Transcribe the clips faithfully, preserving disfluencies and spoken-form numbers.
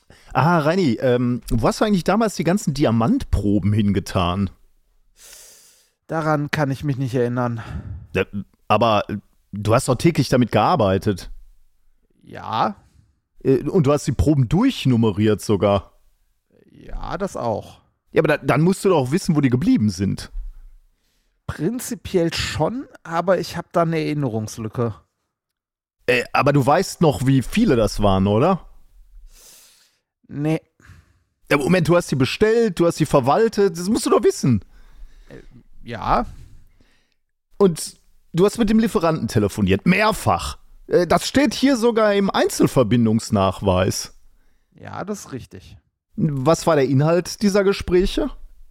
Ah, Reini, ähm, wo hast du eigentlich damals die ganzen Diamantproben hingetan? Daran kann ich mich nicht erinnern. Ja, aber du hast doch täglich damit gearbeitet. Ja, Äh, Und du hast die Proben durchnummeriert sogar. ja, das auch. Ja, aber da, dann musst du doch wissen, wo die geblieben sind. Prinzipiell schon, aber ich habe da eine Erinnerungslücke. Äh, aber du weißt noch, wie viele das waren, oder? Nee, Ja, Moment, du hast die bestellt, du hast die verwaltet, das musst du doch wissen. ja, Und du hast mit dem Lieferanten telefoniert, mehrfach. Äh, Das steht hier sogar im Einzelverbindungsnachweis. ja, das ist richtig. Was war der Inhalt dieser Gespräche?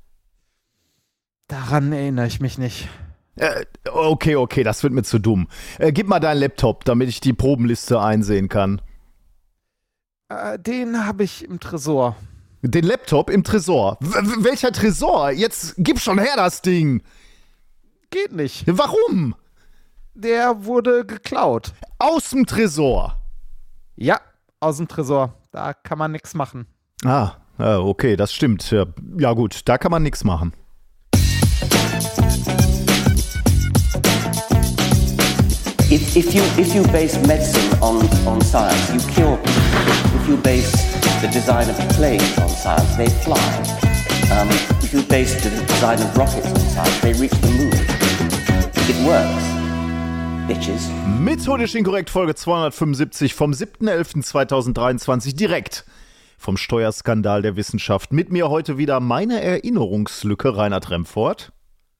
Daran erinnere ich mich nicht. Äh, okay, okay, das wird mir zu dumm. Äh, gib mal deinen Laptop, damit ich die Probenliste einsehen kann. Äh, den habe ich im Tresor. Den Laptop im Tresor. W w- welcher Tresor? Jetzt gib schon her das Ding. Geht nicht. Warum? Der wurde geklaut. Aus dem Tresor. Ja, aus dem Tresor. Da kann man nichts machen. Ah, äh, okay, das stimmt. Ja, ja gut, da kann man nichts machen. If, if you if you base medicine on, on science, you cure people. If you base the design of planes on science, they fly. Um, if you base the design of rockets on science, they reach the moon. It works, bitches. Methodisch inkorrekt Folge zweihundertfünfundsiebzig vom siebter elfter zweitausenddreiundzwanzig direkt vom Steuerskandal der Wissenschaft. Mit mir heute wieder meine Erinnerungslücke, Reinhard Remford.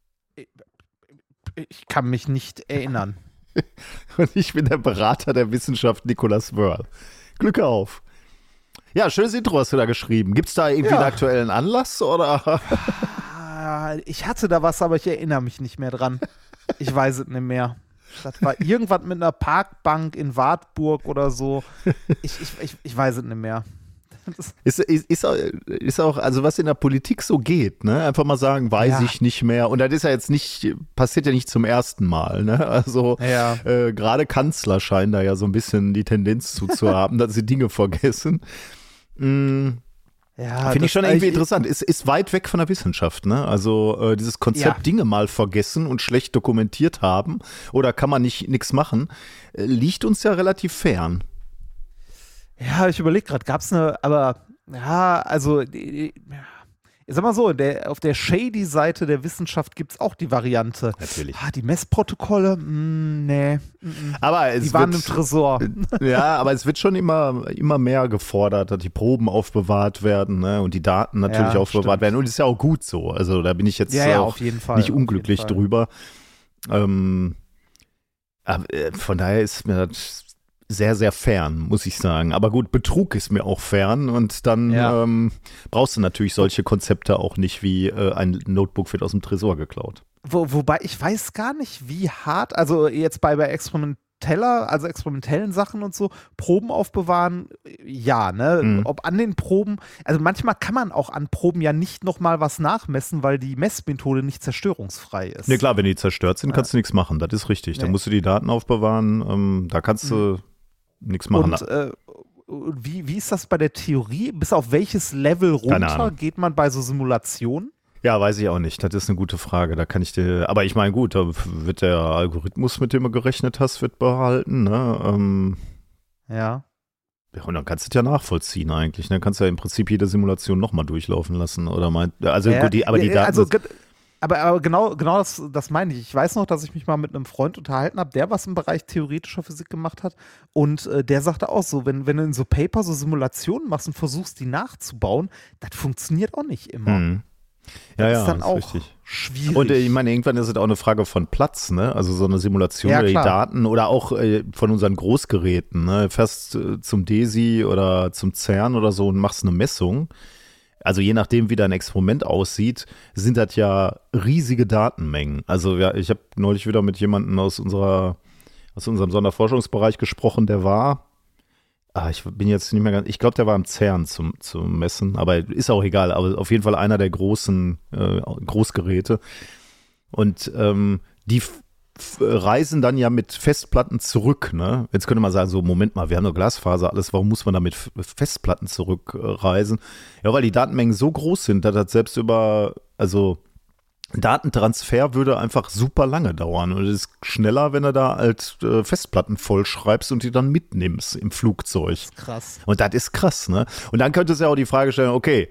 Ich kann mich nicht erinnern. Und ich bin der Berater der Wissenschaft, Nicolas Wörl. Glück auf. Ja, schönes Intro hast du da geschrieben. Gibt's da irgendwie Ja. einen aktuellen Anlass, oder? Ah, ich hatte da was, aber ich erinnere mich nicht mehr dran. Ich weiß es nicht mehr. Das war irgendwas mit einer Parkbank in Wartburg oder so. Ich, ich, ich, ich weiß es nicht mehr. Das, Ist, ist, ist, auch, ist auch, also was in der Politik so geht, ne? Einfach mal sagen, weiß Ja. ich nicht mehr. Und das ist ja jetzt nicht, passiert ja nicht zum ersten Mal, ne? Also Ja. äh, gerade Kanzler scheinen da ja so ein bisschen die Tendenz zu, zu haben, dass sie Dinge vergessen. Mm, ja, Finde ich das- schon irgendwie ich- interessant. Ist, ist weit weg von der Wissenschaft, ne? Also äh, dieses Konzept Ja. Dinge mal vergessen und schlecht dokumentiert haben oder kann man nicht nichts machen, äh, liegt uns ja relativ fern. Ja, ich überlege gerade, gab es eine, aber ja, also die- die- ich sag mal so, der, auf der Shady-Seite der Wissenschaft gibt es auch die Variante. Natürlich. Ah, die Messprotokolle, mm, nee, mm, Aber es die waren im wird, Tresor. Ja, aber es wird schon immer, immer mehr gefordert, dass die Proben aufbewahrt werden, ne? Und die Daten natürlich Ja, aufbewahrt stimmt. werden. Und ist ja auch gut so. Also da bin ich jetzt Ja, ja, auch auf jeden Fall. nicht auf unglücklich jeden Fall. drüber. Ähm, aber, äh, von daher ist mir das sehr, sehr fern, muss ich sagen. Aber gut, Betrug ist mir auch fern und dann Ja. ähm, brauchst du natürlich solche Konzepte auch nicht wie äh, ein Notebook wird aus dem Tresor geklaut. Wo, wobei ich weiß gar nicht, wie hart, also jetzt bei, bei experimenteller, also experimentellen Sachen und so, Proben aufbewahren, ja, ne? Mhm. Ob an den Proben, also manchmal kann man auch an Proben ja nicht nochmal was nachmessen, weil die Messmethode nicht zerstörungsfrei ist. Ja klar, wenn die zerstört sind, kannst du nichts machen. Das ist richtig. Da Nee. musst du die Daten aufbewahren. Ähm, da kannst du nichts machen. Und äh, wie, wie ist das bei der Theorie? Bis auf welches Level Keine runter Ahnung. geht man bei so Simulationen? Ja, weiß ich auch nicht. Das ist eine gute Frage. Da kann ich dir. Aber ich meine, gut, da wird der Algorithmus, mit dem du gerechnet hast, wird behalten. Ne? Ähm, Ja. ja, und dann kannst du es ja nachvollziehen eigentlich. Dann kannst du ja im Prinzip jede Simulation nochmal durchlaufen lassen. Oder mein, also ja, gut, die, aber die ja, Daten. Also, ge- aber, aber genau, genau das, das meine ich. Ich weiß noch, dass ich mich mal mit einem Freund unterhalten habe, der was im Bereich theoretischer Physik gemacht hat. Und äh, der sagte auch so, wenn, wenn du in so Paper so Simulationen machst und versuchst, die nachzubauen, das funktioniert auch nicht immer. Hm. Ja, das ja, ist dann ist auch richtig. schwierig. Und äh, ich meine, irgendwann ist es auch eine Frage von Platz, ne? Also so eine Simulation Ja, oder die klar. Daten oder auch äh, von unseren Großgeräten, ne? Fährst äh, zum DESI oder zum CERN oder so und machst eine Messung. Also je nachdem, wie dein Experiment aussieht, sind das ja riesige Datenmengen. Also ja, ich habe neulich wieder mit jemandem aus unserer, aus unserem Sonderforschungsbereich gesprochen, der war, ah, ich bin jetzt nicht mehr ganz, ich glaube, der war im CERN zum, zum Messen, aber ist auch egal, aber auf jeden Fall einer der großen äh, Großgeräte. Und ähm, die f- f- reisen dann ja mit Festplatten zurück, ne? Jetzt könnte man sagen, so, Moment mal, wir haben doch Glasfaser, alles, warum muss man da mit F- Festplatten zurückreisen? Ja, weil die Datenmengen so groß sind, dass das selbst über, also Datentransfer würde einfach super lange dauern und es ist schneller, wenn du da halt äh, Festplatten vollschreibst und die dann mitnimmst im Flugzeug. Krass. Und das ist krass, ne? Und dann könnte es ja auch die Frage stellen, okay,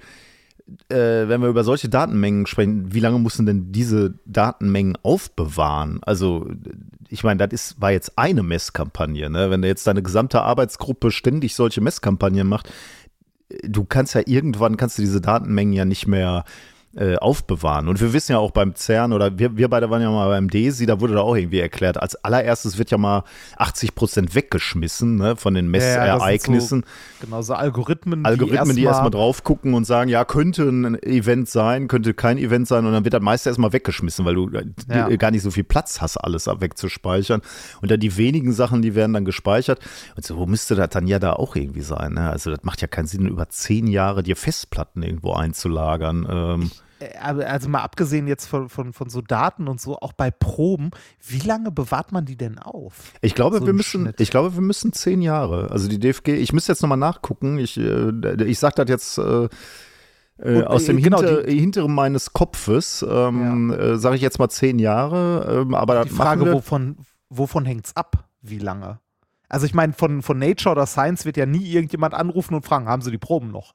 äh, wenn wir über solche Datenmengen sprechen, wie lange mussten denn diese Datenmengen aufbewahren? Also, ich meine, das ist, war jetzt eine Messkampagne, ne? Wenn du jetzt deine gesamte Arbeitsgruppe ständig solche Messkampagnen macht, du kannst ja irgendwann, kannst du diese Datenmengen ja nicht mehr äh, aufbewahren. Und wir wissen ja auch beim CERN oder wir, wir beide waren ja mal beim DESI, da wurde da auch irgendwie erklärt, als allererstes wird ja mal achtzig Prozent weggeschmissen, ne, von den Messereignissen. Ja, so, genau, so Algorithmen, Algorithmen, die erstmal erst drauf gucken und sagen, ja, könnte ein Event sein, könnte kein Event sein und dann wird das meiste erstmal weggeschmissen, weil du Ja. gar nicht so viel Platz hast, alles wegzuspeichern. Und dann die wenigen Sachen, die werden dann gespeichert. Und so müsste das dann ja da auch irgendwie sein. Ne? Also das macht ja keinen Sinn, über zehn Jahre dir Festplatten irgendwo einzulagern. Ähm, Also mal abgesehen jetzt von, von, von so Daten und so, auch bei Proben, wie lange bewahrt man die denn auf? Ich glaube, So wir im müssen, Schnitt. ich glaube, wir müssen zehn Jahre. Also die D F G, ich müsste jetzt nochmal nachgucken. Ich, äh, ich sage das jetzt äh, äh, Und, aus dem äh, genau, Hinter, Hinteren meines Kopfes, ähm, äh, sage ich jetzt mal zehn Jahre. Ähm, aber Die das Frage, machen wir, wovon, wovon hängt es ab? Wie lange? Also ich meine, von, von Nature oder Science wird ja nie irgendjemand anrufen und fragen, haben sie die Proben noch?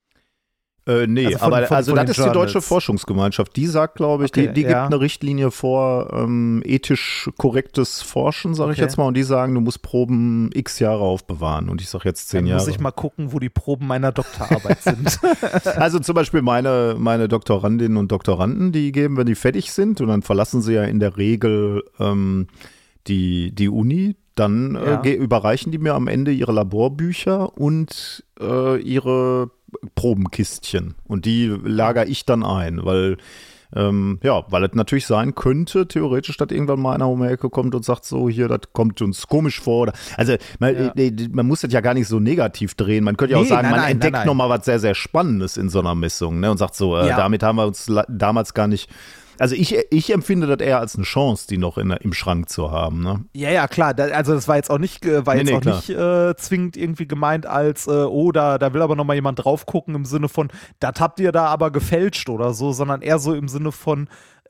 Äh, nee, Also von- aber von- also von das den ist die deutsche Journals. Forschungsgemeinschaft. Die sagt, glaube ich, Okay, die, die ja. gibt eine Richtlinie vor ähm, ethisch korrektes Forschen, sage ich Okay. jetzt mal. Und die sagen, du musst Proben x Jahre aufbewahren. Und ich sage jetzt zehn Dann Jahre. muss ich mal gucken, wo die Proben meiner Doktorarbeit sind. Also zum Beispiel meine, meine Doktorandinnen und Doktoranden, die geben, wenn die fertig sind, und dann verlassen sie ja in der Regel ähm, die, die Uni, dann äh, Ja. ge- überreichen die mir am Ende ihre Laborbücher und äh, ihre Probenkistchen. Und die lagere ich dann ein, weil ähm, ja, weil es natürlich sein könnte, theoretisch, dass irgendwann mal einer um die Ecke kommt und sagt so, hier, das kommt uns komisch vor. Oder, also man, Ja. äh, man muss das ja gar nicht so negativ drehen. Man könnte ja auch Nee, sagen, nein, man nein, entdeckt nein, nein. nochmal was sehr, sehr Spannendes in so einer Messung, ne? Und sagt so, äh, Ja. damit haben wir uns la- damals gar nicht. Also ich, ich empfinde das eher als eine Chance, die noch in, der- im Schrank zu haben. Ne? Ja, ja, klar. Da, also das war jetzt auch nicht, äh, war Nee, jetzt nee, auch klar. nicht äh, zwingend irgendwie gemeint als, äh, oh, da, da will aber noch mal jemand drauf gucken im Sinne von, das habt ihr da aber gefälscht oder so, sondern eher so im Sinne von,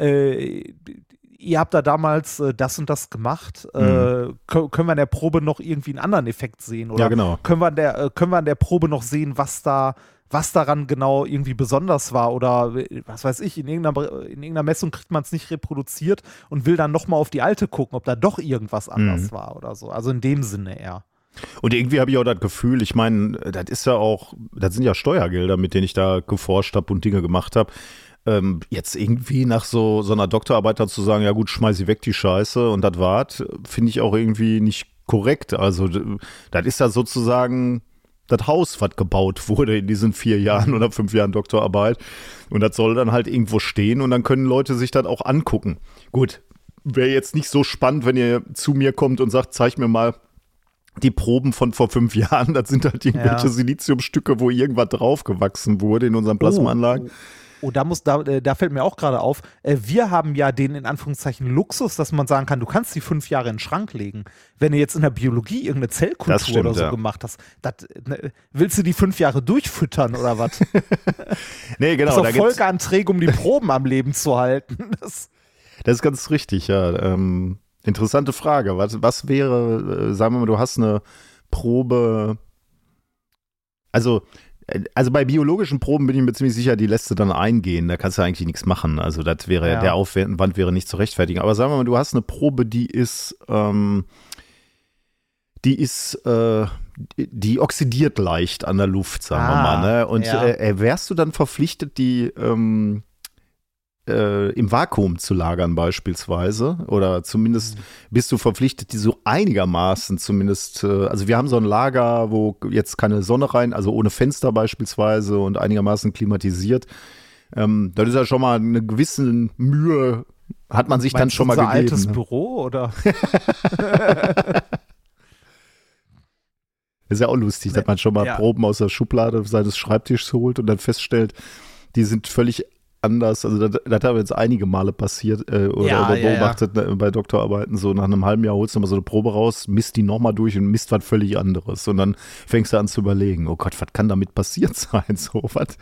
äh, ihr habt da damals äh, das und das gemacht. Äh, kö- können wir an der Probe noch irgendwie einen anderen Effekt sehen? Oder Ja, genau. können wir an der, äh, können wir an der Probe noch sehen, was da was daran genau irgendwie besonders war oder äh, was weiß ich, in irgendeiner, in irgendeiner Messung kriegt man es nicht reproduziert und will dann nochmal auf die alte gucken, ob da doch irgendwas anders Mhm. war oder so. Also in dem Sinne eher. Und irgendwie habe ich auch das Gefühl, ich meine, das ist ja auch, das sind ja Steuergelder, mit denen ich da geforscht habe und Dinge gemacht habe. Ähm, jetzt irgendwie nach so, so einer Doktorarbeit dann zu sagen, ja gut, schmeiß sie weg, die Scheiße, und das war's, finde ich auch irgendwie nicht korrekt. Also d- das ist ja sozusagen das Haus, was gebaut wurde in diesen vier Jahren oder fünf Jahren Doktorarbeit. Und das soll dann halt irgendwo stehen und dann können Leute sich das auch angucken. Gut, wäre jetzt nicht so spannend, wenn ihr zu mir kommt und sagt, zeig mir mal die Proben von vor fünf Jahren. Das sind halt irgendwelche Ja. Siliziumstücke, wo irgendwas draufgewachsen wurde in unseren Plasmaanlagen. Oh, da muss, da, äh, da fällt mir auch gerade auf, äh, wir haben ja den in Anführungszeichen Luxus, dass man sagen kann, du kannst die fünf Jahre in den Schrank legen. Wenn du jetzt in der Biologie irgendeine Zellkultur Das stimmt, oder so ja. gemacht hast, dat, ne, willst du die fünf Jahre durchfüttern oder was? Nee, genau. Das ist Da doch gibt's, Folgeanträge, um die Proben am Leben zu halten. Das, das ist ganz richtig, ja. Ähm, interessante Frage. Was, was wäre, äh, sagen wir mal, du hast eine Probe, also Also bei biologischen Proben bin ich mir ziemlich sicher, die lässt du dann eingehen. Da kannst du eigentlich nichts machen. Also das wäre, Ja. der Aufwand wäre nicht zu rechtfertigen. Aber sagen wir mal, du hast eine Probe, die ist, ähm, die ist, äh, die oxidiert leicht an der Luft, sagen wir Ah, mal. Ne? Und ja. äh, wärst du dann verpflichtet, die ähm, äh, im Vakuum zu lagern beispielsweise? Oder zumindest bist du verpflichtet, die so einigermaßen zumindest, äh, also wir haben so ein Lager, wo jetzt keine Sonne rein, also ohne Fenster beispielsweise und einigermaßen klimatisiert. Ähm, das ist ja schon mal eine gewisse Mühe, hat man sich dann Meinst du schon mal unser gegeben. altes Ne? Büro oder? Ist ja auch lustig, dass man schon mal Ja. Proben aus der Schublade seines Schreibtischs holt und dann feststellt, die sind völlig anders. Also das, das hat jetzt einige Male passiert äh, oder, Ja, oder ja, beobachtet ne, bei Doktorarbeiten. So nach einem halben Jahr holst du mal so eine Probe raus, misst die nochmal durch und misst was völlig anderes. Und dann fängst du an zu überlegen, oh Gott, was kann damit passiert sein? So, was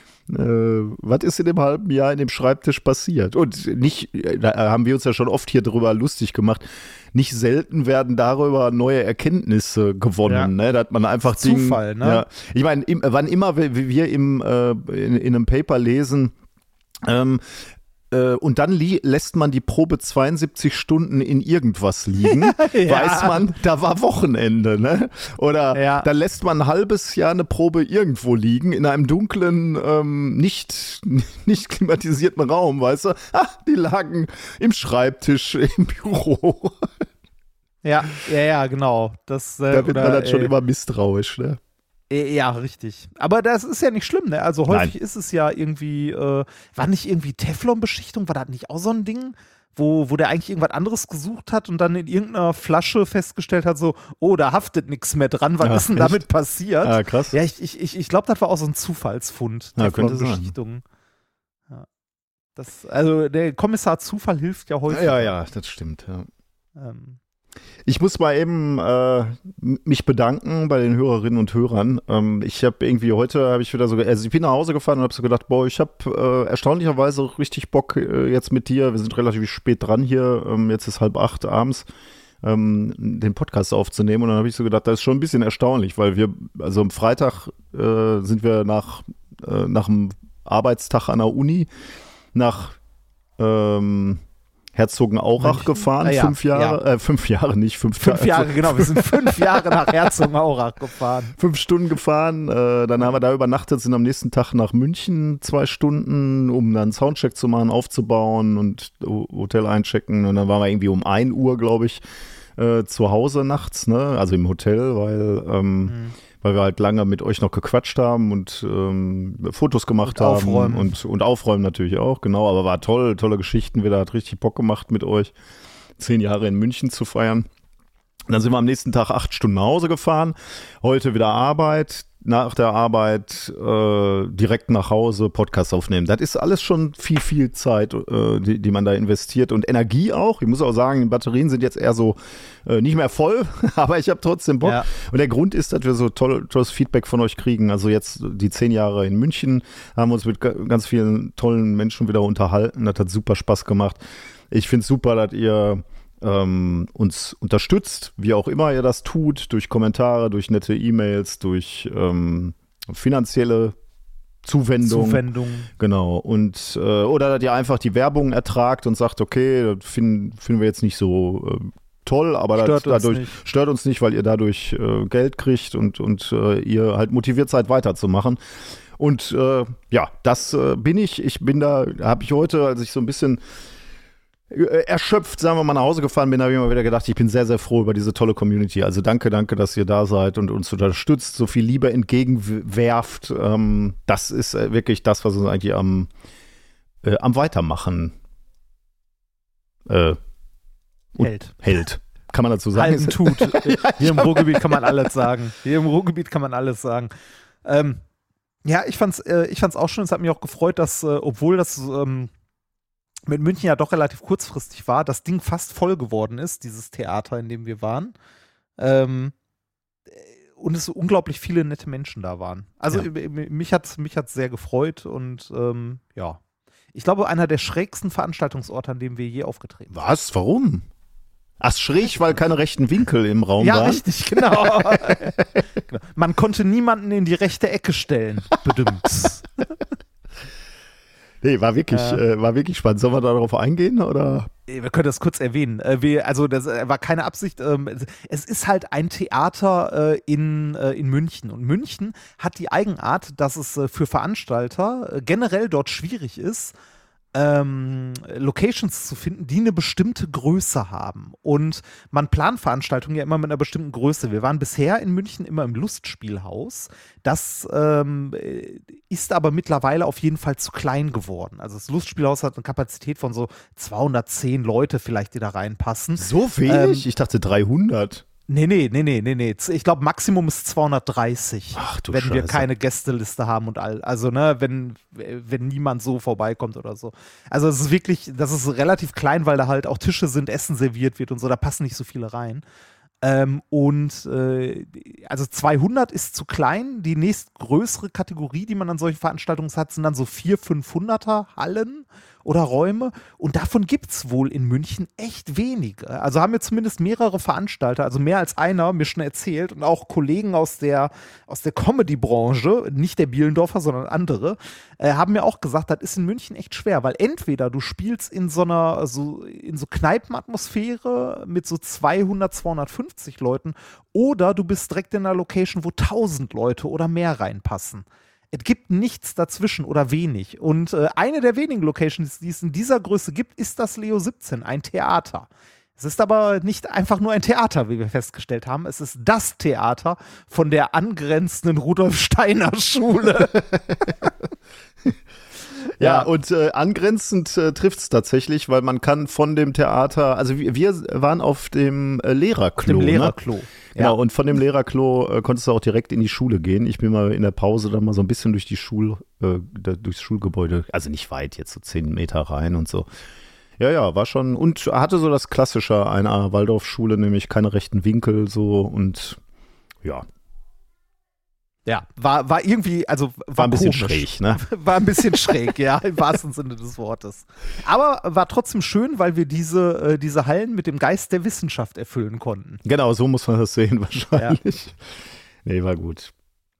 äh, was ist in dem halben Jahr in dem Schreibtisch passiert? Und nicht, da haben wir uns ja schon oft hier drüber lustig gemacht, nicht selten werden darüber neue Erkenntnisse gewonnen, Ja. ne? Da hat man einfach Zufall, Dinge, ne? Ja. Ich meine, im- wann immer wir wir im, äh, in, in einem Paper lesen, ähm, äh, und dann li- lässt man die Probe zweiundsiebzig Stunden in irgendwas liegen, Ja. weiß man, da war Wochenende, ne? Oder Ja. dann lässt man ein halbes Jahr eine Probe irgendwo liegen, in einem dunklen, ähm, nicht, nicht klimatisierten Raum, weißt du? Ah, die lagen im Schreibtisch, im Büro. Ja, ja, ja, genau. Das, äh, Da wird oder, man dann schon äh, immer misstrauisch, ne? Äh, Ja, richtig. Aber das ist ja nicht schlimm, ne? Also häufig Nein. ist es ja irgendwie, äh, war nicht irgendwie Teflonbeschichtung, war das nicht auch so ein Ding, wo, wo der eigentlich irgendwas anderes gesucht hat und dann in irgendeiner Flasche festgestellt hat, so, oh, da haftet nichts mehr dran, was Ja, ist denn echt? damit passiert? Ah, krass. Ja, ich, ich, ich, ich glaube, das war auch so ein Zufallsfund, Ja, könnte sein. Teflonbeschichtung. Ja. Das, also der Kommissar Zufall hilft ja häufig. Ja, ja, das stimmt, ja. Ähm, Ich muss mal eben äh, m- mich bedanken bei den Hörerinnen und Hörern. Ähm, ich habe irgendwie heute, habe ich wieder so, ge- also ich bin nach Hause gefahren und habe so gedacht, boah, ich habe äh, erstaunlicherweise richtig Bock äh, jetzt mit dir. Wir sind relativ spät dran hier, ähm, jetzt ist halb acht abends, ähm, den Podcast aufzunehmen. Und dann habe ich so gedacht, das ist schon ein bisschen erstaunlich, weil wir, also am Freitag äh, sind wir nach, äh, nach einem Arbeitstag an der Uni nach ähm, Herzogenaurach München? gefahren, Ah, ja, fünf Jahre, äh, fünf Jahre nicht, fünf, fünf Ta- Jahre, genau, wir sind fünf Jahre nach Herzogenaurach gefahren. fünf Stunden gefahren, äh, dann haben wir da übernachtet, sind am nächsten Tag nach München zwei Stunden, um dann einen Soundcheck zu machen, aufzubauen und Ho- Hotel einchecken. Und dann waren wir irgendwie um ein Uhr, glaube ich, äh, zu Hause nachts, ne? Also im Hotel, weil, ähm, Mhm. weil wir halt lange mit euch noch gequatscht haben und ähm, Fotos gemacht Und haben. aufräumen. Und, und aufräumen natürlich auch, genau. Aber war toll, tolle Geschichten wieder, hat richtig Bock gemacht mit euch, zehn Jahre in München zu feiern. Und dann sind wir am nächsten Tag acht Stunden nach Hause gefahren. Heute wieder Arbeit. Nach der Arbeit äh, direkt nach Hause Podcast aufnehmen. Das ist alles schon viel, viel Zeit, äh, die, die man da investiert und Energie auch. Ich muss auch sagen, die Batterien sind jetzt eher so äh, nicht mehr voll, aber ich habe trotzdem Bock. Ja. Und der Grund ist, dass wir so toll, tolles Feedback von euch kriegen. Also jetzt die zehn Jahre in München haben wir uns mit ga- ganz vielen tollen Menschen wieder unterhalten. Das hat super Spaß gemacht. Ich finde es super, dass ihr ähm, uns unterstützt, wie auch immer ihr das tut, durch Kommentare, durch nette E-Mails, durch ähm, finanzielle Zuwendung. Zuwendung. Genau. Und äh, oder dass ihr einfach die Werbung ertragt und sagt, okay, das finden, finden wir jetzt nicht so äh, toll, aber das, Stört uns dadurch nicht. stört uns nicht, weil ihr dadurch äh, Geld kriegt und, und äh, ihr halt motiviert seid, weiterzumachen. Und äh, ja, das äh, bin ich. Ich bin da, habe ich heute, als ich so ein bisschen erschöpft, sagen wir mal, nach Hause gefahren bin, habe ich mir wieder gedacht, ich bin sehr, sehr froh über diese tolle Community. Also danke, danke, dass ihr da seid und uns unterstützt, so viel Liebe entgegenwerft. Ähm, das ist äh, wirklich das, was uns eigentlich am, äh, am Weitermachen äh, und Hält. hält. Kann man dazu sagen? Halten tut. Hier im Ruhrgebiet kann man alles sagen. Hier im Ruhrgebiet kann man alles sagen. Ähm, ja, ich fand's, äh, ich fand's auch schön. Es hat mich auch gefreut, dass, äh, obwohl das ähm, mit München ja doch relativ kurzfristig war, das Ding fast voll geworden ist, dieses Theater, in dem wir waren. Ähm, und es so unglaublich viele nette Menschen da waren. Also Ja. äh, mich hat mich hat's sehr gefreut und ähm, ja. Ich glaube, einer der schrägsten Veranstaltungsorte, an dem wir je aufgetreten sind. Was? Warum? Ach, schräg, weil keine rechten Winkel im Raum Ja, waren? richtig, genau. Genau. Man konnte niemanden in die rechte Ecke stellen. Bedimmt. Nee, war wirklich, Ja. äh, war wirklich spannend. Sollen wir darauf eingehen, oder? Wir können das kurz erwähnen. Äh, wir, also das äh, war keine Absicht. Ähm, es- es ist halt ein Theater äh, in, äh, in München. Und München hat die Eigenart, dass es äh, für Veranstalter äh, generell dort schwierig ist, ähm, Locations zu finden, die eine bestimmte Größe haben. Und man plant Veranstaltungen ja immer mit einer bestimmten Größe. Wir waren bisher in München immer im Lustspielhaus. Das ähm, ist aber mittlerweile auf jeden Fall zu klein geworden. Also das Lustspielhaus hat eine Kapazität von so zweihundertzehn Leute vielleicht, die da reinpassen. So wenig? Ähm, ich dachte dreihundert. Nee, nee, nee, nee, nee, nee. Ich glaube, Maximum ist zweihundertdreißig, Ach, du wenn wir Scheiße. keine Gästeliste haben und all. Also, ne, wenn, wenn niemand so vorbeikommt oder so. Also, es ist wirklich, das ist relativ klein, weil da halt auch Tische sind, Essen serviert wird und so, da passen nicht so viele rein. Ähm, und äh, also zweihundert ist zu klein. Die nächstgrößere Kategorie, die man an solchen Veranstaltungen hat, sind dann so vierhundert, fünfhunderter Hallen oder Räume. Und davon gibt es wohl in München echt wenige. Also haben mir zumindest mehrere Veranstalter, also mehr als einer, mir schon erzählt und auch Kollegen aus der, aus der Comedy-Branche, nicht der Bielendorfer, sondern andere, äh, haben mir auch gesagt, das ist in München echt schwer, weil entweder du spielst in so einer, so, in so Kneipenatmosphäre mit so zweihundert, zweihundertfünfzig Leuten oder du bist direkt in einer Location, wo tausend Leute oder mehr reinpassen. Es gibt nichts dazwischen oder wenig. Und äh, eine der wenigen Locations, die es in dieser Größe gibt, ist das Leo siebzehn, ein Theater. Es ist aber nicht einfach nur ein Theater, wie wir festgestellt haben. Es ist das Theater von der angrenzenden Rudolf-Steiner-Schule. Ja, und äh, angrenzend äh, trifft es tatsächlich, weil man kann von dem Theater, also wir, wir waren auf dem äh, Lehrerklo. Dem Lehrerklo. Ne? Genau, Ja. und von dem Lehrerklo äh, konntest du auch direkt in die Schule gehen. Ich bin mal in der Pause dann mal so ein bisschen durch die Schul, äh, da, durchs Schulgebäude, also nicht weit, jetzt so zehn Meter rein und so. Ja, ja, war schon, und hatte so das Klassische einer Waldorfschule, nämlich keine rechten Winkel so und ja. Ja, war, war irgendwie, also war, War ein bisschen komisch. schräg, ne? War ein bisschen schräg, ja, im wahrsten Sinne des Wortes. Aber war trotzdem schön, weil wir diese, äh, diese Hallen mit dem Geist der Wissenschaft erfüllen konnten. Genau, so muss man das sehen wahrscheinlich. Nee, war gut.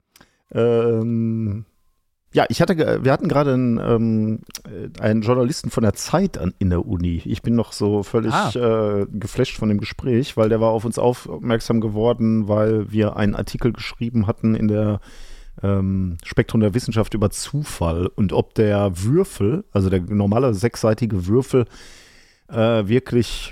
Ähm, ja, ich hatte, ge- wir hatten gerade einen, ähm, einen Journalisten von der Zeit an, in der Uni. Ich bin noch so völlig Ah. äh, geflasht von dem Gespräch, weil der war auf uns aufmerksam geworden, weil wir einen Artikel geschrieben hatten in der ähm, Spektrum der Wissenschaft über Zufall und ob der Würfel, also der normale sechsseitige Würfel, äh, wirklich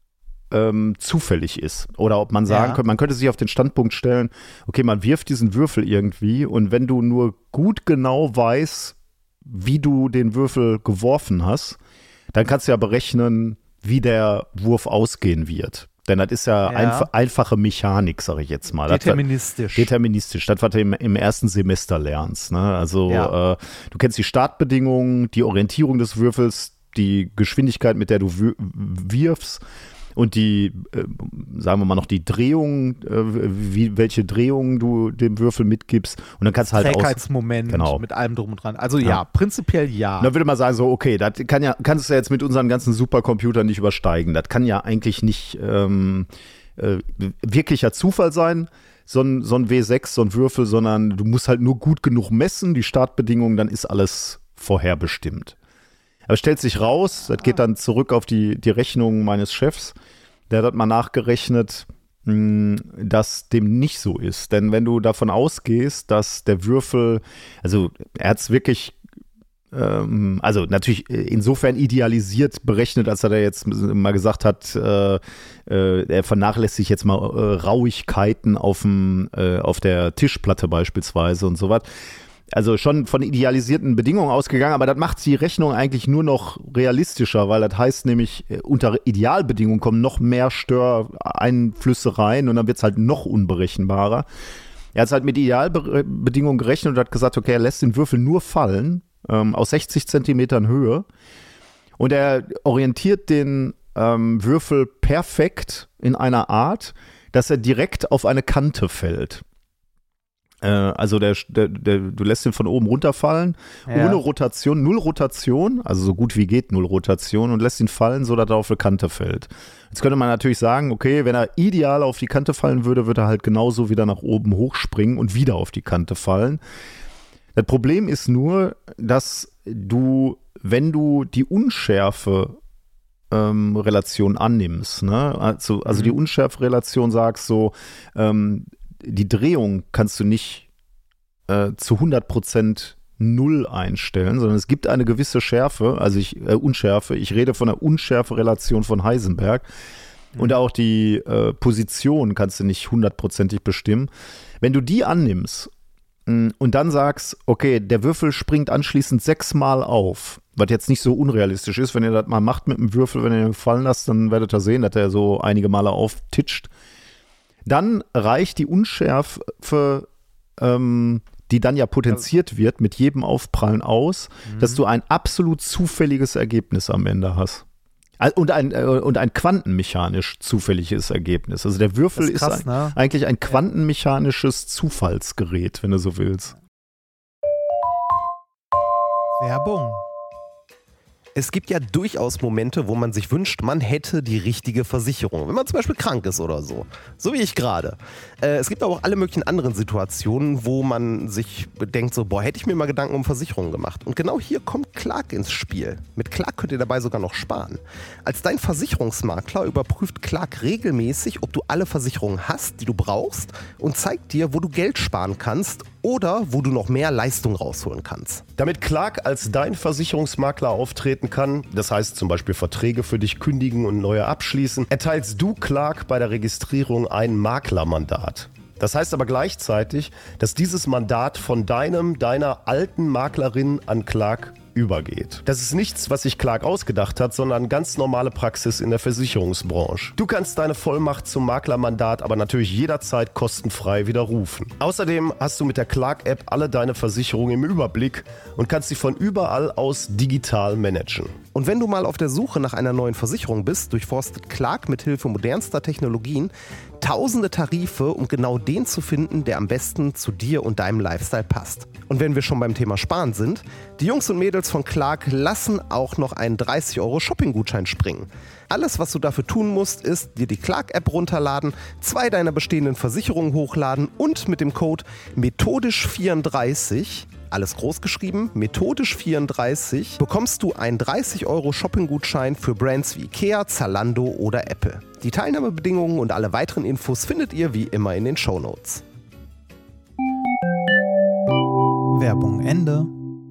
ähm, zufällig ist. Oder ob man sagen Ja. könnte, man könnte sich auf den Standpunkt stellen, okay, man wirft diesen Würfel irgendwie und wenn du nur gut genau weißt, wie du den Würfel geworfen hast, dann kannst du ja berechnen, wie der Wurf ausgehen wird. Denn das ist ja, Ja. einf- einfache Mechanik, sage ich jetzt mal. Das- Deterministisch. Deterministisch, das, was du im, im ersten Semester lernst. Ne? Also Ja. äh, du kennst die Startbedingungen, die Orientierung des Würfels, die Geschwindigkeit, mit der du wür- wirfst und die, äh, sagen wir mal noch, die Drehung, äh, wie, welche Drehungen du dem Würfel mitgibst. Und dann kannst du halt aus. Trägheitsmoment Genau. mit allem drum und dran. Also ja, Ja. prinzipiell ja. Und dann würde man sagen, so, okay, das kann ja, kannst du ja jetzt mit unseren ganzen Supercomputern nicht übersteigen. Das kann ja eigentlich nicht ähm, äh, wirklicher Zufall sein, so ein, so ein W sechs, so ein Würfel, sondern du musst halt nur gut genug messen, die Startbedingungen, dann ist alles vorherbestimmt. Aber es stellt sich raus, das geht dann zurück auf die, die Rechnung meines Chefs, der hat mal nachgerechnet, mh, dass dem nicht so ist. Denn wenn du davon ausgehst, dass der Würfel, also er hat es wirklich, ähm, also natürlich insofern idealisiert berechnet, als er da jetzt mal gesagt hat, äh, äh, er vernachlässigt jetzt mal äh, Rauigkeiten auf, dem, äh, auf der Tischplatte beispielsweise und sowas. Also schon von idealisierten Bedingungen ausgegangen, aber das macht die Rechnung eigentlich nur noch realistischer, weil das heißt nämlich, äh, unter Idealbedingungen kommen noch mehr Störeinflüsse rein und dann wird es halt noch unberechenbarer. Er hat es halt mit Idealbedingungen gerechnet und hat gesagt, okay, er lässt den Würfel nur fallen, ähm, aus sechzig Zentimetern Höhe und er orientiert den ähm, Würfel perfekt in einer Art, dass er direkt auf eine Kante fällt. Also der, der, der, du lässt ihn von oben runterfallen, Ja. ohne Rotation, null Rotation, also so gut wie geht null Rotation und lässt ihn fallen, so dass er auf eine Kante fällt. Jetzt könnte man natürlich sagen, okay, wenn er ideal auf die Kante fallen würde, würde er halt genauso wieder nach oben hochspringen und wieder auf die Kante fallen. Das Problem ist nur, dass du, wenn du die Unschärfe ähm, Relation annimmst, ne? also, also Mhm. die Unschärfe-Relation sagst so, ähm, die Drehung kannst du nicht äh, zu hundert Prozent null einstellen, sondern es gibt eine gewisse Schärfe, also ich, äh, Unschärfe, ich rede von der Unschärfe-Relation von Heisenberg mhm. und auch die äh, Position kannst du nicht hundertprozentig bestimmen. Wenn du die annimmst mh, und dann sagst, okay, der Würfel springt anschließend sechsmal auf, was jetzt nicht so unrealistisch ist, wenn ihr das mal macht mit dem Würfel, wenn ihr ihn fallen lasst, dann werdet ihr sehen, dass er so einige Male auftitscht. dann reicht die Unschärfe, ähm, die dann ja potenziert wird mit jedem Aufprallen aus, mhm. dass du ein absolut zufälliges Ergebnis am Ende hast. Und ein, äh, und ein quantenmechanisch zufälliges Ergebnis. Also der Würfel ist, krass, ist ein, ne? eigentlich ein quantenmechanisches Zufallsgerät, wenn du so willst. Werbung. Es gibt ja durchaus Momente, wo man sich wünscht, man hätte die richtige Versicherung. Wenn man zum Beispiel krank ist oder so. So wie ich gerade. Äh, es gibt aber auch alle möglichen anderen Situationen, wo man sich denkt so, boah, hätte ich mir mal Gedanken um Versicherungen gemacht. Und genau hier kommt Clark ins Spiel. Mit Clark könnt ihr dabei sogar noch sparen. Als dein Versicherungsmakler überprüft Clark regelmäßig, ob du alle Versicherungen hast, die du brauchst und zeigt dir, wo du Geld sparen kannst oder wo du noch mehr Leistung rausholen kannst. Damit Clark als dein Versicherungsmakler auftreten kann, das heißt zum Beispiel Verträge für dich kündigen und neue abschließen, erteilst du Clark bei der Registrierung ein Maklermandat. Das heißt aber gleichzeitig, dass dieses Mandat von deinem, deiner alten Maklerin an Clark übergeht. Das ist nichts, was sich Clark ausgedacht hat, sondern ganz normale Praxis in der Versicherungsbranche. Du kannst deine Vollmacht zum Maklermandat aber natürlich jederzeit kostenfrei widerrufen. Außerdem hast du mit der Clark-App alle deine Versicherungen im Überblick und kannst sie von überall aus digital managen. Und wenn du mal auf der Suche nach einer neuen Versicherung bist, durchforstet Clark mit Hilfe modernster Technologien tausende Tarife, um genau den zu finden, der am besten zu dir und deinem Lifestyle passt. Und wenn wir schon beim Thema Sparen sind, die Jungs und Mädels von Clark lassen auch noch einen dreißig Euro Shopping-Gutschein springen. Alles, was du dafür tun musst, ist dir die Clark-App runterladen, zwei deiner bestehenden Versicherungen hochladen und mit dem Code methodisch vierunddreißig, alles groß geschrieben, methodisch vierunddreißig, bekommst du einen dreißig Euro Shopping-Gutschein für Brands wie Ikea, Zalando oder Apple. Die Teilnahmebedingungen und alle weiteren Infos findet ihr wie immer in den Shownotes. Werbung Ende.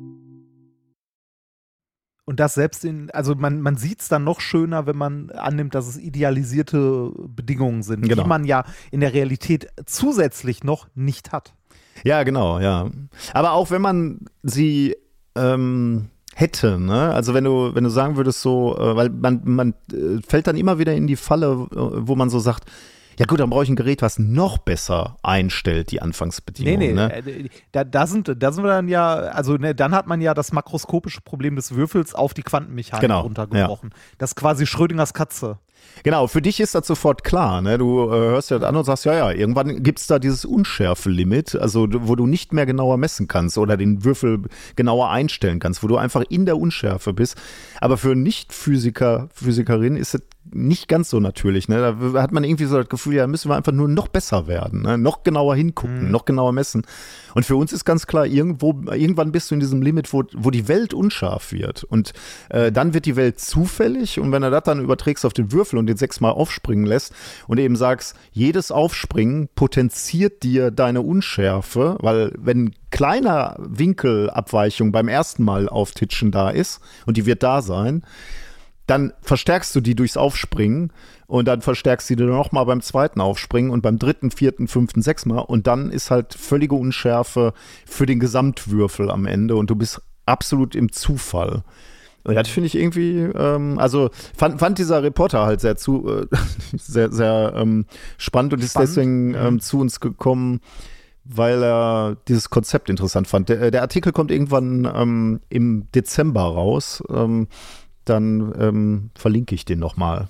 Und das selbst in, also man, man sieht es dann noch schöner, wenn man annimmt, dass es idealisierte Bedingungen sind, genau. die man ja in der Realität zusätzlich noch nicht hat. Ja, genau, ja. Aber auch wenn man sie ähm, hätte, ne? Also wenn du, wenn du sagen würdest so, äh, weil man, man äh, fällt dann immer wieder in die Falle, äh, wo man so sagt, ja gut, dann brauche ich ein Gerät, was noch besser einstellt, die Anfangsbedingungen. Nee, nee, ne? äh, da, da, sind, da sind wir dann ja, also ne, dann hat man ja das makroskopische Problem des Würfels auf die Quantenmechanik genau, runtergebrochen. Ja. Das ist quasi Schrödingers Katze. Genau, für dich ist das sofort klar, ne? Du äh, hörst ja das an und sagst, ja, ja, irgendwann gibt es da dieses Unschärfe-Limit, also wo du nicht mehr genauer messen kannst oder den Würfel genauer einstellen kannst, wo du einfach in der Unschärfe bist. Aber für Nicht-Physiker, Physikerin ist es nicht ganz so natürlich, ne? Da hat man irgendwie so das Gefühl, ja, müssen wir einfach nur noch besser werden, ne? Noch genauer hingucken, mhm. noch genauer messen. Und für uns ist ganz klar, irgendwo, irgendwann bist du in diesem Limit, wo, wo die Welt unscharf wird. Und äh, dann wird die Welt zufällig und wenn du das dann überträgst auf den Würfel und den sechsmal aufspringen lässt und eben sagst, jedes Aufspringen potenziert dir deine Unschärfe, weil wenn kleiner Winkelabweichung beim ersten Mal auftitschen da ist und die wird da sein, dann verstärkst du die durchs Aufspringen und dann verstärkst du die noch mal beim zweiten Aufspringen und beim dritten, vierten, fünften, sechsmal und dann ist halt völlige Unschärfe für den Gesamtwürfel am Ende und du bist absolut im Zufall. Und das finde ich irgendwie, ähm, also fand, fand dieser Reporter halt sehr zu, äh, sehr, sehr ähm, spannend und ist spannend. deswegen ähm, zu uns gekommen, weil er dieses Konzept interessant fand. Der, der Artikel kommt irgendwann ähm, im Dezember raus. Ähm, dann ähm, verlinke ich den nochmal.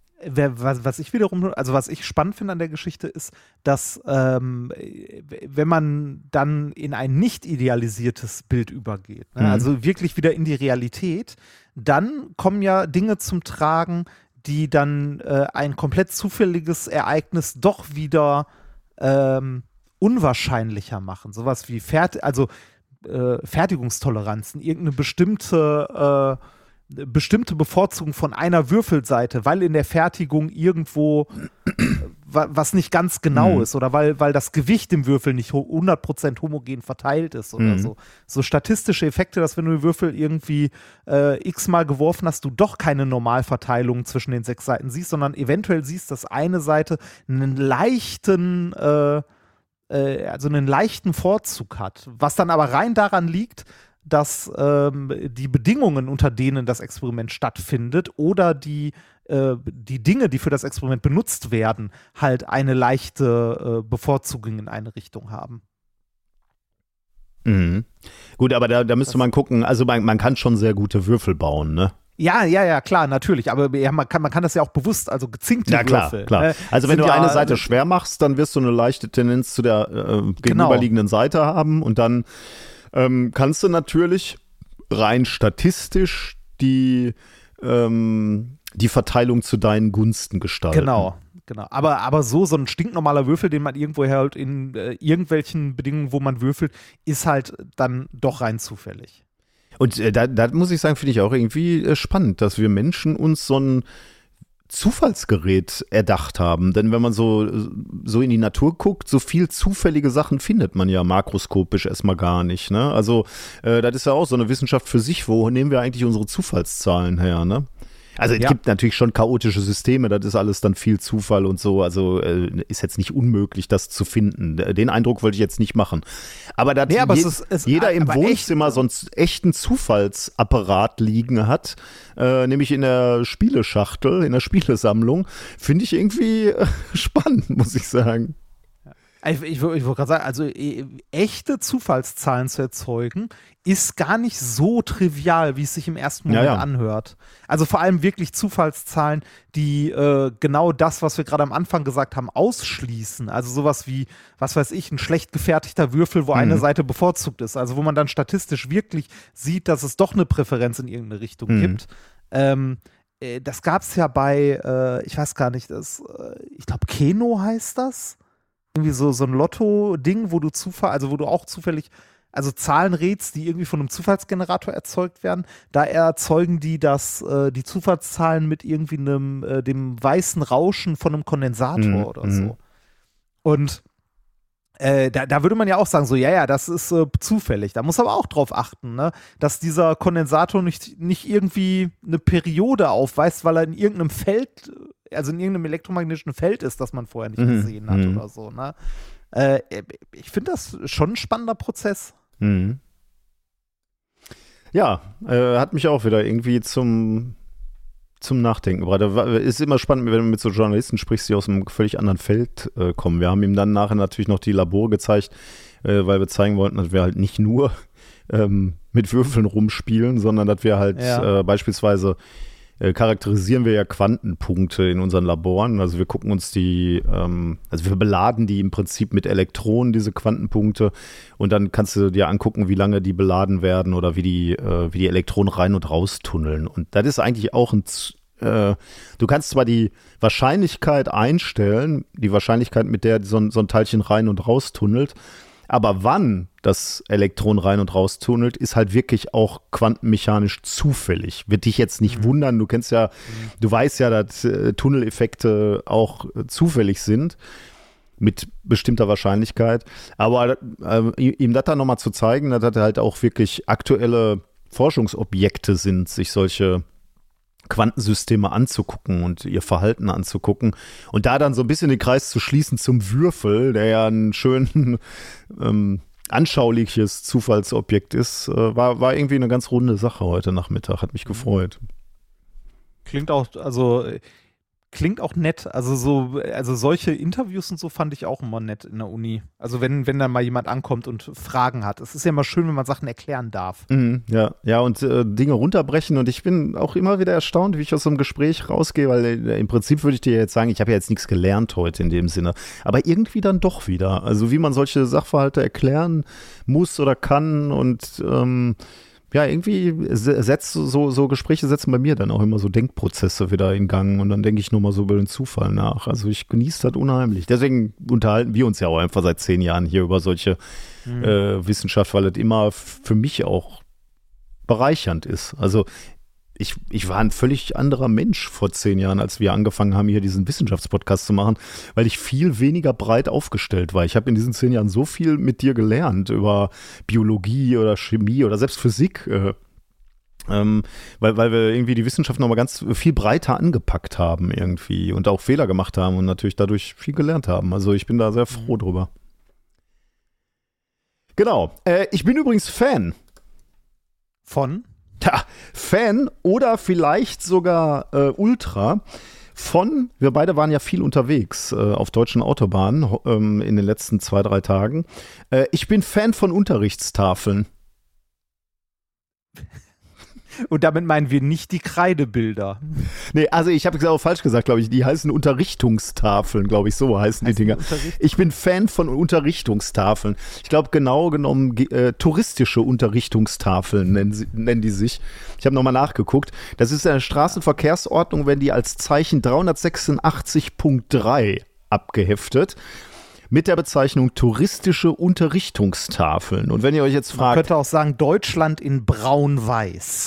Was, was ich wiederum, also was ich spannend finde an der Geschichte ist, dass ähm, wenn man dann in ein nicht idealisiertes Bild übergeht, ne, mhm. also wirklich wieder in die Realität, dann kommen ja Dinge zum Tragen, die dann äh, ein komplett zufälliges Ereignis doch wieder ähm, unwahrscheinlicher machen. Sowas wie Fert- also, äh, Fertigungstoleranzen, irgendeine bestimmte äh, bestimmte Bevorzugung von einer Würfelseite, weil in der Fertigung irgendwo was nicht ganz genau mhm. ist oder weil, weil das Gewicht im Würfel nicht hundert Prozent homogen verteilt ist oder mhm. so. So statistische Effekte, dass wenn du den Würfel irgendwie äh, x-mal geworfen hast, du doch keine Normalverteilung zwischen den sechs Seiten siehst, sondern eventuell siehst, dass eine Seite einen leichten äh, äh, also einen leichten Vorzug hat, was dann aber rein daran liegt, dass ähm, die Bedingungen, unter denen das Experiment stattfindet oder die äh, die Dinge, die für das Experiment benutzt werden, halt eine leichte äh, Bevorzugung in eine Richtung haben. Mhm. Gut, aber da, da müsste man gucken, also man, man kann schon sehr gute Würfel bauen, ne? Ja, ja, ja, klar, natürlich. Aber ja, man, kann, man kann das ja auch bewusst, also gezinkte Ja, klar, Würfel. klar. Ne, also wenn du ja, eine Seite schwer machst, dann wirst du eine leichte Tendenz zu der äh, gegenüberliegenden genau. Seite haben und dann ähm, kannst du natürlich rein statistisch die, ähm, die Verteilung zu deinen Gunsten gestalten. Genau. Genau, aber, aber so, so ein stinknormaler Würfel, den man irgendwo halt in äh, irgendwelchen Bedingungen, wo man würfelt, ist halt dann doch rein zufällig. Und äh, da, da muss ich sagen, finde ich auch irgendwie äh, spannend, dass wir Menschen uns so ein Zufallsgerät erdacht haben. Denn wenn man so, so in die Natur guckt, so viel zufällige Sachen findet man ja makroskopisch erstmal gar nicht. Ne? Also äh, das ist ja auch so eine Wissenschaft für sich. Wo nehmen wir eigentlich unsere Zufallszahlen her? Ne? Also es Ja. gibt natürlich schon chaotische Systeme, das ist alles dann viel Zufall und so, also äh, ist jetzt nicht unmöglich, das zu finden. Den Eindruck wollte ich jetzt nicht machen. Aber dass Nee, aber je, es ist- es- jeder im aber Wohnzimmer echt, so einen echten Zufallsapparat liegen hat, äh, nämlich in der Spieleschachtel, in der Spielesammlung, finde ich irgendwie äh, spannend, muss ich sagen. Ich, ich, wür- ich wollte gerade sagen, also e- echte Zufallszahlen zu erzeugen, ist gar nicht so trivial, wie es sich im ersten Moment Ja, ja. anhört. Also vor allem wirklich Zufallszahlen, die äh, genau das, was wir gerade am Anfang gesagt haben, ausschließen. Also sowas wie, was weiß ich, ein schlecht gefertigter Würfel, wo eine Mhm. Seite bevorzugt ist. Also wo man dann statistisch wirklich sieht, dass es doch eine Präferenz in irgendeine Richtung Mhm. gibt. Ähm, äh, das gab es ja bei, äh, ich weiß gar nicht, das, äh, ich glaube, Keno heißt das. Irgendwie so, so ein Lotto-Ding, wo du Zufall, also wo du auch zufällig, also Zahlen rätst, die irgendwie von einem Zufallsgenerator erzeugt werden. Da erzeugen die das, äh, die Zufallszahlen mit irgendwie einem, äh, dem weißen Rauschen von einem Kondensator Mhm, oder mhm. so. Und äh, da, da würde man ja auch sagen, so, ja, ja, das ist äh, zufällig. Da muss aber auch drauf achten, ne? Dass dieser Kondensator nicht, nicht irgendwie eine Periode aufweist, weil er in irgendeinem Feld, also in irgendeinem elektromagnetischen Feld ist, das man vorher nicht Mhm, gesehen hat mhm. oder so, ne? Äh, ich finde das schon ein spannender Prozess. Mhm. Ja, äh, hat mich auch wieder irgendwie zum, zum Nachdenken gebracht. Da war- Ist immer spannend, wenn du mit so Journalisten sprichst, die aus einem völlig anderen Feld äh, kommen. Wir haben ihm dann nachher natürlich noch die Labore gezeigt, äh, weil wir zeigen wollten, dass wir halt nicht nur ähm, mit Würfeln rumspielen, sondern dass wir halt Ja. äh, beispielsweise äh, charakterisieren wir ja Quantenpunkte in unseren Laboren. Also wir gucken uns die, ähm, also wir beladen die im Prinzip mit Elektronen, diese Quantenpunkte, und dann kannst du dir angucken, wie lange die beladen werden oder wie die, äh, wie die Elektronen rein und raus tunneln. Und das ist eigentlich auch ein, Z- äh, du kannst zwar die Wahrscheinlichkeit einstellen, die Wahrscheinlichkeit, mit der so ein, so ein Teilchen rein und raus tunnelt, aber wann das Elektron rein und raus tunnelt, ist halt wirklich auch quantenmechanisch zufällig. Wird dich jetzt nicht wundern, du kennst ja, du weißt ja, dass äh, Tunneleffekte auch äh, zufällig sind, mit bestimmter Wahrscheinlichkeit. Aber äh, ihm das dann nochmal zu zeigen, dass das halt auch wirklich aktuelle Forschungsobjekte sind, sich solche Quantensysteme anzugucken und ihr Verhalten anzugucken und da dann so ein bisschen den Kreis zu schließen zum Würfel, der ja ein schön ähm, anschauliches Zufallsobjekt ist, äh, war, war irgendwie eine ganz runde Sache heute Nachmittag, hat mich gefreut. Klingt auch, also äh, klingt auch nett. Also so, also solche Interviews und so fand ich auch immer nett in der Uni. Also wenn, wenn dann mal jemand ankommt und Fragen hat. Es ist ja immer schön, wenn man Sachen erklären darf. Mhm, ja, ja, und äh, Dinge runterbrechen, und ich bin auch immer wieder erstaunt, wie ich aus so einem Gespräch rausgehe, weil äh, im Prinzip würde ich dir jetzt sagen, ich habe ja jetzt nichts gelernt heute in dem Sinne, aber irgendwie dann doch wieder. Also wie man solche Sachverhalte erklären muss oder kann, und ähm, ja, irgendwie se- setzt so, so Gespräche setzen bei mir dann auch immer so Denkprozesse wieder in Gang, und dann denke ich nur mal so über den Zufall nach. Also ich genieße das unheimlich. Deswegen unterhalten wir uns ja auch einfach seit zehn Jahren hier über solche Mhm. äh, Wissenschaft, weil das immer f- für mich auch bereichernd ist. Also ich, ich war ein völlig anderer Mensch vor zehn Jahren, als wir angefangen haben, hier diesen Wissenschaftspodcast zu machen, weil ich viel weniger breit aufgestellt war. Ich habe in diesen zehn Jahren so viel mit dir gelernt über Biologie oder Chemie oder selbst Physik, äh, ähm, weil, weil wir irgendwie die Wissenschaft nochmal ganz viel breiter angepackt haben irgendwie und auch Fehler gemacht haben und natürlich dadurch viel gelernt haben. Also ich bin da sehr froh drüber. Genau. Äh, ich bin übrigens Fan. Von? Ja, Fan oder vielleicht sogar äh, Ultra von, wir beide waren ja viel unterwegs äh, auf deutschen Autobahnen ähm, in den letzten zwei, drei Tagen. Äh, ich bin Fan von Unterrichtstafeln. Und damit meinen wir nicht die Kreidebilder. Nee, also ich habe es auch falsch gesagt, glaube ich. Die heißen Unterrichtungstafeln, glaube ich, so heißen die Dinger. Ich bin Fan von Unterrichtungstafeln. Ich glaube, genau genommen äh, touristische Unterrichtungstafeln nennen, sie, nennen die sich. Ich habe nochmal nachgeguckt. Das ist in der Straßenverkehrsordnung, wenn die als Zeichen dreihundertsechsundachtzig Punkt drei abgeheftet. Mit der Bezeichnung touristische Unterrichtungstafeln. Und wenn ihr euch jetzt fragt. Man könnte auch sagen, Deutschland in braun-weiß.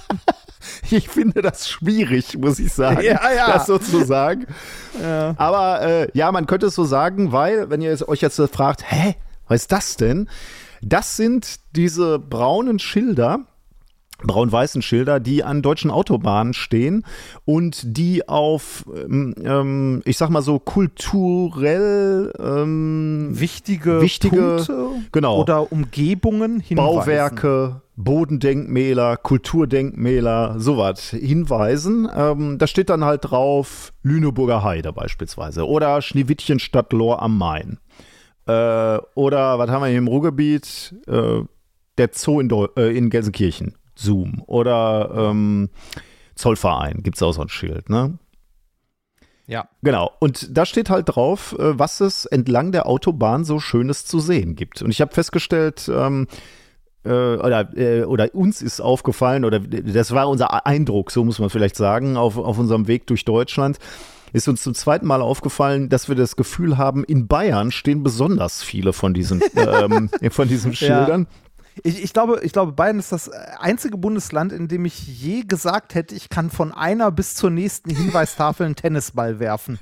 Ich finde das schwierig, muss ich sagen, ja, ja. das so zu sagen. Ja. Aber äh, ja, man könnte es so sagen, weil, wenn ihr euch jetzt fragt, hä, was ist das denn? Das sind diese braunen Schilder, braun-weißen Schilder, die an deutschen Autobahnen stehen und die auf, ähm, ich sag mal so, kulturell ähm, wichtige, wichtige Punkte genau, oder Umgebungen hinweisen. Bauwerke, Bodendenkmäler, Kulturdenkmäler, sowas hinweisen. Ähm, da steht dann halt drauf Lüneburger Heide beispielsweise oder Schneewittchenstadt Lohr am Main. Äh, oder was haben wir hier im Ruhrgebiet? Äh, der Zoo in, Deu- äh, in Gelsenkirchen. Zoom oder ähm, Zollverein, gibt es auch so ein Schild, ne? Ja. Genau, und da steht halt drauf, äh, was es entlang der Autobahn so Schönes zu sehen gibt. Und ich habe festgestellt, ähm, äh, oder, äh, oder uns ist aufgefallen, oder das war unser Eindruck, so muss man vielleicht sagen, auf, auf unserem Weg durch Deutschland, ist uns zum zweiten Mal aufgefallen, dass wir das Gefühl haben, in Bayern stehen besonders viele von diesen, ähm, von diesen Schildern. Ja. Ich, ich, glaube, ich glaube, Bayern ist das einzige Bundesland, in dem ich je gesagt hätte, ich kann von einer bis zur nächsten Hinweistafel einen Tennisball werfen.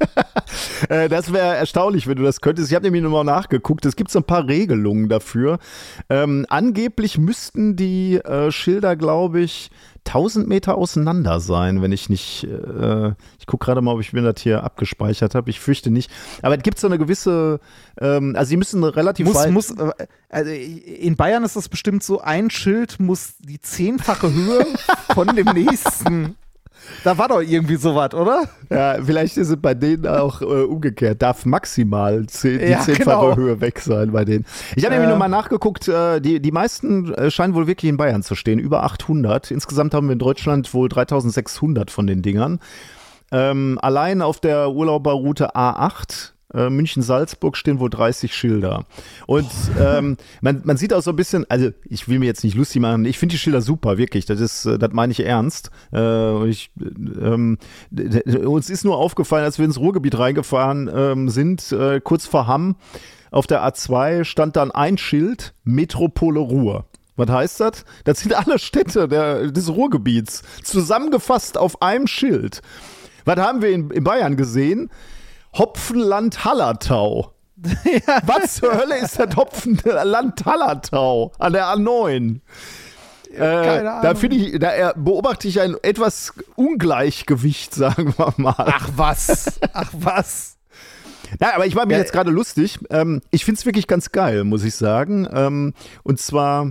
äh, das wäre erstaunlich, wenn du das könntest. Ich habe nämlich nochmal nachgeguckt. Es gibt so ein paar Regelungen dafür. Ähm, angeblich müssten die äh, Schilder, glaube ich, tausend Meter auseinander sein, wenn ich nicht, äh, ich gucke gerade mal, ob ich mir das hier abgespeichert habe, ich fürchte nicht, aber es gibt so eine gewisse, ähm, also die müssen relativ muss, weit muss, also in Bayern ist das bestimmt so, ein Schild muss die zehnfache Höhe von dem nächsten. Da war doch irgendwie sowas, oder? Ja, vielleicht ist es bei denen auch äh, umgekehrt. Darf maximal zehn, die ja, zehnfache genau. Höhe weg sein bei denen. Ich habe äh, nämlich nur mal nachgeguckt, äh, die, die meisten äh, scheinen wohl wirklich in Bayern zu stehen, über achthundert. Insgesamt haben wir in Deutschland wohl dreitausendsechshundert von den Dingern. Ähm, allein auf der Urlauberroute A acht Äh, München-Salzburg stehen wohl dreißig Schilder. Und ähm, man, man sieht auch so ein bisschen, also ich will mir jetzt nicht lustig machen, ich finde die Schilder super, wirklich, das ist, das meine ich ernst. Äh, und ich, ähm, d- d- uns ist nur aufgefallen, als wir ins Ruhrgebiet reingefahren ähm, sind, äh, kurz vor Hamm, auf der A zwei stand dann ein Schild, Metropole Ruhr. Was heißt das? Das sind alle Städte der, des Ruhrgebiets, zusammengefasst auf einem Schild. Was haben wir in, in Bayern gesehen? Hopfenland Hallertau. Ja. Was zur Hölle ist das Hopfenland Hallertau an der A neun? Äh, Keine Ahnung. da finde ich, da beobachte ich ein etwas Ungleichgewicht, sagen wir mal. Ach was, ach was. Ja, aber ich mache mich Ja, jetzt gerade lustig. Ähm, ich finde es wirklich ganz geil, muss ich sagen. Ähm, und zwar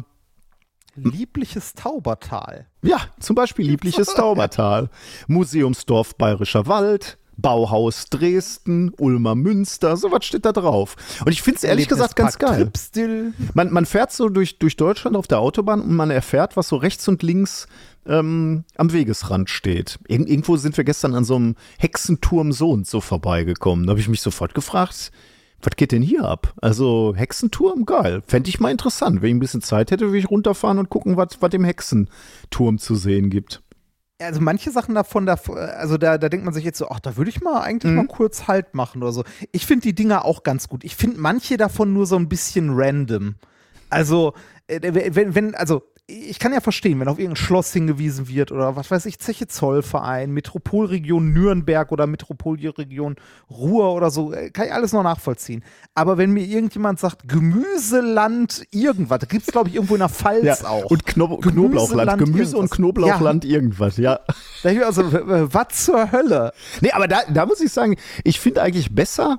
Liebliches Taubertal. Ja, zum Beispiel Liebliches Taubertal, Museumsdorf Bayerischer Wald, Bauhaus Dresden, Ulmer Münster, sowas steht da drauf. Und ich finde es ehrlich gesagt ganz geil. Tripstil. Man, man fährt so durch, durch Deutschland auf der Autobahn und man erfährt, was so rechts und links ähm, am Wegesrand steht. Ir- irgendwo sind wir gestern an so einem Hexenturm so und so vorbeigekommen. Da habe ich mich sofort gefragt, was geht denn hier ab? Also Hexenturm, geil. Fände ich mal interessant. Wenn ich ein bisschen Zeit hätte, würde ich runterfahren und gucken, was was im Hexenturm zu sehen gibt. Also manche Sachen davon, da, also da, da denkt man sich jetzt so, ach, da würde ich mal eigentlich Mhm. mal kurz Halt machen oder so. Ich finde die Dinger auch ganz gut. Ich finde manche davon nur so ein bisschen random. Also, äh, wenn, wenn, also ich kann ja verstehen, wenn auf irgendein Schloss hingewiesen wird oder was weiß ich, Zeche Zollverein, Metropolregion Nürnberg oder Metropolregion Ruhr oder so, äh, kann ich alles noch nachvollziehen. Aber wenn mir irgendjemand sagt, Gemüseland irgendwas, da gibt es, glaube ich, irgendwo in der Pfalz Ja, auch. und Knob Gemüseland Knoblauchland, Gemüse und irgendwas. Knoblauchland irgendwas, ja. Da ich mir also, w- w- was zur Hölle? Nee, aber da, da muss ich sagen, ich finde eigentlich besser,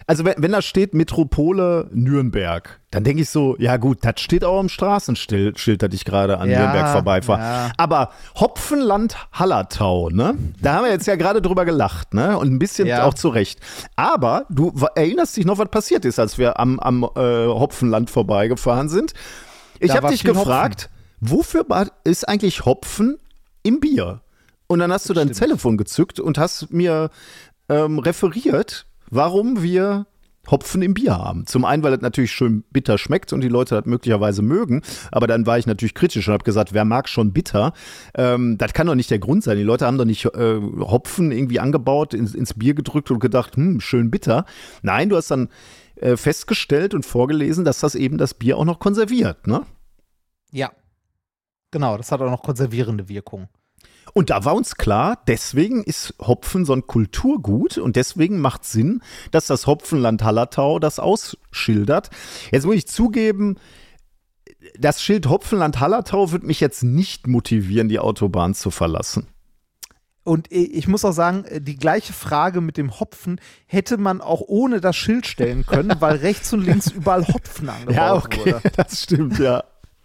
Also wenn, wenn da steht Metropole Nürnberg, dann denke ich so, ja gut, das steht auch am Straßenschild, Schild, das ich gerade an Ja, Nürnberg vorbeifahre. ja. Aber Hopfenland Hallertau, ne? Da haben wir jetzt ja gerade drüber gelacht, ne? Und ein bisschen Ja. auch zurecht. Aber du wa- erinnerst dich noch, was passiert ist, als wir am, am äh, Hopfenland vorbeigefahren sind? Ich Da habe war dich viel gefragt, wofür ba- ist eigentlich Hopfen im Bier? Und dann hast du dein Telefon gezückt und hast mir ähm, referiert, warum wir Hopfen im Bier haben. Zum einen, weil es natürlich schön bitter schmeckt und die Leute das möglicherweise mögen, aber dann war ich natürlich kritisch und habe gesagt, wer mag schon bitter? Ähm, das kann doch nicht der Grund sein. Die Leute haben doch nicht äh, Hopfen irgendwie angebaut, ins, ins Bier gedrückt und gedacht, hm, schön bitter. Nein, du hast dann äh, festgestellt und vorgelesen, dass das eben das Bier auch noch konserviert, ne? Ja. Genau, das hat auch noch konservierende Wirkung. Und da war uns klar, deswegen ist Hopfen so ein Kulturgut und deswegen macht Sinn, dass das Hopfenland Hallertau das ausschildert. Jetzt muss ich zugeben, das Schild Hopfenland Hallertau wird mich jetzt nicht motivieren, die Autobahn zu verlassen. Und ich muss auch sagen, die gleiche Frage mit dem Hopfen hätte man auch ohne das Schild stellen können, weil rechts und links überall Hopfen angebaut Ja, okay, wurde. das stimmt, ja.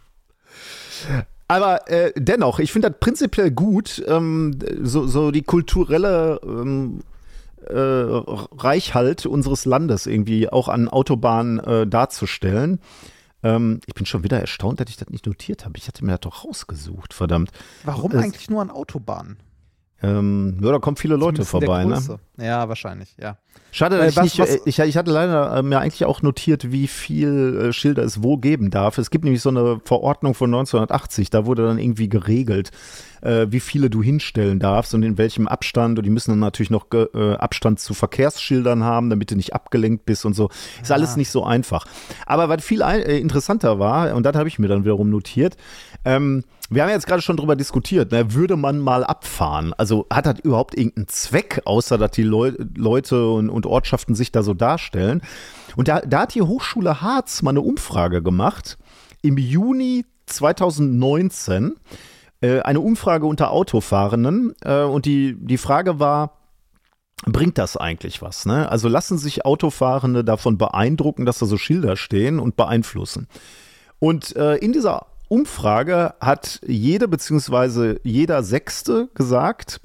Aber äh, dennoch, ich finde das prinzipiell gut, ähm, so, so die kulturelle ähm, äh, Reichhalt unseres Landes irgendwie auch an Autobahnen äh, darzustellen. Ähm, ich bin schon wieder erstaunt, dass ich das nicht notiert habe. Ich hatte mir das doch rausgesucht, verdammt. Warum Es- eigentlich nur an Autobahnen? Ähm, ja, da kommen viele Leute Zumindest in der vorbei, ne? Größe. Ja, wahrscheinlich, ja. Schade, Äh, dass was- ich was- nicht, ich, ich hatte leider äh, mir eigentlich auch notiert, wie viel äh, Schilder es wo geben darf. Es gibt nämlich so eine Verordnung von neunzehnhundertachtzig, da wurde dann irgendwie geregelt, äh, wie viele du hinstellen darfst und in welchem Abstand. Und die müssen dann natürlich noch ge- äh, Abstand zu Verkehrsschildern haben, damit du nicht abgelenkt bist und so. Ist alles nicht so einfach. Aber was viel ein, äh, interessanter war, und das habe ich mir dann wiederum notiert, ähm, wir haben ja jetzt gerade schon drüber diskutiert, ne? Würde man mal abfahren? Also hat das überhaupt irgendeinen Zweck, außer dass die Leu Leute und, und Ortschaften sich da so darstellen? Und da, da hat die Hochschule Harz mal eine Umfrage gemacht, im Juni zweitausendneunzehn, äh, eine Umfrage unter Autofahrenden. Äh, und die, die Frage war, bringt das eigentlich was? Ne? Also lassen sich Autofahrende davon beeindrucken, dass da so Schilder stehen und beeinflussen? Und äh, in dieser Umfrage hat jede beziehungsweise jeder Sechste gesagt,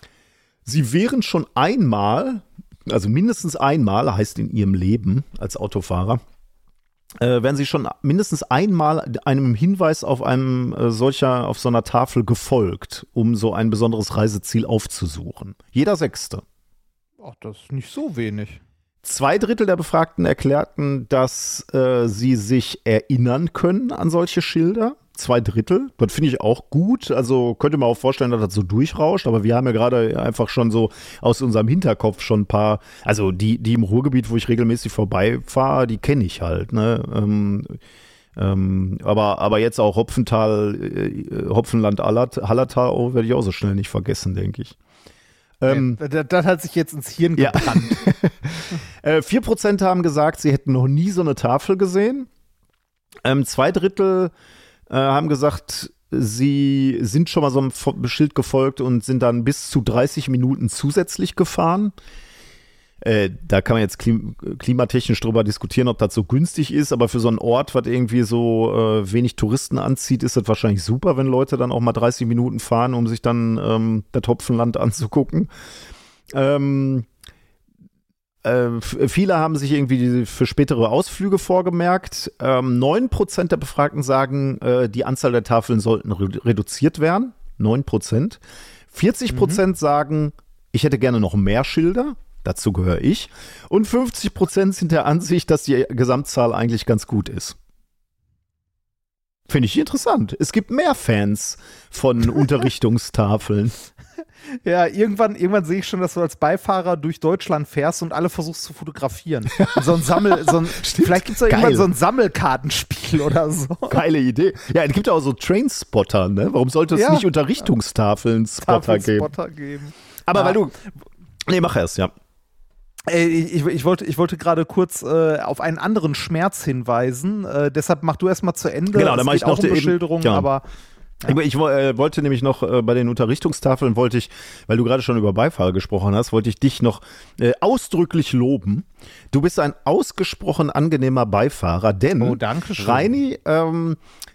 sie wären schon einmal, also mindestens einmal, heißt in ihrem Leben als Autofahrer, äh, wären sie schon mindestens einmal einem Hinweis auf einem äh, solcher, auf so einer Tafel gefolgt, um so ein besonderes Reiseziel aufzusuchen. Jeder Sechste. Ach, das ist nicht so wenig. Zwei Drittel der Befragten erklärten, dass äh, sie sich erinnern können an solche Schilder. Zwei Drittel, das finde ich auch gut. Also könnte man auch vorstellen, dass das so durchrauscht. Aber wir haben ja gerade einfach schon so aus unserem Hinterkopf schon ein paar, also die, die im Ruhrgebiet, wo ich regelmäßig vorbeifahre, die kenne ich halt. Ne? Ähm, ähm, aber, aber jetzt auch Hopfental, äh, Hopfenland Hallertau werde ich auch so schnell nicht vergessen, denke ich. Ähm, Ja, das, das hat sich jetzt ins Hirn ja. gebrannt. Äh, vier Prozent haben gesagt, sie hätten noch nie so eine Tafel gesehen. Ähm, zwei Drittel äh, haben gesagt, sie sind schon mal so einem Fo- Schild gefolgt und sind dann bis zu dreißig Minuten zusätzlich gefahren. Äh, da kann man jetzt klim klimatechnisch drüber diskutieren, ob das so günstig ist, aber für so einen Ort, was irgendwie so äh, wenig Touristen anzieht, ist das wahrscheinlich super, wenn Leute dann auch mal dreißig Minuten fahren, um sich dann ähm, das Hopfenland anzugucken. Ähm, äh, viele haben sich irgendwie für spätere Ausflüge vorgemerkt. Ähm, neun Prozent der Befragten sagen, äh, die Anzahl der Tafeln sollten re reduziert werden. neun Prozent. vierzig Prozent mhm. sagen, ich hätte gerne noch mehr Schilder. Dazu gehöre ich. Und fünfzig Prozent sind der Ansicht, dass die Gesamtzahl eigentlich ganz gut ist. Finde ich interessant. Es gibt mehr Fans von Unterrichtungstafeln. Ja, irgendwann, irgendwann sehe ich schon, dass du als Beifahrer durch Deutschland fährst und alle versuchst zu fotografieren. So ein Sammel, so ein, vielleicht gibt es ja irgendwann so ein Sammelkartenspiel oder so. Geile Idee. Ja, es gibt ja auch so Trainspotter, ne? Warum sollte es ja. nicht Unterrichtungstafeln Spotter geben? geben? Aber ja. weil du. Nee, mach erst, ja. Ich, ich wollte, ich wollte gerade kurz äh, auf einen anderen Schmerz hinweisen. Äh, deshalb mach du erst mal zu Ende. Genau, dann Es mach ich geht noch auch um die- Beschilderung, ja. aber Ich, ich äh, wollte nämlich noch äh, bei den Unterrichtungstafeln, wollte ich, weil du gerade schon über Beifahrer gesprochen hast, wollte ich dich noch äh, ausdrücklich loben. Du bist ein ausgesprochen angenehmer Beifahrer, denn Oh, danke schön. Reini ähm,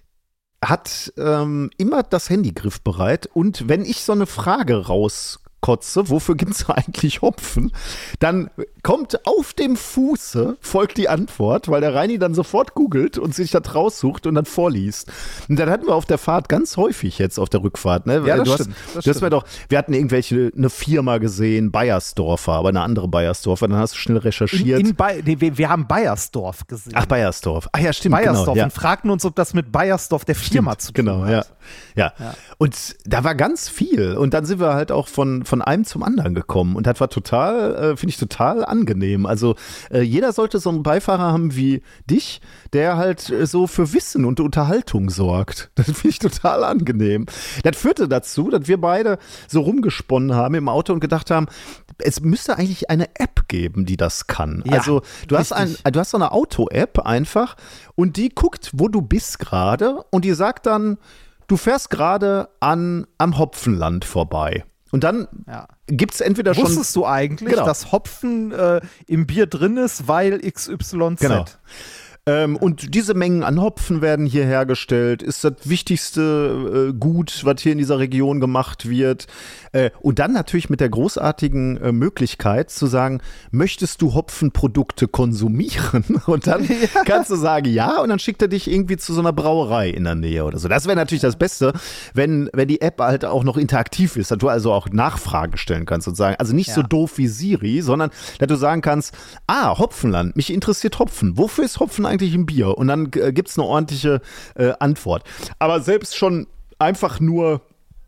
hat ähm, immer das Handy griffbereit und wenn ich so eine Frage rauskotze, wofür gibt es eigentlich Hopfen, dann kommt auf dem Fuße, folgt die Antwort, weil der Reini dann sofort googelt und sich das raussucht und dann vorliest. Und dann hatten wir auf der Fahrt ganz häufig jetzt auf der Rückfahrt, ne? Ja, das du stimmt, hast, das du hast mir stimmt. doch, wir hatten irgendwelche, eine Firma gesehen, Bayersdorfer, aber eine andere Bayersdorfer, dann hast du schnell In, recherchiert. in Bay- nee, wir, wir haben Bayersdorf gesehen. Ach, Bayersdorf. Ach ja, stimmt, Bayersdorf genau. Ja. und fragten uns, ob das mit Bayersdorf der Firma zu tun Genau, hat. ja. ja. Ja. Und da war ganz viel. Und dann sind wir halt auch von, von einem zum anderen gekommen. Und das war total, äh, finde ich total angenehm. Also äh, jeder sollte so einen Beifahrer haben wie dich, der halt äh, so für Wissen und Unterhaltung sorgt. Das finde ich total angenehm. Das führte dazu, dass wir beide so rumgesponnen haben im Auto und gedacht haben, es müsste eigentlich eine App geben, die das kann. Ja, also du hast, ein, richtig. du hast so eine Auto-App einfach und die guckt, wo du bist gerade und die sagt dann, du fährst gerade an am Hopfenland vorbei. Und dann Ja. gibt es entweder schon. Wusstest du eigentlich, Genau. dass Hopfen äh, im Bier drin ist, weil X Y Z? Genau. Ähm, und diese Mengen an Hopfen werden hier hergestellt, ist das wichtigste äh, Gut, was hier in dieser Region gemacht wird. Äh, und dann natürlich mit der großartigen äh, Möglichkeit zu sagen, möchtest du Hopfenprodukte konsumieren? Und dann kannst du sagen, ja, und dann schickt er dich irgendwie zu so einer Brauerei in der Nähe oder so. Das wäre natürlich das Beste, wenn, wenn die App halt auch noch interaktiv ist, dass du also auch Nachfragen stellen kannst und sagen, also nicht so Ja. doof wie Siri, sondern dass du sagen kannst, ah, Hopfenland, mich interessiert Hopfen. Wofür ist Hopfen eigentlich im Bier? Und dann äh, gibt es eine ordentliche äh, Antwort. Aber selbst schon einfach nur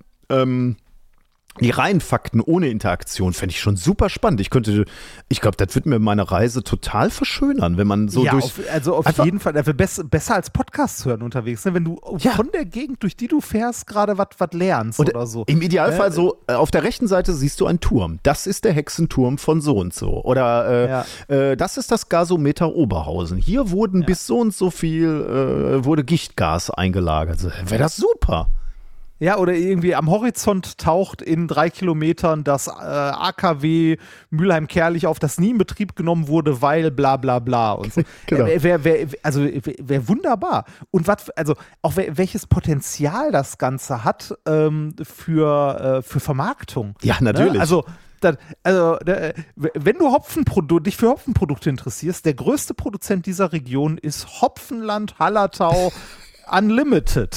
ähm, die reinen Fakten ohne Interaktion fände ich schon super spannend. Ich könnte, ich glaube, das wird mir meine Reise total verschönern, wenn man so ja, durch. auf, also auf einfach- jeden Fall. Dafür bess, besser als Podcast hören unterwegs. Ne? Wenn du Ja. von der Gegend, durch die du fährst, gerade was lernst Und oder so. im Idealfall Äh, so, äh, auf der rechten Seite siehst du einen Turm. Das ist der Hexenturm von so und so. Oder äh, Ja. äh, das ist das Gasometer Oberhausen. Hier wurden bis so und so viel, äh, wurde Gichtgas eingelagert. So, wäre das super. Ja, oder irgendwie am Horizont taucht in drei Kilometern das äh, A K W Mülheim-Kerlich auf, das nie in Betrieb genommen wurde, weil bla bla bla und so. Genau. Äh, wär, wär, also wäre wär wunderbar. Und was, also auch wel- welches Potenzial das Ganze hat ähm, für, äh, für Vermarktung. Ja, natürlich. Ne? Also, das, also äh, wenn du Hopfenprodu- dich für Hopfenprodukte interessierst, der größte Produzent dieser Region ist Hopfenland Hallertau Unlimited.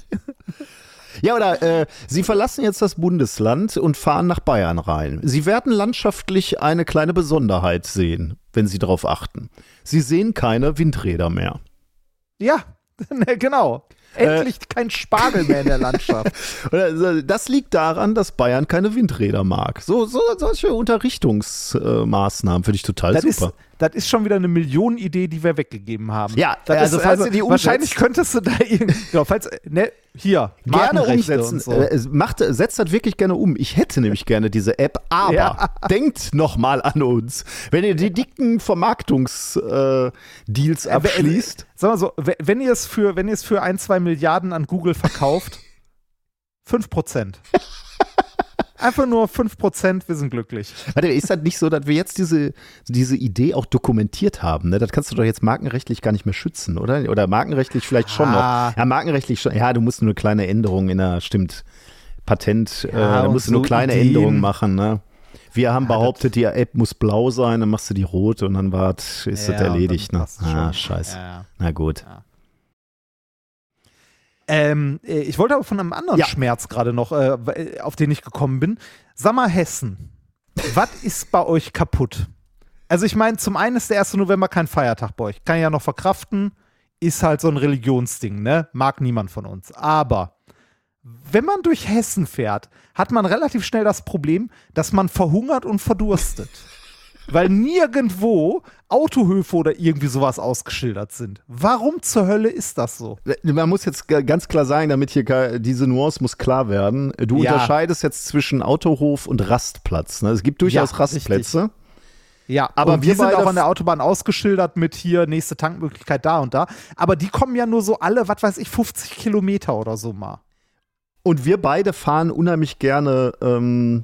Ja, oder äh, Sie verlassen jetzt das Bundesland und fahren nach Bayern rein. Sie werden landschaftlich eine kleine Besonderheit sehen, wenn Sie darauf achten. Sie sehen keine Windräder mehr. Ja, ne, genau. Endlich kein Spargel mehr in der Landschaft. Oder, äh, Das liegt daran, dass Bayern keine Windräder mag. So, so solche Unterrichtungsmaßnahmen finde ich total Das ist, super. das ist schon wieder eine Millionenidee, die wir weggegeben haben. Ja, das also ist, falls ihr die wahrscheinlich umsetzt- könntest du da irgendwie, genau, falls, ne, hier, Gerne Markenrechte umsetzen. und so. Äh, es macht, setzt das wirklich gerne um. Ich hätte nämlich gerne diese App, aber Ja. denkt noch mal an uns. Wenn ihr die dicken Vermarktungsdeals äh, abschließt. Sag mal so, we- wenn ihr es für, wenn ihr es für ein, zwei Milliarden an Google verkauft, fünf Prozent. Einfach nur fünf Prozent, wir sind glücklich. Warte, ist das nicht so, dass wir jetzt diese, diese Idee auch dokumentiert haben? Ne? Das kannst du doch jetzt markenrechtlich gar nicht mehr schützen, oder? Oder markenrechtlich vielleicht schon Ah. noch. Ja, markenrechtlich schon. Ja, du musst nur eine kleine Änderung in der, stimmt, Patent, Ja, äh, da und musst du nur so kleine Ideen. Änderungen machen, ne? Wir haben behauptet, die App muss blau sein, dann machst du die rot und dann war, ist Ja, das und erledigt, dann ne? passt Ah, schon. scheiße. Ja, ja. Na gut. Ähm, äh, ich wollte aber von einem anderen Ja. Schmerz gerade noch, äh, w- auf den ich gekommen bin. Sag mal, Hessen, was ist bei euch kaputt? Also ich meine, zum einen ist der erste November kein Feiertag bei euch. Kann ich ja noch verkraften, ist halt so ein Religionsding, ne? Mag niemand von uns. Aber wenn man durch Hessen fährt, hat man relativ schnell das Problem, dass man verhungert und verdurstet. Weil nirgendwo Autohöfe oder irgendwie sowas ausgeschildert sind. Warum zur Hölle ist das so? Man muss jetzt g- ganz klar sagen, damit hier ke- diese Nuance muss klar werden. Du Ja. unterscheidest jetzt zwischen Autohof und Rastplatz. Ne? Es gibt durchaus Ja, Rastplätze. Ja, Aber und wir wir sind beide auch an der Autobahn ausgeschildert mit hier nächste Tankmöglichkeit da und da. Aber die kommen ja nur so alle, was weiß ich, fünfzig Kilometer oder so mal. Und wir beide fahren unheimlich gerne ähm,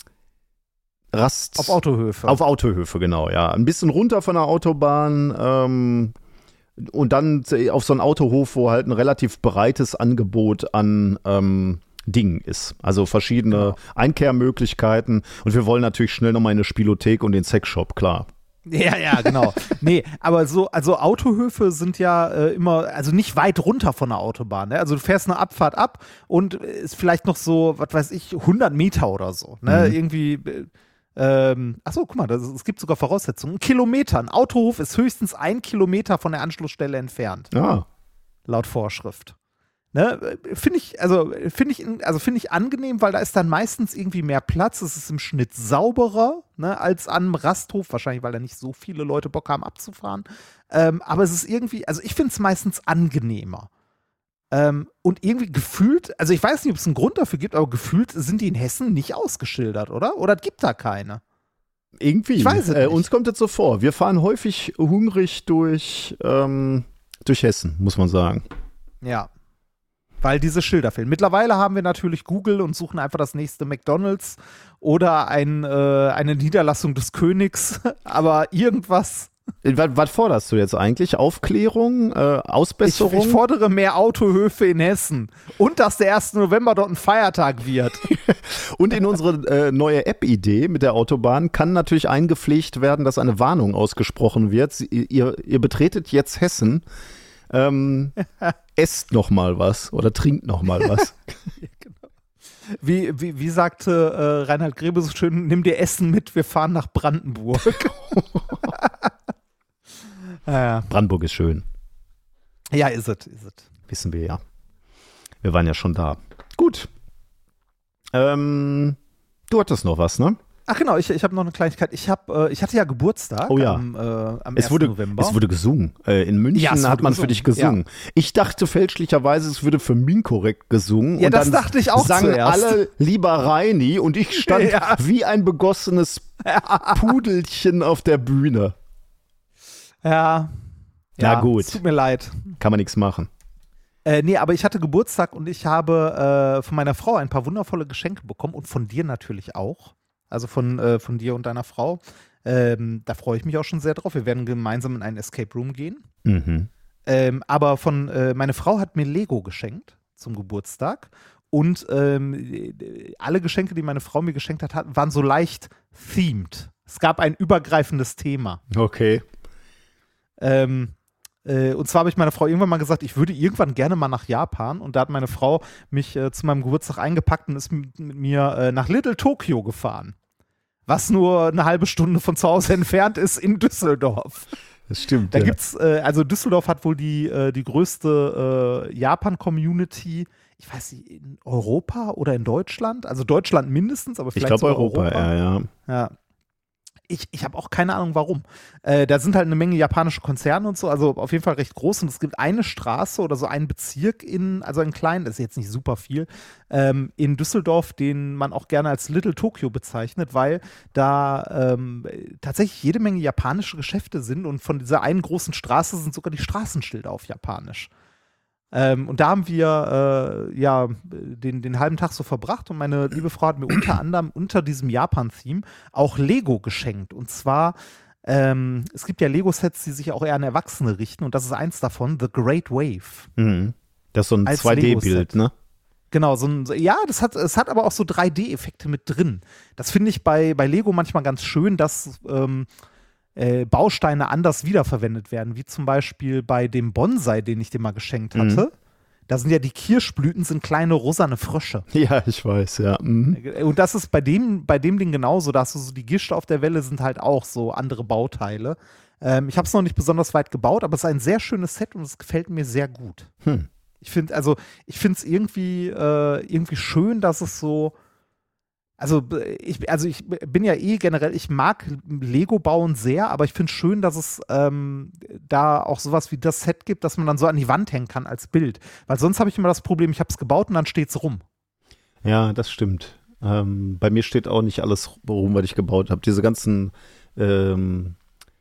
Rast. Auf Autohöfe. Auf Autohöfe, genau, ja. Ein bisschen runter von der Autobahn ähm, und dann auf so einen Autohof, wo halt ein relativ breites Angebot an ähm, Dingen ist. Also verschiedene Genau. Einkehrmöglichkeiten. Und wir wollen natürlich schnell nochmal in eine Spielothek und den Sexshop, klar. Ja, ja, genau. Nee, aber so, also Autohöfe sind ja äh, immer, also nicht weit runter von der Autobahn. Ne? Also du fährst eine Abfahrt ab und ist vielleicht noch so, was weiß ich, hundert Meter oder so. Ne? Mhm. Irgendwie, äh, ähm, achso, guck mal, das, es gibt sogar Voraussetzungen. Ein Kilometer. Ein Autohof ist höchstens ein Kilometer von der Anschlussstelle entfernt, Ah, laut Vorschrift. Ne, finde ich, also finde ich, also finde ich angenehm, weil da ist dann meistens irgendwie mehr Platz. Es ist im Schnitt sauberer, ne, als an einem Rasthof, wahrscheinlich, weil da nicht so viele Leute Bock haben abzufahren. Ähm, aber es ist irgendwie, also ich finde es meistens angenehmer. Ähm, und irgendwie gefühlt, also ich weiß nicht, ob es einen Grund dafür gibt, aber gefühlt sind die in Hessen nicht ausgeschildert, oder? Oder gibt da keine? irgendwie. Ich weiß es äh, nicht. Uns kommt es so vor. Wir fahren häufig hungrig durch, ähm, durch Hessen, muss man sagen. Ja. Weil diese Schilder fehlen. Mittlerweile haben wir natürlich Google und suchen einfach das nächste McDonald's oder ein, äh, eine Niederlassung des Königs, aber irgendwas. Was, was forderst du jetzt eigentlich? Aufklärung? Äh, Ich, Ausbesserung? ich fordere mehr Autohöfe in Hessen und dass der erste November dort ein Feiertag wird. Und in unsere äh, neue App-Idee mit der Autobahn kann natürlich eingepflegt werden, dass eine Warnung ausgesprochen wird. Sie, ihr, ihr betretet jetzt Hessen. Ähm, esst noch mal was oder trinkt noch mal was. Wie, wie, wie sagte äh, Reinhard Grebe so schön, nimm dir Essen mit, wir fahren nach Brandenburg. ja, Brandenburg ist schön, ja, ist es, ist es. wissen wir ja. Wir waren ja schon da. Gut. Ähm, du hattest noch was, ne? Ach genau, ich, ich habe noch eine Kleinigkeit. Ich, hab, äh, ich hatte ja Geburtstag Oh ja. am, äh, am Es ersten wurde, November. es wurde gesungen. Äh, in München Ja, es hat wurde man für gesungen, dich gesungen. Ich dachte fäälschlicherweise, es würde für Minkorrekt gesungen. Ja, und das dann dachte ich auch sangen zuerst. alle lieber Reini und ich stand Ja. wie ein begossenes Pudelchen auf der Bühne. Ja. Na ja, gut. Es tut mir leid. Kann man nichts machen. Äh, nee, aber ich hatte Geburtstag und ich habe äh, von meiner Frau ein paar wundervolle Geschenke bekommen und von dir natürlich auch. Also von, äh, von dir und deiner Frau. Ähm, da freue ich mich auch schon sehr drauf. Wir werden gemeinsam in einen Escape Room gehen. Mhm. Ähm, aber von, äh, meine Frau hat mir Lego geschenkt zum Geburtstag. Und ähm, alle Geschenke, die meine Frau mir geschenkt hat, hat- waren so leicht themed. Es gab ein übergreifendes Thema. Okay. Ähm, äh, und zwar habe ich meiner Frau irgendwann mal gesagt, ich würde irgendwann gerne mal nach Japan. Und da hat meine Frau mich äh, zu meinem Geburtstag eingepackt und ist mit, mit mir äh, nach Little Tokyo gefahren. Was nur eine halbe Stunde von zu Hause entfernt ist in Düsseldorf. Das stimmt. Da ja. gibt's, äh, also Düsseldorf hat wohl die, äh, die größte äh, Japan-Community, ich weiß nicht, in Europa oder in Deutschland? Also Deutschland mindestens, aber Ich vielleicht glaube sogar Europa, Europa. ja, ja. Ja. Ich, ich habe auch keine Ahnung, warum. Äh, da sind halt eine Menge japanische Konzerne und so, also auf jeden Fall recht groß. Und es gibt eine Straße oder so einen Bezirk in, also einen kleinen, das ist jetzt nicht super viel, ähm, in Düsseldorf, den man auch gerne als Little Tokyo bezeichnet, weil da ähm, tatsächlich jede Menge japanische Geschäfte sind und von dieser einen großen Straße sind sogar die Straßenschilder auf Japanisch. Ähm, und da haben wir äh, ja den, den halben Tag so verbracht und meine liebe Frau hat mir unter anderem unter diesem Japan-Theme auch Lego geschenkt. Und zwar, ähm, es gibt ja Lego-Sets, die sich auch eher an Erwachsene richten und das ist eins davon, The Great Wave. Mhm. Das ist so ein Als zwei D-Bild, Lego-Set. ne? Genau, so ein, so- ja, das hat, es hat aber auch so drei D-Effekte mit drin. Das finde ich bei, bei Lego manchmal ganz schön, dass ähm, äh, Bausteine anders wiederverwendet werden, wie zum Beispiel bei dem Bonsai, den ich dir mal geschenkt hatte. Da sind ja die Kirschblüten, sind kleine rosane Frösche. Ja, ich weiß, ja. Mhm. Und das ist bei dem, bei dem Ding genauso, da hast du so die Gischt auf der Welle, sind halt auch so andere Bauteile. Ähm, ich habe es noch nicht besonders weit gebaut, aber es ist ein sehr schönes Set und es gefällt mir sehr gut. Hm. Ich finde, also, ich finde es irgendwie, äh, irgendwie schön, dass es so. Also ich, also ich bin ja eh generell, ich mag Lego bauen sehr, aber ich finde es schön, dass es ähm, da auch sowas wie das Set gibt, dass man dann so an die Wand hängen kann als Bild. Weil sonst habe ich immer das Problem, ich habe es gebaut und dann steht es rum. Ja, das stimmt. Ähm, bei mir steht auch nicht alles rum, was ich gebaut habe. Diese ganzen ähm,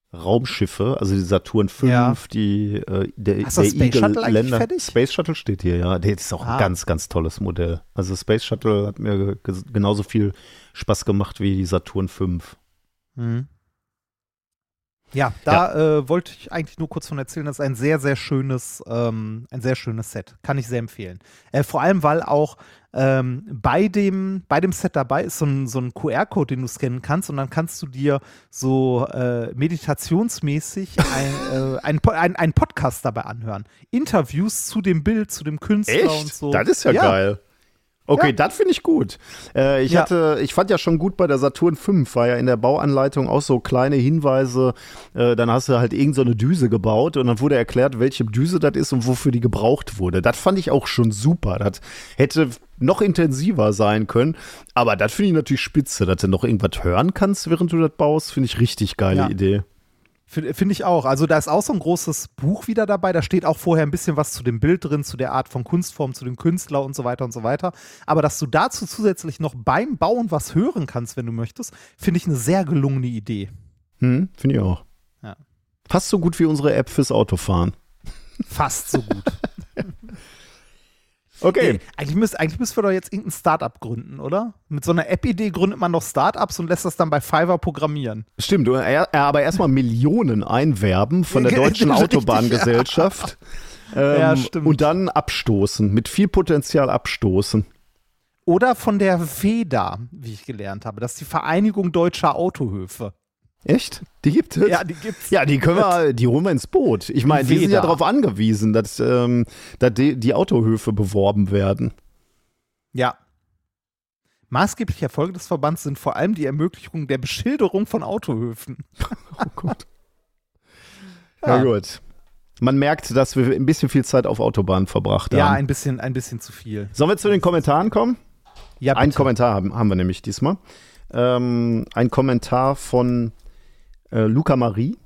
Raumschiffe, also die Saturn fünf, Ja. die äh, der, Hast du das der Space Shuttle eigentlich Eagle-Länder. fertig? Space Shuttle steht hier, ja. Das ist auch Ah. ein ganz, ganz tolles Modell. Also Space Shuttle hat mir ge- genauso viel Spaß gemacht wie die Saturn fünf. Mhm. Ja, da Äh, wollte ich eigentlich nur kurz von erzählen, das ist ein sehr, sehr schönes, ähm, ein sehr schönes Set. Kann ich sehr empfehlen. Äh, vor allem, weil auch ähm, bei, dem, bei dem Set dabei ist so ein, so ein Q R-Code, den du scannen kannst und dann kannst du dir so äh, meditationsmäßig ein, äh, ein, ein, ein Podcast dabei anhören. Interviews zu dem Bild, zu dem Künstler und so. Das ist ja, geil. Okay, Ja. das finde ich gut. Äh, ich Ja. hatte, ich fand ja schon gut bei der Saturn fünf, war ja in der Bauanleitung auch so kleine Hinweise. Äh, dann hast du halt irgend so eine Düse gebaut und dann wurde erklärt, welche Düse das ist und wofür die gebraucht wurde. Das fand ich auch schon super. Das hätte noch intensiver sein können. Aber das finde ich natürlich spitze, dass du noch irgendwas hören kannst, während du das baust. Finde ich richtig geile Ja. Idee. Finde find ich auch. Also da ist auch so ein großes Buch wieder dabei. Da steht auch vorher ein bisschen was zu dem Bild drin, zu der Art von Kunstform, zu dem Künstler und so weiter und so weiter. Aber dass du dazu zusätzlich noch beim Bauen was hören kannst, wenn du möchtest, finde ich eine sehr gelungene Idee. Hm, finde ich auch. Ja. Fast so gut wie unsere App fürs Autofahren. Fast so gut. Okay. Ey, eigentlich, müsst, eigentlich müssen wir doch jetzt irgendein Startup gründen, oder? Mit so einer App-Idee gründet man doch Startups und lässt das dann bei Fiverr programmieren. Stimmt, er, er aber erstmal Millionen einwerben von der Ja, Deutschen richtig, Autobahngesellschaft. Ähm, Ja, stimmt. Und dann abstoßen, mit viel Potenzial abstoßen. Oder von der VEDA, wie ich gelernt habe. Das ist die Vereinigung Deutscher Autohöfe. Echt? Die gibt es? Ja, die gibt's. Ja, die können wir, die holen wir ins Boot. Ich meine, die sind ja Veda. darauf angewiesen, dass, ähm, dass die, die Autohöfe beworben werden. Ja. Maßgebliche Erfolge des Verbands sind vor allem die Ermöglichung der Beschilderung von Autohöfen. Oh Gott. Ja, gut. Man merkt, dass wir ein bisschen viel Zeit auf Autobahnen verbracht Ja, haben. ein bisschen, ein bisschen zu viel. Sollen wir zu den Kommentaren kommen? Ja, Einen bitte. Kommentar haben, haben wir nämlich diesmal. Ähm, ein Kommentar von äh, Luca Marie.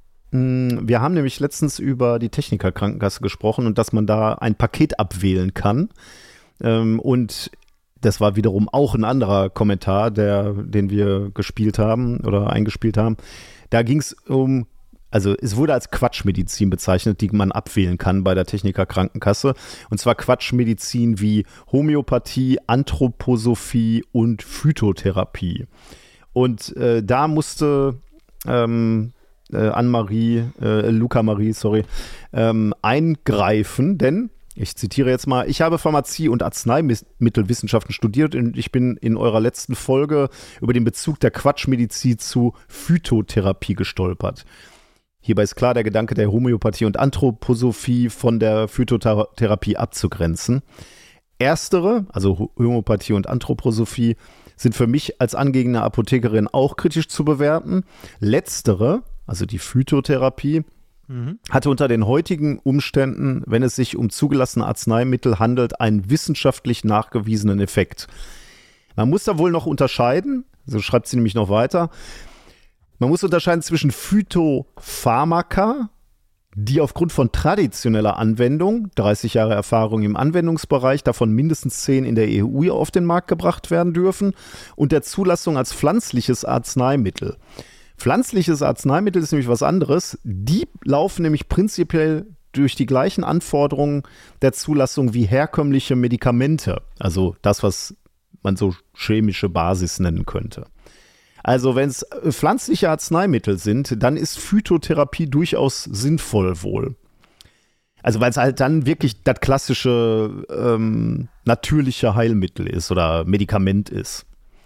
Mm, Wir haben nämlich letztens über die Techniker-Krankenkasse gesprochen und dass man da ein Paket abwählen kann. Ähm, und das war wiederum auch ein anderer Kommentar, der, den wir gespielt haben oder eingespielt haben. Da ging es um, also es wurde als Quatschmedizin bezeichnet, die man abwählen kann bei der Techniker-Krankenkasse. Und zwar Quatschmedizin wie Homöopathie, Anthroposophie und Phytotherapie. Und äh, da musste ähm, äh, Anne-Marie, äh, Luca Marie, sorry, ähm, eingreifen, denn ich zitiere jetzt mal: Ich habe Pharmazie- und Arzneimittelwissenschaften studiert und ich bin in eurer letzten Folge über den Bezug der Quatschmedizin zu Phytotherapie gestolpert. Hierbei ist klar der Gedanke der Homöopathie und Anthroposophie von der Phytotherapie abzugrenzen. Erstere, also Homöopathie und Anthroposophie, sind für mich als angehende Apothekerin auch kritisch zu bewerten. Letztere, also die Phytotherapie, hatte unter den heutigen Umständen, wenn es sich um zugelassene Arzneimittel handelt, einen wissenschaftlich nachgewiesenen Effekt. Man muss da wohl noch unterscheiden, so schreibt sie nämlich noch weiter, man muss unterscheiden zwischen Phytopharmaka, die aufgrund von traditioneller Anwendung, dreißig Jahre Erfahrung im Anwendungsbereich, davon mindestens zehn in der E U auf den Markt gebracht werden dürfen, und der Zulassung als pflanzliches Arzneimittel. Pflanzliches Arzneimittel ist nämlich was anderes. Die laufen nämlich prinzipiell durch die gleichen Anforderungen der Zulassung wie herkömmliche Medikamente. Also das, was man so chemische Basis nennen könnte. Also wenn es pflanzliche Arzneimittel sind, dann ist Phytotherapie durchaus sinnvoll wohl. Also weil es halt dann wirklich das klassische ähm, natürliche Heilmittel ist oder Medikament ist.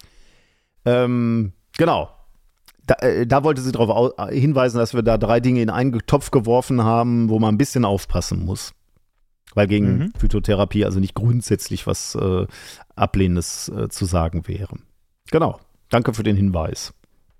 Ähm, genau. Da, äh, da wollte sie darauf hinweisen, dass wir da drei Dinge in einen Topf geworfen haben, wo man ein bisschen aufpassen muss. Weil gegen Mhm. Phytotherapie also nicht grundsätzlich was äh, Ablehnendes äh, zu sagen wäre. Genau. Danke für den Hinweis.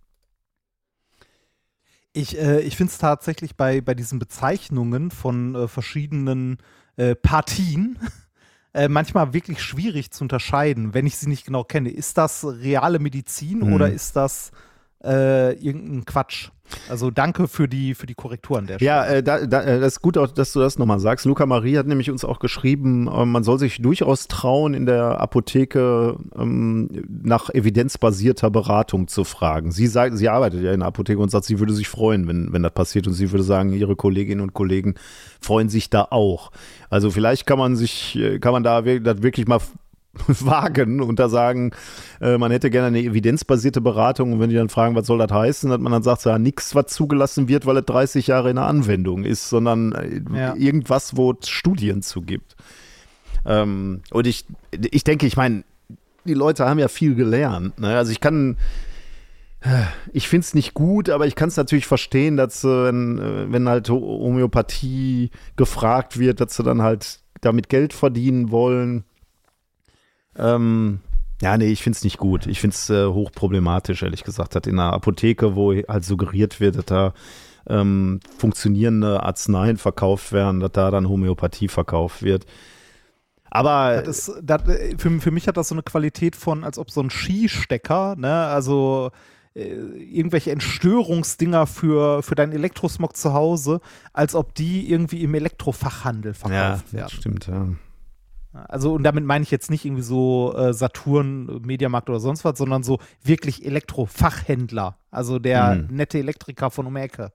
Ich, äh, ich finde es tatsächlich bei, bei diesen Bezeichnungen von äh, verschiedenen äh, Partien äh, manchmal wirklich schwierig zu unterscheiden, wenn ich sie nicht genau kenne. Ist das reale Medizin Mhm. oder ist das äh, irgendein Quatsch? Also danke für die, für die Korrektur an der Ja, Stelle. äh, da, da, äh, das ist gut, auch, dass du das nochmal sagst. Luca Marie hat nämlich uns auch geschrieben, äh, man soll sich durchaus trauen, in der Apotheke ähm, nach evidenzbasierter Beratung zu fragen. Sie sagt, sie arbeitet ja in der Apotheke und sagt, sie würde sich freuen, wenn, wenn das passiert. Und sie würde sagen, ihre Kolleginnen und Kollegen freuen sich da auch. Also vielleicht kann man sich, kann man da wir- das wirklich mal wagen und da sagen, äh, man hätte gerne eine evidenzbasierte Beratung und wenn die dann fragen, was soll das heißen, dass man dann sagt, ja, nichts, was zugelassen wird, weil es dreißig Jahre in der Anwendung ist, sondern äh, Ja. irgendwas, wo es Studien zu gibt. Ähm, und ich, ich denke, ich meine, die Leute haben ja viel gelernt. Ne? Also ich kann, ich finde es nicht gut, aber ich kann es natürlich verstehen, dass äh, wenn, äh, wenn halt Ho- Homöopathie gefragt wird, dass sie dann halt damit Geld verdienen wollen. Ähm, ja, nee, ich finde es nicht gut. Ich finde es äh, hochproblematisch, ehrlich gesagt, dass in einer Apotheke, wo halt suggeriert wird, dass da ähm, funktionierende Arzneien verkauft werden, dass da dann Homöopathie verkauft wird. Aber Das ist, das, für, für mich hat das so eine Qualität von, als ob so ein Skistecker, ne, also äh, irgendwelche Entstörungsdinger für, für deinen Elektrosmog zu Hause, als ob die irgendwie im Elektrofachhandel ja, verkauft das werden. stimmt, ja. Also, und damit meine ich jetzt nicht irgendwie so äh, Saturn, Mediamarkt oder sonst was, sondern so wirklich Elektrofachhändler. Also der Mhm. nette Elektriker von um die Ecke.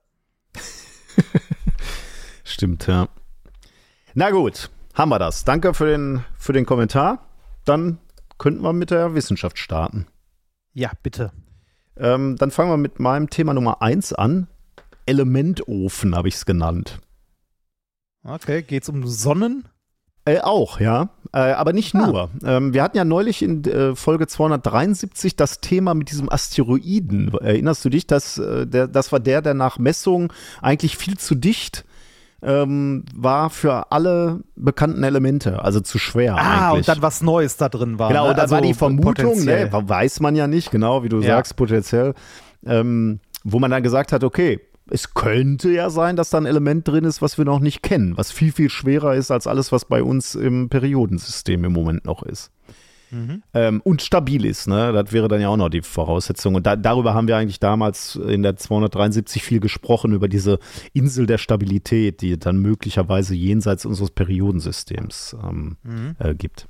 Stimmt, ja. Na gut, haben wir das. Danke für den, für den Kommentar. Dann könnten wir mit der Wissenschaft starten. Ja, bitte. Ähm, dann fangen wir mit meinem Thema Nummer eins an. Elementofen habe ich es genannt. Okay, geht's um Sonnen? Äh, auch, ja. Äh, aber nicht Ah. nur. Ähm, wir hatten ja neulich in äh, Folge zweihundertdreiundsiebzig das Thema mit diesem Asteroiden. Erinnerst du dich? Das, äh, der, das war der, der nach Messung eigentlich viel zu dicht ähm, war für alle bekannten Elemente. Also zu schwer Ah, eigentlich. und dann was Neues da drin war. Genau, ne? und dann Also war die Vermutung, potenziell. ne, weiß man ja nicht, genau, wie du Ja. sagst, potenziell, ähm, wo man dann gesagt hat, okay, es könnte ja sein, dass da ein Element drin ist, was wir noch nicht kennen, was viel, viel schwerer ist als alles, was bei uns im Periodensystem im Moment noch ist. Mhm. Ähm, und stabil ist, ne? Das wäre dann ja auch noch die Voraussetzung. Und da, darüber haben wir eigentlich damals in der zweihundertdreiundsiebzig viel gesprochen, über diese Insel der Stabilität, die dann möglicherweise jenseits unseres Periodensystems ähm, Mhm. äh, gibt.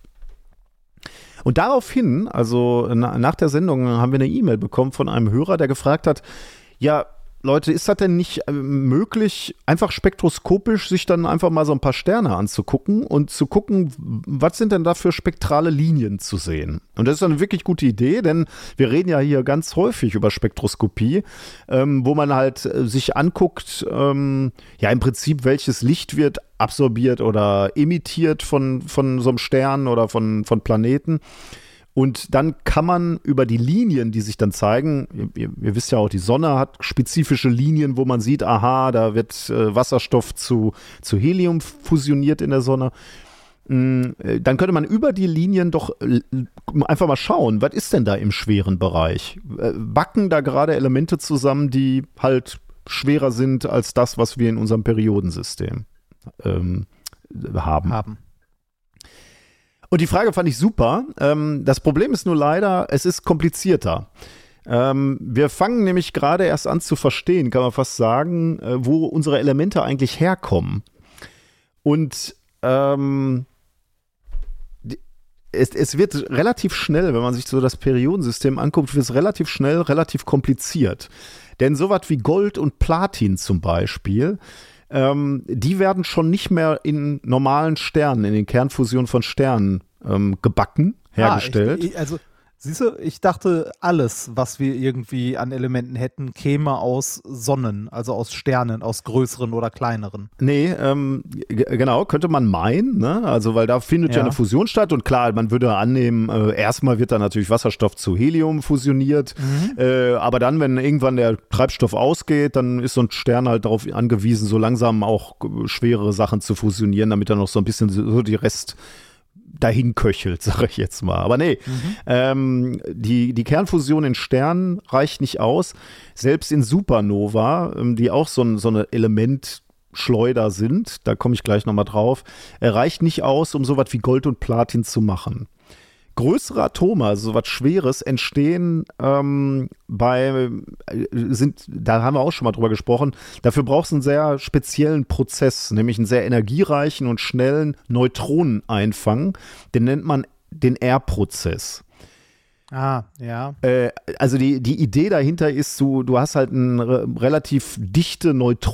Und daraufhin, also na, nach der Sendung, haben wir eine E-Mail bekommen von einem Hörer, der gefragt hat, ja, Leute, ist das denn nicht äh, möglich, einfach spektroskopisch sich dann einfach mal so ein paar Sterne anzugucken und zu gucken, was sind denn da für spektrale Linien zu sehen? Und das ist eine wirklich gute Idee, denn wir reden ja hier ganz häufig über Spektroskopie, ähm, wo man halt äh, sich anguckt, ähm, ja im Prinzip, welches Licht wird absorbiert oder emittiert von, von so einem Stern oder von, von Planeten. Und dann kann man über die Linien, die sich dann zeigen, ihr, ihr, ihr wisst ja auch, die Sonne hat spezifische Linien, wo man sieht, aha, da wird äh, Wasserstoff zu, zu Helium fusioniert in der Sonne. Mm, äh, dann könnte man über die Linien doch äh, einfach mal schauen, was ist denn da im schweren Bereich? Äh, backen da gerade Elemente zusammen, die halt schwerer sind als das, was wir in unserem Periodensystem ähm, haben. Haben. Und die Frage fand ich super. Ähm, das Problem ist nur leider, es ist komplizierter. Ähm, wir fangen nämlich gerade erst an zu verstehen, kann man fast sagen, äh, wo unsere Elemente eigentlich herkommen. Und ähm, die, es, es wird relativ schnell, wenn man sich so das Periodensystem anguckt, wird es relativ schnell relativ kompliziert. Denn sowas wie Gold und Platin zum Beispiel, Ähm, die werden schon nicht mehr in normalen Sternen, in den Kernfusionen von Sternen ähm, gebacken, hergestellt. Ah, ich, ich, also, siehst du, ich dachte, alles, was wir irgendwie an Elementen hätten, käme aus Sonnen, also aus Sternen, aus größeren oder kleineren. Nee, ähm, g- genau, könnte man meinen, ne? Also, weil da findet ja. Ja. eine Fusion statt und klar, man würde annehmen, äh, erstmal wird da natürlich Wasserstoff zu Helium fusioniert, äh, aber dann, wenn irgendwann der Treibstoff ausgeht, dann ist so ein Stern halt darauf angewiesen, so langsam auch äh, schwerere Sachen zu fusionieren, damit er noch so ein bisschen so die Rest dahin köchelt, sage ich jetzt mal. Aber nee, Mhm. ähm, die, die Kernfusion in Sternen reicht nicht aus. Selbst in Supernova, ähm, die auch so, ein, so eine Elementschleuder sind, da komme ich gleich nochmal drauf, äh, reicht nicht aus, um sowas wie Gold und Platin zu machen. größere Atome, also was Schweres, entstehen ähm, bei, sind, da haben wir auch schon mal drüber gesprochen, dafür brauchst du einen sehr speziellen Prozess, nämlich einen sehr energiereichen und schnellen Neutroneneinfang, den nennt man den R-Prozess. Ah, ja. Äh, also die, die Idee dahinter ist, du, du hast halt eine re- relativ dichte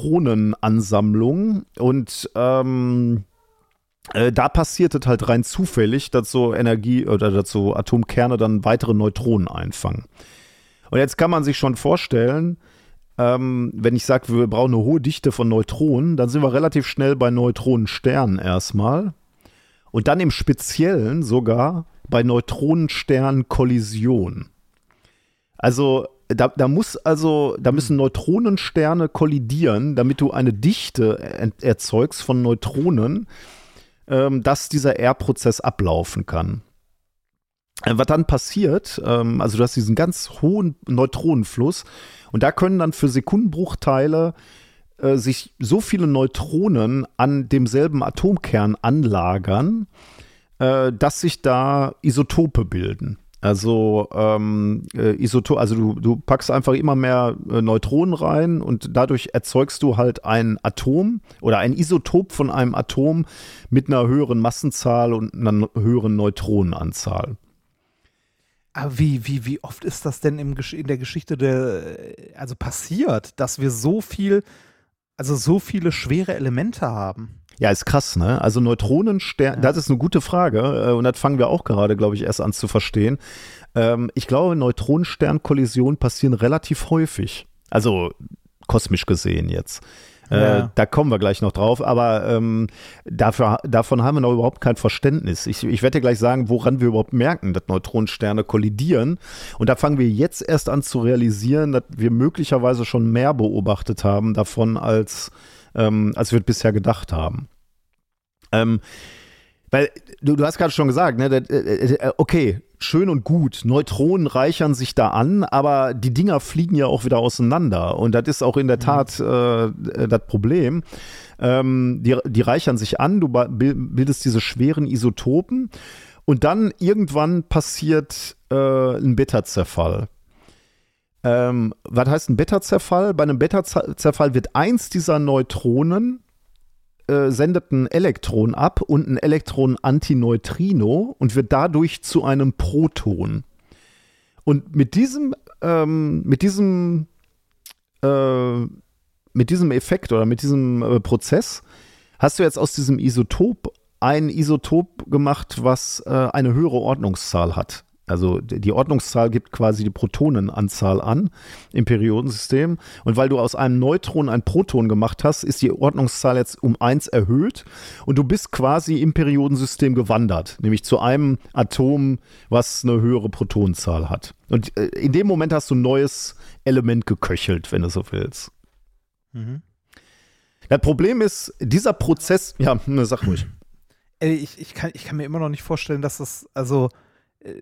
Neutronenansammlung und ähm, Äh, da passiert es halt rein zufällig, dass so Energie oder dass so Atomkerne dann weitere Neutronen einfangen. Und jetzt kann man sich schon vorstellen, ähm, wenn ich sage, wir brauchen eine hohe Dichte von Neutronen, dann sind wir relativ schnell bei Neutronensternen erstmal. Und dann im Speziellen sogar bei Neutronensternkollision. Also da, da muss also, da müssen Neutronensterne kollidieren, damit du eine Dichte er- erzeugst von Neutronen, dass dieser R-Prozess ablaufen kann. Was dann passiert, also du hast diesen ganz hohen Neutronenfluss und da können dann für Sekundenbruchteile äh, sich so viele Neutronen an demselben Atomkern anlagern, äh, dass sich da Isotope bilden. Also, ähm, äh, Isotop, also du, du packst einfach immer mehr äh, Neutronen rein und dadurch erzeugst du halt ein Atom oder ein Isotop von einem Atom mit einer höheren Massenzahl und einer höheren Neutronenanzahl. Aber wie, wie, wie oft ist das denn im, Gesch- in der Geschichte der, also passiert, dass wir so viel, also so viele schwere Elemente haben? Ja, ist krass, ne? Also Neutronenstern, Ja. das ist eine gute Frage äh, und das fangen wir auch gerade, glaube ich, erst an zu verstehen. Ähm, ich glaube, Neutronensternkollisionen passieren relativ häufig. Also kosmisch gesehen jetzt. Äh, Ja. Da kommen wir gleich noch drauf, aber ähm, dafür, davon haben wir noch überhaupt kein Verständnis. Ich, ich werde dir gleich sagen, woran wir überhaupt merken, dass Neutronensterne kollidieren. Und da fangen wir jetzt erst an zu realisieren, dass wir möglicherweise schon mehr beobachtet haben davon, als Ähm, als wir bisher gedacht haben. Ähm, weil, du, du hast gerade schon gesagt, ne, das, äh, okay, schön und gut, Neutronen reichern sich da an, aber die Dinger fliegen ja auch wieder auseinander und das ist auch in der Tat äh, das Problem. Ähm, die, die reichern sich an, du ba- bildest diese schweren Isotopen und dann irgendwann passiert äh, ein Beta-Zerfall. Ähm, was heißt ein Beta-Zerfall? Bei einem Beta-Zerfall wird eins dieser Neutronen äh, sendet ein Elektron ab und ein Elektron-Antineutrino und wird dadurch zu einem Proton. Und mit diesem, ähm, mit diesem, äh, mit diesem Effekt oder mit diesem äh, Prozess hast du jetzt aus diesem Isotop ein Isotop gemacht, was äh, eine höhere Ordnungszahl hat. Also die Ordnungszahl gibt quasi die Protonenanzahl an im Periodensystem. Und weil du aus einem Neutron ein Proton gemacht hast, ist die Ordnungszahl jetzt um eins erhöht. Und du bist quasi im Periodensystem gewandert, nämlich zu einem Atom, was eine höhere Protonenzahl hat. Und äh, in dem Moment hast du ein neues Element geköchelt, wenn du so willst. Mhm. Das Problem ist, dieser Prozess, ja, ne, sag ruhig. Ey, Ich, ich, kann, ich kann mir immer noch nicht vorstellen, dass das, also äh,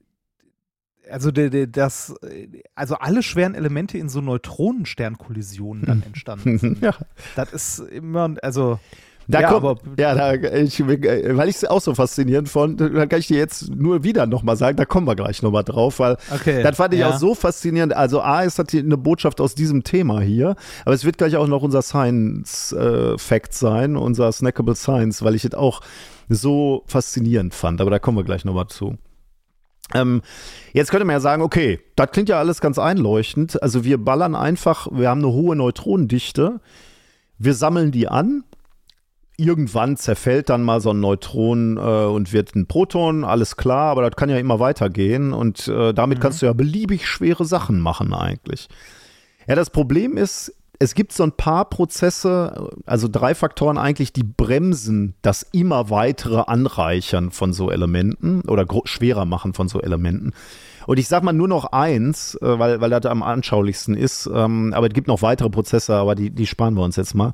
also der, der, das, äh, also alle schweren Elemente in so Neutronensternkollisionen dann entstanden sind. Ja. Das ist immer, also Da ja, kommt, aber ja, da, ich, weil ich es auch so faszinierend fand, da kann ich dir jetzt nur wieder nochmal sagen, da kommen wir gleich nochmal drauf, weil okay, das fand ich ja. auch so faszinierend. Also A, ist das hier eine Botschaft aus diesem Thema hier, aber es wird gleich auch noch unser Science-Fact sein, unser Snackable Science, weil ich es auch so faszinierend fand, aber da kommen wir gleich nochmal zu. Ähm, jetzt könnte man ja sagen, okay, das klingt ja alles ganz einleuchtend, also wir ballern einfach, wir haben eine hohe Neutronendichte, wir sammeln die an, irgendwann zerfällt dann mal so ein Neutron äh, und wird ein Proton, alles klar, aber das kann ja immer weitergehen und äh, damit mhm. kannst du ja beliebig schwere Sachen machen eigentlich. Ja, das Problem ist, es gibt so ein paar Prozesse, also drei Faktoren eigentlich, die bremsen das immer weitere Anreichern von so Elementen oder schwerer machen von so Elementen. Und ich sag mal nur noch eins, äh, weil, weil das am anschaulichsten ist, ähm, aber es gibt noch weitere Prozesse, aber die, die sparen wir uns jetzt mal.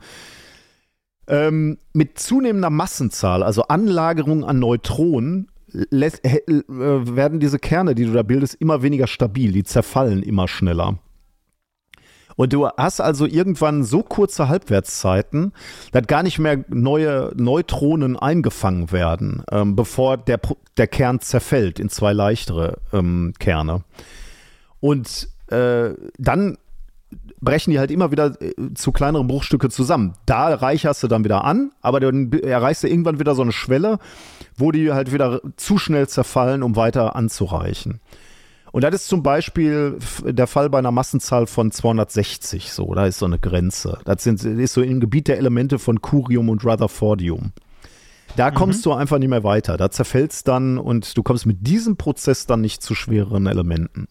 Ähm, mit zunehmender Massenzahl, also Anlagerung an Neutronen, lässt, äh, werden diese Kerne, die du da bildest, immer weniger stabil, die zerfallen immer schneller. Und du hast also irgendwann so kurze Halbwertszeiten, dass gar nicht mehr neue Neutronen eingefangen werden, ähm, bevor der, der Kern zerfällt in zwei leichtere ähm, Kerne. Und äh, dann brechen die halt immer wieder zu kleineren Bruchstücke zusammen. Da reicherst du dann wieder an, aber dann erreichst du irgendwann wieder so eine Schwelle, wo die halt wieder zu schnell zerfallen, um weiter anzureichen. Und das ist zum Beispiel der Fall bei einer Massenzahl von zweihundertsechzig, so, da ist so eine Grenze. Das sind, ist so im Gebiet der Elemente von Curium und Rutherfordium. Da kommst mhm. du einfach nicht mehr weiter. Da zerfällst dann und du kommst mit diesem Prozess dann nicht zu schwereren Elementen.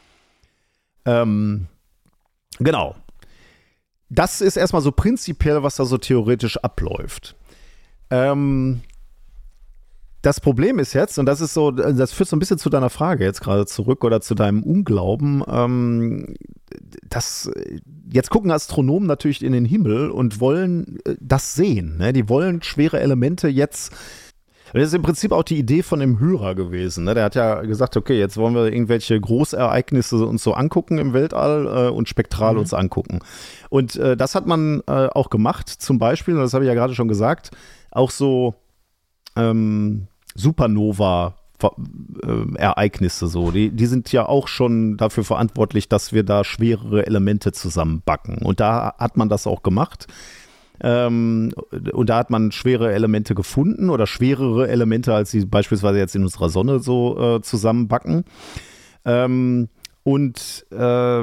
Ähm, Genau. Das ist erstmal so prinzipiell, was da so theoretisch abläuft. Ähm, das Problem ist jetzt, und das ist so, das führt so ein bisschen zu deiner Frage jetzt gerade zurück oder zu deinem Unglauben, ähm, dass jetzt gucken Astronomen natürlich in den Himmel und wollen das sehen. Ne? Die wollen schwere Elemente jetzt. Das ist im Prinzip auch die Idee von dem Hörer gewesen. Ne? Der hat ja gesagt, okay, jetzt wollen wir irgendwelche Großereignisse uns so angucken im Weltall äh, und spektral mhm. uns angucken. Und äh, das hat man äh, auch gemacht, zum Beispiel, und das habe ich ja gerade schon gesagt, auch so ähm, Supernova-Ereignisse so. Die, die sind ja auch schon dafür verantwortlich, dass wir da schwerere Elemente zusammenbacken. Und da hat man das auch gemacht. Ähm, und da hat man schwere Elemente gefunden oder schwerere Elemente, als sie beispielsweise jetzt in unserer Sonne so äh, zusammenbacken. Ähm, und äh,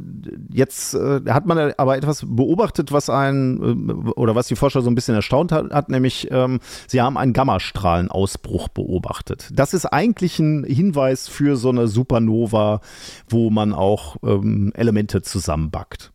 jetzt äh, hat man aber etwas beobachtet, was einen äh, oder was die Forscher so ein bisschen erstaunt hat, hat nämlich ähm, sie haben einen Gammastrahlenausbruch beobachtet. Das ist eigentlich ein Hinweis für so eine Supernova, wo man auch ähm, Elemente zusammenbackt.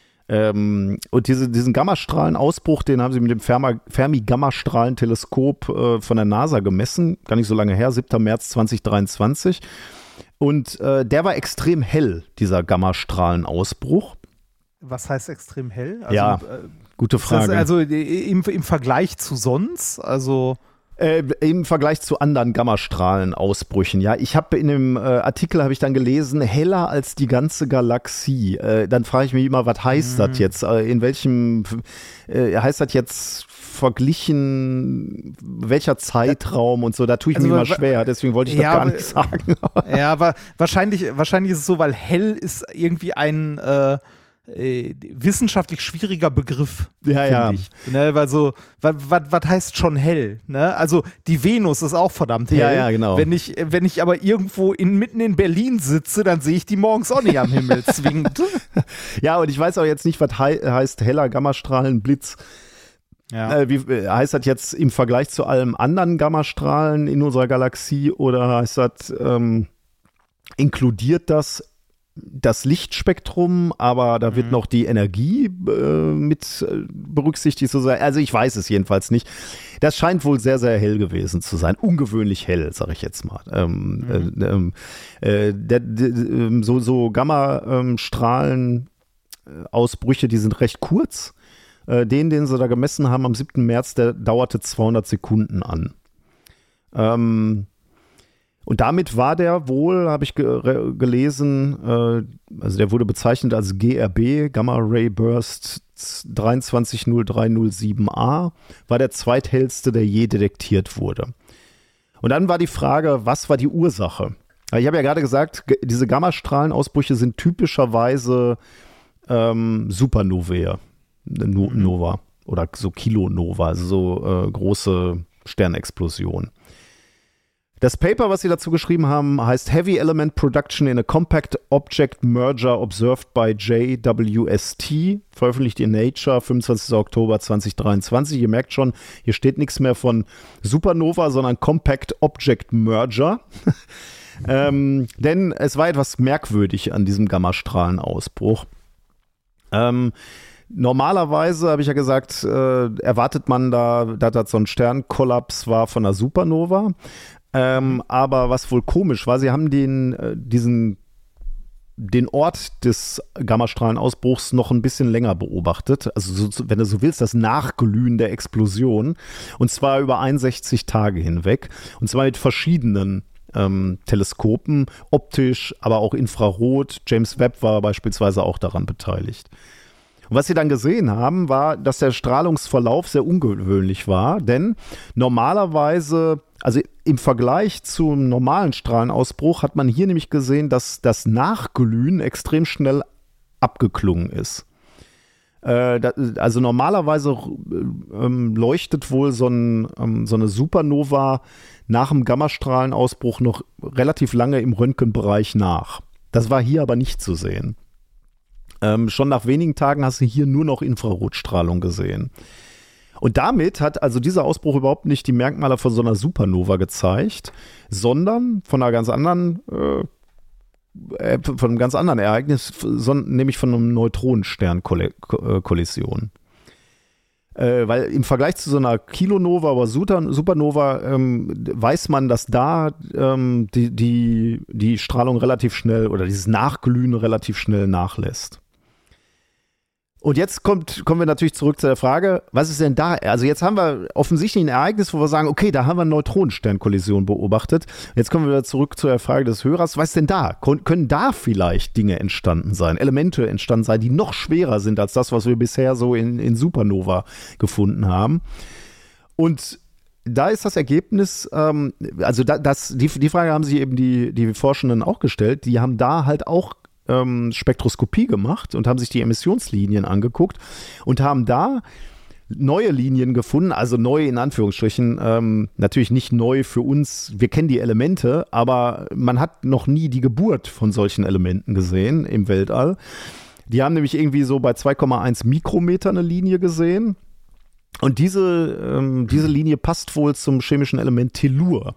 Ähm, und diese, diesen Gammastrahlenausbruch, den haben sie mit dem Fermi-Gammastrahlenteleskop äh, von der NASA gemessen, gar nicht so lange her, siebter März zweitausenddreiundzwanzig. Und äh, der war extrem hell, dieser Gammastrahlenausbruch. Was heißt extrem hell? Also, ja, äh, gute Frage. Also im, im Vergleich zu sonst, also Äh, im Vergleich zu anderen Gammastrahlenausbrüchen. Ja, ich habe in dem äh, Artikel habe ich dann gelesen, heller als die ganze Galaxie. Äh, dann frage ich mich immer, was heißt mhm. das jetzt? Äh, in welchem äh, heißt das jetzt verglichen, welcher Zeitraum und so? Da tue ich also, mir immer schwer. Deswegen wollte ich das ja, gar nicht sagen. Ja, aber wahrscheinlich, wahrscheinlich ist es so, weil hell ist irgendwie ein äh, Äh, wissenschaftlich schwieriger Begriff, ja, ja. ich. Ne, weil so, was heißt schon hell? Ne? Also die Venus ist auch verdammt hell. Ja, ja, genau. Wenn ich, wenn ich aber irgendwo in, mitten in Berlin sitze, dann sehe ich die morgens auch nicht am Himmel zwingend. Ja, und ich weiß auch jetzt nicht, was hei- heißt heller Gammastrahlenblitz. Ja. Äh, wie äh, heißt das jetzt im Vergleich zu allem anderen Gammastrahlen in unserer Galaxie oder heißt das, ähm, inkludiert das das Lichtspektrum, aber da wird mhm. noch die Energie äh, mit äh, berücksichtigt zu sein. Also ich weiß es jedenfalls nicht. Das scheint wohl sehr, sehr hell gewesen zu sein. Ungewöhnlich hell, sage ich jetzt mal. Ähm, mhm. äh, äh, der, der, so so Gammastrahlenausbrüche, die sind recht kurz. Äh, den, den sie da gemessen haben am siebten März, der dauerte zweihundert Sekunden an. Ähm, Und damit war der wohl, habe ich ge- gelesen, äh, also der wurde bezeichnet als G R B, Gamma Ray Burst drei zwei null drei null sieben a, war der zweithellste, der je detektiert wurde. Und dann war die Frage, was war die Ursache? Ich habe ja gerade gesagt, g- diese Gammastrahlenausbrüche sind typischerweise ähm, Supernovae, no- Nova oder so Kilonova, also so äh, große Sternexplosionen. Das Paper, was sie dazu geschrieben haben, heißt Heavy Element Production in a Compact Object Merger Observed by J W S T, veröffentlicht in Nature, fünfundzwanzigster Oktober zweitausenddreiundzwanzig. Ihr merkt schon, hier steht nichts mehr von Supernova, sondern Compact Object Merger. ähm, denn es war etwas merkwürdig an diesem Gammastrahlenausbruch. Ähm, Normalerweise, habe ich ja gesagt, äh, erwartet man da, dass das so ein Sternkollaps war von einer Supernova. Ähm, aber was wohl komisch war, sie haben den, äh, diesen, den Ort des Gammastrahlenausbruchs noch ein bisschen länger beobachtet. Also, so, wenn du so willst, das Nachglühen der Explosion. Und zwar über einundsechzig Tage hinweg. Und zwar mit verschiedenen ähm, Teleskopen, optisch, aber auch Infrarot. James Webb war beispielsweise auch daran beteiligt. Und was sie dann gesehen haben, war, dass der Strahlungsverlauf sehr ungewöhnlich war, denn normalerweise, also im Vergleich zum normalen Strahlenausbruch, hat man hier nämlich gesehen, dass das Nachglühen extrem schnell abgeklungen ist. Äh, da, also normalerweise ähm, leuchtet wohl so, ein, ähm, so eine Supernova nach dem Gammastrahlenausbruch noch relativ lange im Röntgenbereich nach. Das war hier aber nicht zu sehen. Ähm, schon nach wenigen Tagen hast du hier nur noch Infrarotstrahlung gesehen. Und damit hat also dieser Ausbruch überhaupt nicht die Merkmale von so einer Supernova gezeigt, sondern von einer ganz anderen, äh, von einem ganz anderen Ereignis, son- nämlich von einer Neutronensternkollision. Äh, weil im Vergleich zu so einer Kilonova oder Supernova ähm, weiß man, dass da ähm, die, die, die Strahlung relativ schnell oder dieses Nachglühen relativ schnell nachlässt. Und jetzt kommt, kommen wir natürlich zurück zu der Frage, was ist denn da? Also jetzt haben wir offensichtlich ein Ereignis, wo wir sagen, okay, da haben wir eine Neutronensternkollision beobachtet. Jetzt kommen wir wieder zurück zu der Frage des Hörers, was ist denn da? Kon- können da vielleicht Dinge entstanden sein, Elemente entstanden sein, die noch schwerer sind als das, was wir bisher so in, in Supernova gefunden haben? Und da ist das Ergebnis, ähm, also da, das, die, die Frage haben sich eben die, die Forschenden auch gestellt, die haben da halt auch Ähm, Spektroskopie gemacht und haben sich die Emissionslinien angeguckt und haben da neue Linien gefunden, also neu in Anführungsstrichen, ähm, natürlich nicht neu für uns, wir kennen die Elemente, aber man hat noch nie die Geburt von solchen Elementen gesehen im Weltall. Die haben nämlich irgendwie so bei zwei Komma eins Mikrometer eine Linie gesehen und diese, ähm, diese Linie passt wohl zum chemischen Element Tellur.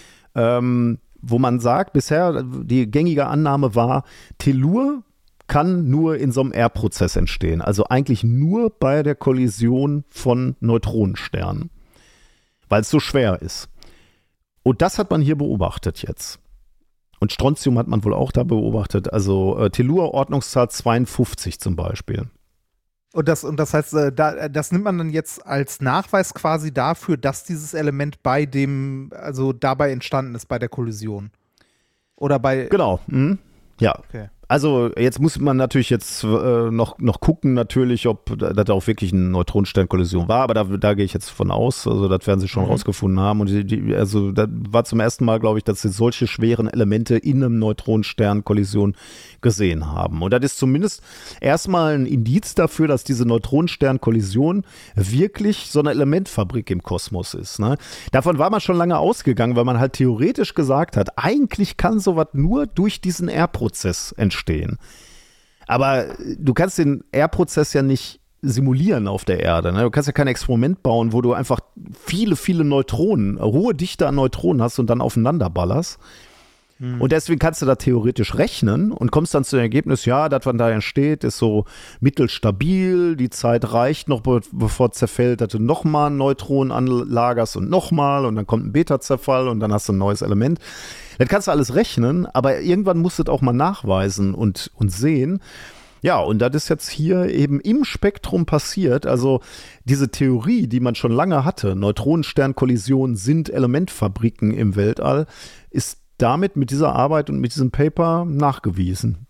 Ähm, wo man sagt, bisher die gängige Annahme war, Tellur kann nur in so einem R-Prozess entstehen, also eigentlich nur bei der Kollision von Neutronensternen, weil es so schwer ist. Und das hat man hier beobachtet jetzt. Und Strontium hat man wohl auch da beobachtet, also äh, Tellur Ordnungszahl zweiundfünfzig zum Beispiel. Und das, und das heißt, äh, da, das nimmt man dann jetzt als Nachweis quasi dafür, dass dieses Element bei dem, also dabei entstanden ist, bei der Kollision. Oder bei. Genau, mhm. Ja. Okay. Also jetzt muss man natürlich jetzt äh, noch, noch gucken, natürlich, ob das auch wirklich eine Neutronensternkollision war, aber da, da gehe ich jetzt von aus, also das werden sie schon mhm. rausgefunden haben. Und die, die, also das war zum ersten Mal, glaube ich, dass sie solche schweren Elemente in einem Neutronensternkollision gesehen haben. Und das ist zumindest erstmal ein Indiz dafür, dass diese Neutronensternkollision wirklich so eine Elementfabrik im Kosmos ist. Ne? Davon war man schon lange ausgegangen, weil man halt theoretisch gesagt hat, eigentlich kann sowas nur durch diesen R-Prozess entstehen. Stehen. Aber du kannst den R-Prozess ja nicht simulieren auf der Erde. Ne? Du kannst ja kein Experiment bauen, wo du einfach viele, viele Neutronen, eine hohe Dichte an Neutronen hast und dann aufeinander ballerst. Hm. Und deswegen kannst du da theoretisch rechnen und kommst dann zu dem Ergebnis, ja, das, was da entsteht, ist so mittelstabil, die Zeit reicht noch, be- bevor es zerfällt, dass du nochmal ein Neutron anlagerst und nochmal und dann kommt ein Beta-Zerfall und dann hast du ein neues Element. Das kannst du alles rechnen, aber irgendwann musst du das auch mal nachweisen und, und sehen. Ja, und das ist jetzt hier eben im Spektrum passiert. Also diese Theorie, die man schon lange hatte, Neutronensternkollisionen sind Elementfabriken im Weltall, ist damit mit dieser Arbeit und mit diesem Paper nachgewiesen.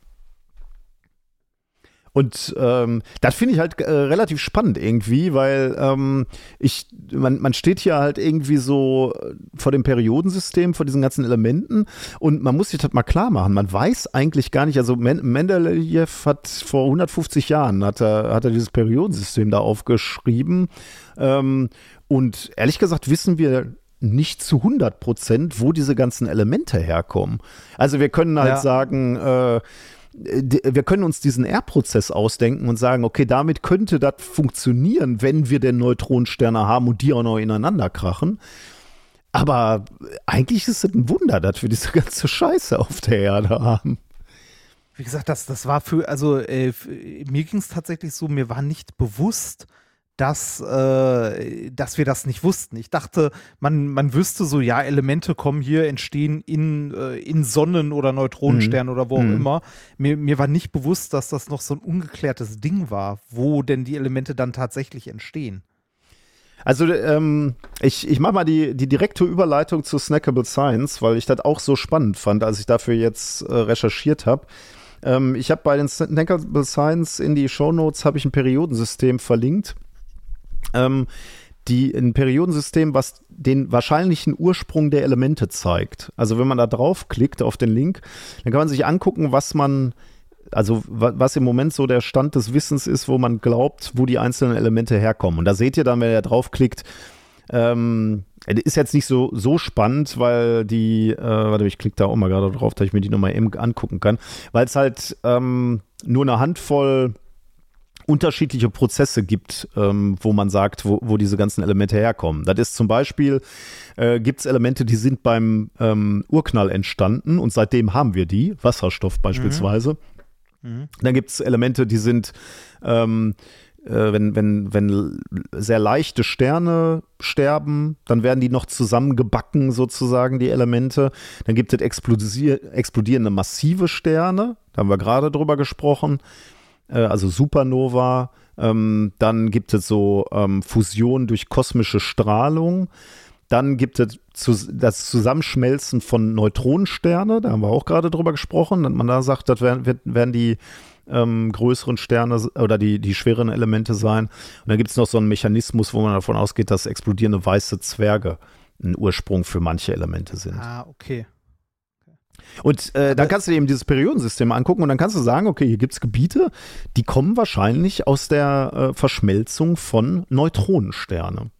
Und ähm, das finde ich halt äh, relativ spannend irgendwie, weil ähm, ich, man, man steht hier halt irgendwie so vor dem Periodensystem, vor diesen ganzen Elementen und man muss sich das mal klar machen. Man weiß eigentlich gar nicht, also Men- Mendelejew hat vor hundertfünfzig Jahren hat er, hat er dieses Periodensystem da aufgeschrieben ähm, und ehrlich gesagt wissen wir nicht zu hundert Prozent, wo diese ganzen Elemente herkommen. Also wir können halt ja. sagen, äh, wir können uns diesen R-Prozess ausdenken und sagen, okay, damit könnte das funktionieren, wenn wir denn Neutronensterne haben und die auch noch ineinander krachen. Aber eigentlich ist es ein Wunder, dass wir diese ganze Scheiße auf der Erde haben. Wie gesagt, das, das war für, also äh, für, mir ging es tatsächlich so, mir war nicht bewusst, dass, äh, dass wir das nicht wussten. Ich dachte, man, man wüsste so, ja, Elemente kommen hier, entstehen in, äh, in Sonnen- oder Neutronensternen mhm. oder wo auch mhm. immer. Mir, mir war nicht bewusst, dass das noch so ein ungeklärtes Ding war, wo denn die Elemente dann tatsächlich entstehen. Also ähm, ich, ich mache mal die, die direkte Überleitung zu Snackable Science, weil ich das auch so spannend fand, als ich dafür jetzt äh, recherchiert habe. Ähm, ich habe bei den Snackable Science in die Shownotes habe ich ein Periodensystem verlinkt. Ähm, die, ein Periodensystem, was den wahrscheinlichen Ursprung der Elemente zeigt. Also wenn man da draufklickt auf den Link, dann kann man sich angucken, was man Also was im Moment so der Stand des Wissens ist, wo man glaubt, wo die einzelnen Elemente herkommen. Und da seht ihr dann, wenn ihr draufklickt, ähm, ist jetzt nicht so, so spannend, weil die, äh, warte, ich klicke da auch mal gerade drauf, dass ich mir die nochmal eben angucken kann, weil es halt ähm, nur eine Handvoll unterschiedliche Prozesse gibt, ähm, wo man sagt, wo, wo diese ganzen Elemente herkommen. Das ist zum Beispiel, äh, gibt es Elemente, die sind beim ähm, Urknall entstanden und seitdem haben wir die, Wasserstoff beispielsweise. Mhm. Dann gibt es Elemente, die sind, ähm, äh, wenn, wenn, wenn sehr leichte Sterne sterben, dann werden die noch zusammengebacken sozusagen, die Elemente. Dann gibt es explodier- explodierende massive Sterne, da haben wir gerade drüber gesprochen, äh, also Supernova. Ähm, dann gibt es so ähm, Fusion durch kosmische Strahlung. Dann gibt es zu, das Zusammenschmelzen von Neutronensterne, da haben wir auch gerade drüber gesprochen, dass man da sagt, das werden, werden die ähm, größeren Sterne oder die, die schweren Elemente sein. Und dann gibt es noch so einen Mechanismus, wo man davon ausgeht, dass explodierende weiße Zwerge ein Ursprung für manche Elemente sind. Ah, okay. Und äh, dann kannst du dir eben dieses Periodensystem angucken und dann kannst du sagen, okay, hier gibt es Gebiete, die kommen wahrscheinlich aus der äh, Verschmelzung von Neutronensternen.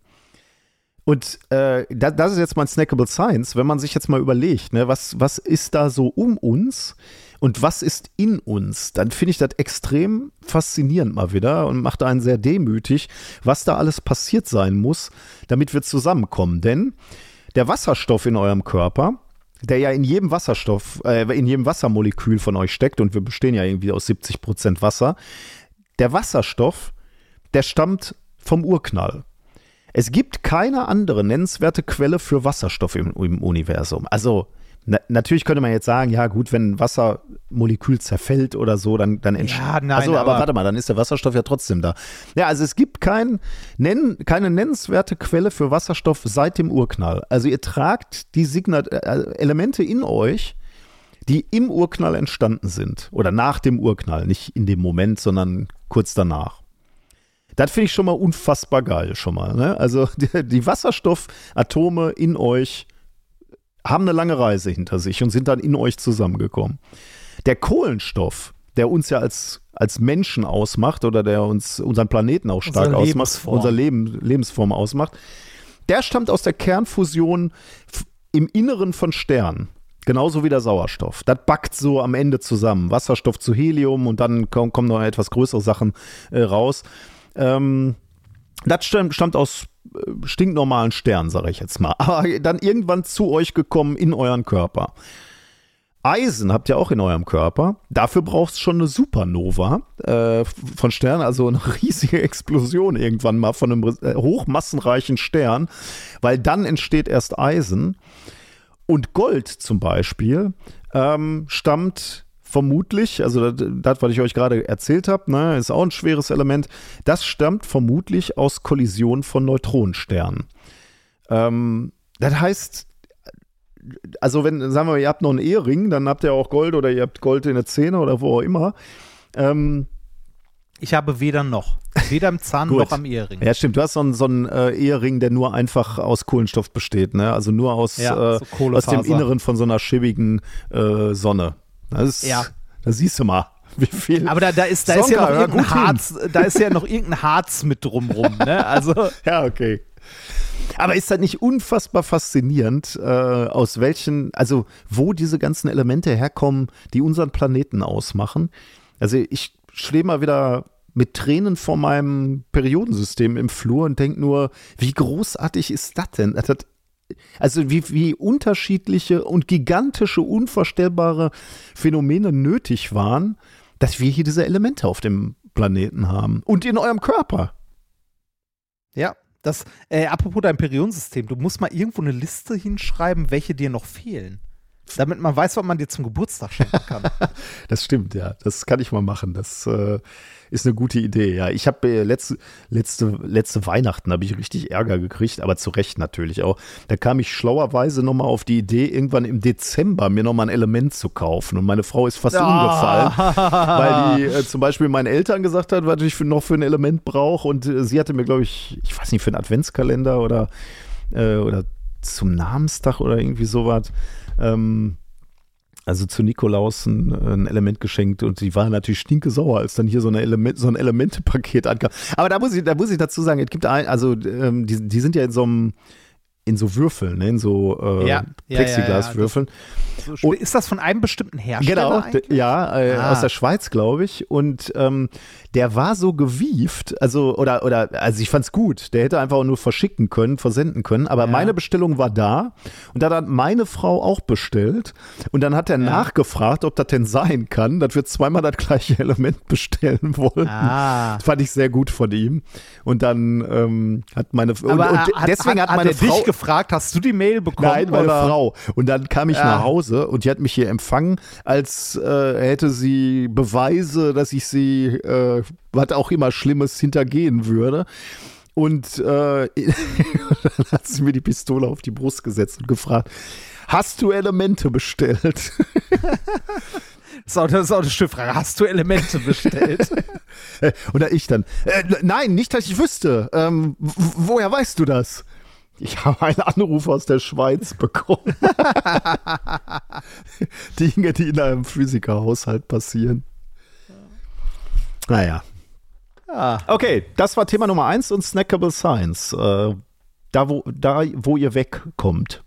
Und äh, das, das ist jetzt mein Snackable Science, wenn man sich jetzt mal überlegt, ne, was, was ist da so um uns und was ist in uns, dann finde ich das extrem faszinierend mal wieder und macht einen sehr demütig, was da alles passiert sein muss, damit wir zusammenkommen. Denn der Wasserstoff in eurem Körper, der ja in jedem Wasserstoff, äh, in jedem Wassermolekül von euch steckt und wir bestehen ja irgendwie aus siebzig Prozent Wasser, der Wasserstoff, der stammt vom Urknall. Es gibt keine andere nennenswerte Quelle für Wasserstoff im, im Universum. Also na, natürlich könnte man jetzt sagen, ja gut, wenn ein Wassermolekül zerfällt oder so, dann, dann entsteht. Ja, nein, also, aber, aber warte mal, dann ist der Wasserstoff ja trotzdem da. Ja, also es gibt kein, nenn, keine nennenswerte Quelle für Wasserstoff seit dem Urknall. Also ihr tragt die Signat- äh, Elemente in euch, die im Urknall entstanden sind. Oder nach dem Urknall, nicht in dem Moment, sondern kurz danach. Das finde ich schon mal unfassbar geil, schon mal. Ne? Also die, die Wasserstoffatome in euch haben eine lange Reise hinter sich und sind dann in euch zusammengekommen. Der Kohlenstoff, der uns ja als, als Menschen ausmacht oder der uns unseren Planeten auch stark Unsere ausmacht, Lebensform. unser Leben, Lebensform ausmacht, der stammt aus der Kernfusion f- im Inneren von Sternen. Genauso wie der Sauerstoff. Das backt so am Ende zusammen. Wasserstoff zu Helium und dann kommen, kommen noch etwas größere Sachen äh, raus. Ähm, das stammt, stammt aus äh, stinknormalen Sternen, sage ich jetzt mal. Aber dann irgendwann zu euch gekommen in euren Körper. Eisen habt ihr auch in eurem Körper. Dafür braucht es schon eine Supernova äh, von Sternen, also eine riesige Explosion irgendwann mal von einem äh, hochmassenreichen Stern, weil dann entsteht erst Eisen. Und Gold zum Beispiel ähm, stammt vermutlich, also das, das, was ich euch gerade erzählt habe, ne, ist auch ein schweres Element, das stammt vermutlich aus Kollisionen von Neutronensternen. Ähm, das heißt, also wenn, sagen wir mal, ihr habt noch einen Ehering, dann habt ihr auch Gold oder ihr habt Gold in der Zähne oder wo auch immer. Ähm, Ich habe weder noch. Weder im Zahn noch am Ehering. Ja, stimmt. Du hast so einen, so einen äh, Ehering, der nur einfach aus Kohlenstoff besteht, ne? Also nur aus, Ja, äh, so aus Kohlefaser. dem Inneren von so einer schäbigen äh, Sonne. Das ist, Ja. Da siehst du mal, wie viel. Aber da, da, ist, da ist ja Sonka, noch hör irgendein gut hin. Harz, da ist ja noch irgendein Harz mit drumrum, ne? Also. Ja, okay. Aber ist das nicht unfassbar faszinierend, äh, aus welchen, also wo diese ganzen Elemente herkommen, die unseren Planeten ausmachen? Also ich stehe mal wieder mit Tränen vor meinem Periodensystem im Flur und denke nur, wie großartig ist das denn? Das hat, also wie, wie unterschiedliche und gigantische, unvorstellbare Phänomene nötig waren, dass wir hier diese Elemente auf dem Planeten haben. Und in eurem Körper. Ja, das, äh, apropos dein Periodensystem, du musst mal irgendwo eine Liste hinschreiben, welche dir noch fehlen. Damit man weiß, was man dir zum Geburtstag schenken kann. Das stimmt, ja. Das kann ich mal machen. Das äh, ist eine gute Idee, ja. Ich habe äh, letzte, letzte, letzte Weihnachten habe ich richtig Ärger gekriegt, aber zu Recht natürlich auch. Da kam ich schlauerweise nochmal auf die Idee, irgendwann im Dezember mir nochmal ein Element zu kaufen. Und meine Frau ist fast umgefallen, weil die äh, zum Beispiel meinen Eltern gesagt hat, was ich für, noch für ein Element brauche. Und äh, sie hatte mir, glaube ich, ich weiß nicht, für einen Adventskalender oder, äh, oder zum Namenstag oder irgendwie sowas, ähm, also zu Nikolaus ein, ein Element geschenkt und sie war natürlich stinkesauer, als dann hier so, eine Element, so ein Elemente-Paket ankam. Aber da muss ich, da muss ich dazu sagen, es gibt ein, also ähm, die, die sind ja in so einem in so Würfeln, ne? in so äh, ja, Plexiglaswürfeln. Ja, ja, ja. So, ist das von einem bestimmten Hersteller Genau, eigentlich? ja, äh, ah. aus der Schweiz, glaube ich. Und ähm, der war so gewieft, also oder oder also ich fand's gut. Der hätte einfach auch nur verschicken können, versenden können. Aber ja. meine Bestellung war da und da hat meine Frau auch bestellt und dann hat er ja. nachgefragt, ob das denn sein kann, dass wir zweimal das gleiche Element bestellen wollen. Ah. Das fand ich sehr gut von ihm. Und dann ähm, hat meine und, und hat, deswegen hat, hat meine hat Frau dich gefragt, hast du die Mail bekommen? Nein, meine oder? Frau. Und dann kam ich ja. nach Hause und die hat mich hier empfangen, als äh, hätte sie Beweise, dass ich sie, äh, was auch immer Schlimmes, hintergehen würde. Und äh, dann hat sie mir die Pistole auf die Brust gesetzt und gefragt, hast du Elemente bestellt? Das ist auch, das ist auch eine Schiffrage. Hast du Elemente bestellt? Oder ich dann, äh, nein, nicht, dass ich wüsste. Ähm, woher weißt du das? Ich habe einen Anruf aus der Schweiz bekommen. Dinge, die in einem Physikerhaushalt passieren. Naja. Ja. Okay, das war Thema Nummer eins und Snackable Science. Äh, da, wo, da, wo ihr wegkommt.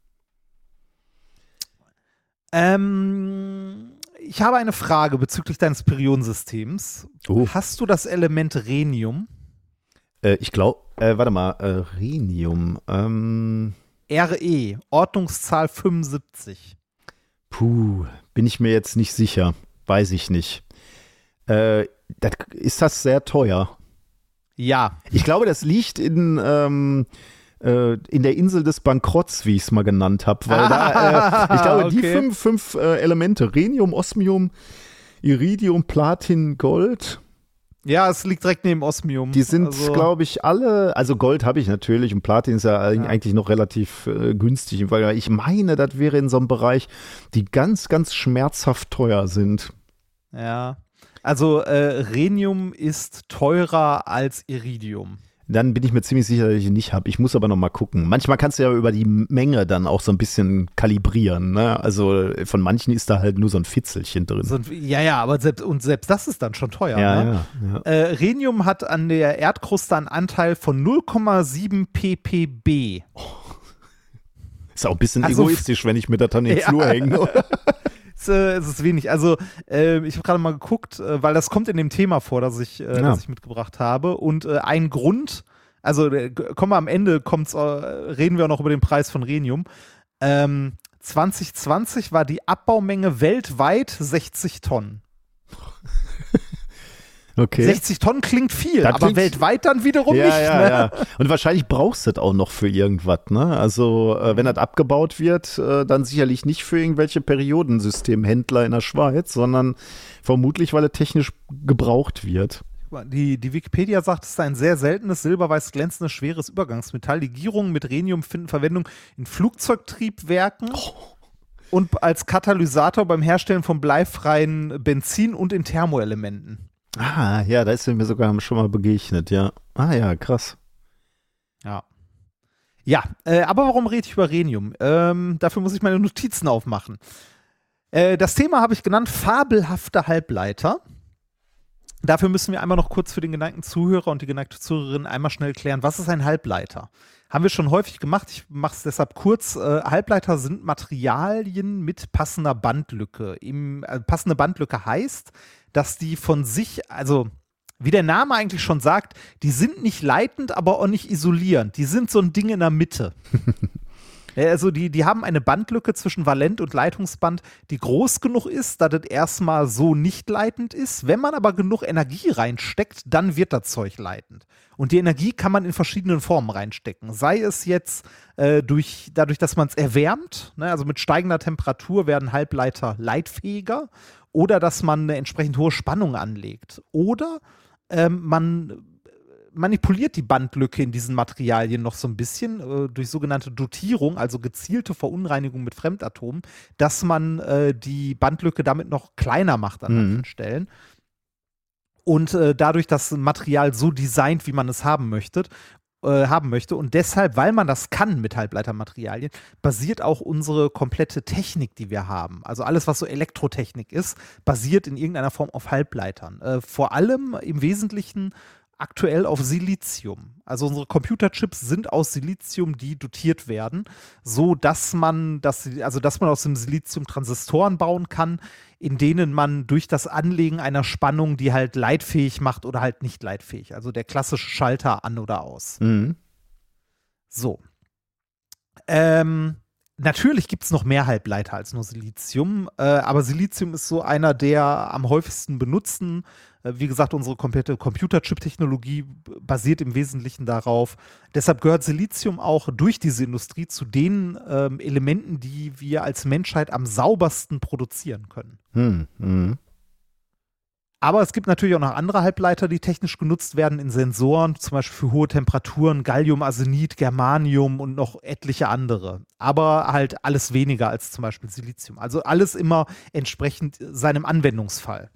Ähm, ich habe eine Frage bezüglich deines Periodensystems. Oh. Hast du das Element Rhenium? Äh, ich glaube, äh, warte mal, äh, Rhenium. Ähm, R E, Ordnungszahl fünfundsiebzig. Puh, bin ich mir jetzt nicht sicher. Weiß ich nicht. Äh, das, ist das sehr teuer? Ja. Ich glaube, das liegt in, ähm, äh, in der Insel des Bankrotts, wie ich es mal genannt habe. Weil da, äh, ich glaube, okay. die fünf, fünf äh, Elemente, Rhenium, Osmium, Iridium, Platin, Gold, Ja, es liegt direkt neben Osmium. die sind, also, glaube ich, alle, also Gold habe ich natürlich und Platin ist ja, Ja. eigentlich noch relativ äh, günstig, weil ich meine, das wäre in so einem Bereich, die ganz, ganz schmerzhaft teuer sind. Ja. Also äh, Rhenium ist teurer als Iridium. Dann bin ich mir ziemlich sicher, dass ich ihn nicht habe. Ich muss aber noch mal gucken. Manchmal kannst du ja über die Menge dann auch so ein bisschen kalibrieren. Ne? Also von manchen ist da halt nur so ein Fitzelchen drin. So, ja, ja, aber selbst, und selbst das ist dann schon teuer. ja, ne? ja, ja. Äh, Rhenium hat an der Erdkruste einen Anteil von null Komma sieben ppb. Ist auch ein bisschen Also, egoistisch, wenn ich mir das dann in den ja. Flur hänge. Oder? Es, äh, es ist wenig. Also äh, ich habe gerade mal geguckt, äh, weil das kommt in dem Thema vor, das ich, äh, Ja. das ich mitgebracht habe. Und äh, ein Grund, also äh, kommen wir am Ende, kommt's, äh, reden wir auch noch über den Preis von Rhenium. Ähm, zwanzig zwanzig war die Abbaumenge weltweit sechzig Tonnen. Okay. sechzig Tonnen klingt viel, Das aber klingt- weltweit dann wiederum ja, nicht. ja, ne? ja. Und wahrscheinlich brauchst du das auch noch für irgendwas, ne? Also, äh, wenn das abgebaut wird, äh, dann sicherlich nicht für irgendwelche Periodensystemhändler in der Schweiz, sondern vermutlich, weil es technisch gebraucht wird. Die, die Wikipedia sagt, es ist ein sehr seltenes, silberweiß glänzendes, schweres Übergangsmetall. Legierungen mit Rhenium finden Verwendung in Flugzeugtriebwerken und als Katalysator beim Herstellen von bleifreien Benzin und in Thermoelementen. Ah, ja, da ist mir sogar schon mal begegnet, ja. Ah ja, krass. Ja. Ja, äh, aber warum rede ich über Rhenium? Ähm, dafür muss ich meine Notizen aufmachen. Äh, das Thema habe ich genannt, fabelhafte Halbleiter. Dafür müssen wir einmal noch kurz für den geneigten Zuhörer und die geneigte Zuhörerin einmal schnell klären, was ist ein Halbleiter? Haben wir schon häufig gemacht, ich mache es deshalb kurz. Äh, Halbleiter sind Materialien mit passender Bandlücke. Im, äh, passende Bandlücke heißt, dass die von sich, also wie der Name eigentlich schon sagt, die sind nicht leitend, aber auch nicht isolierend. Die sind so ein Ding in der Mitte. Also die, die haben eine Bandlücke zwischen Valent- und Leitungsband, die groß genug ist, dass das erstmal so nicht leitend ist. Wenn man aber genug Energie reinsteckt, dann wird das Zeug leitend. Und die Energie kann man in verschiedenen Formen reinstecken. Sei es jetzt äh, durch, dadurch, dass man es erwärmt, ne? Also mit steigender Temperatur werden Halbleiter leitfähiger, oder dass man eine entsprechend hohe Spannung anlegt. Oder ähm, man manipuliert die Bandlücke in diesen Materialien noch so ein bisschen äh, durch sogenannte Dotierung, also gezielte Verunreinigung mit Fremdatomen, dass man äh, die Bandlücke damit noch kleiner macht an manchen Mhm. Stellen. Und äh, dadurch das Material so designt, wie man es haben möchte, äh, haben möchte. Und deshalb, weil man das kann mit Halbleitermaterialien, basiert auch unsere komplette Technik, die wir haben. Also alles, was so Elektrotechnik ist, basiert in irgendeiner Form auf Halbleitern. Äh, vor allem im Wesentlichen aktuell auf Silizium. Also unsere Computerchips sind aus Silizium, die dotiert werden, so dass man das, also dass man aus dem Silizium Transistoren bauen kann, in denen man durch das Anlegen einer Spannung die halt leitfähig macht oder halt nicht leitfähig. Also der klassische Schalter an oder aus. Mhm. So. Ähm, natürlich gibt es noch mehr Halbleiter als nur Silizium, äh, aber Silizium ist so einer der am häufigsten benutzten. Äh, wie gesagt, unsere komplette Computerchip-Technologie b- basiert im Wesentlichen darauf. Deshalb gehört Silizium auch durch diese Industrie zu den ähm, Elementen, die wir als Menschheit am saubersten produzieren können. Mhm. Mhm. Aber es gibt natürlich auch noch andere Halbleiter, die technisch genutzt werden in Sensoren, zum Beispiel für hohe Temperaturen, Gallium, Arsenid, Germanium und noch etliche andere. Aber halt alles weniger als zum Beispiel Silizium. Also alles immer entsprechend seinem Anwendungsfall.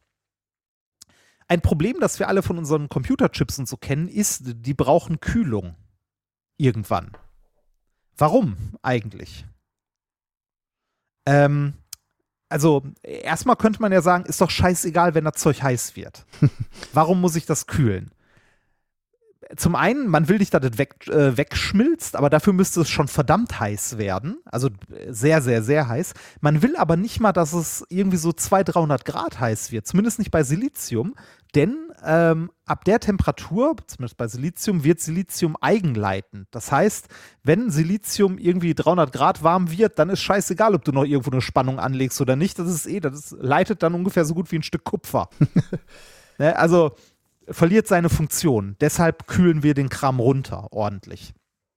Ein Problem, das wir alle von unseren Computerchips und so kennen, ist, die brauchen Kühlung. Irgendwann. Warum eigentlich? Ähm, Also, erstmal könnte man ja sagen, ist doch scheißegal, wenn das Zeug heiß wird. Warum muss ich das kühlen? Zum einen, man will nicht, dass es weg, äh, wegschmilzt, aber dafür müsste es schon verdammt heiß werden. Also sehr, sehr, sehr heiß. Man will aber nicht mal, dass es irgendwie so zweihundert, dreihundert Grad heiß wird. Zumindest nicht bei Silizium. Denn ähm, ab der Temperatur, zumindest bei Silizium, wird Silizium eigenleitend. Das heißt, wenn Silizium irgendwie dreihundert Grad warm wird, dann ist scheißegal, ob du noch irgendwo eine Spannung anlegst oder nicht. Das ist eh, das ist, leitet dann ungefähr so gut wie ein Stück Kupfer. Ne, also verliert seine Funktion. Deshalb kühlen wir den Kram runter, ordentlich.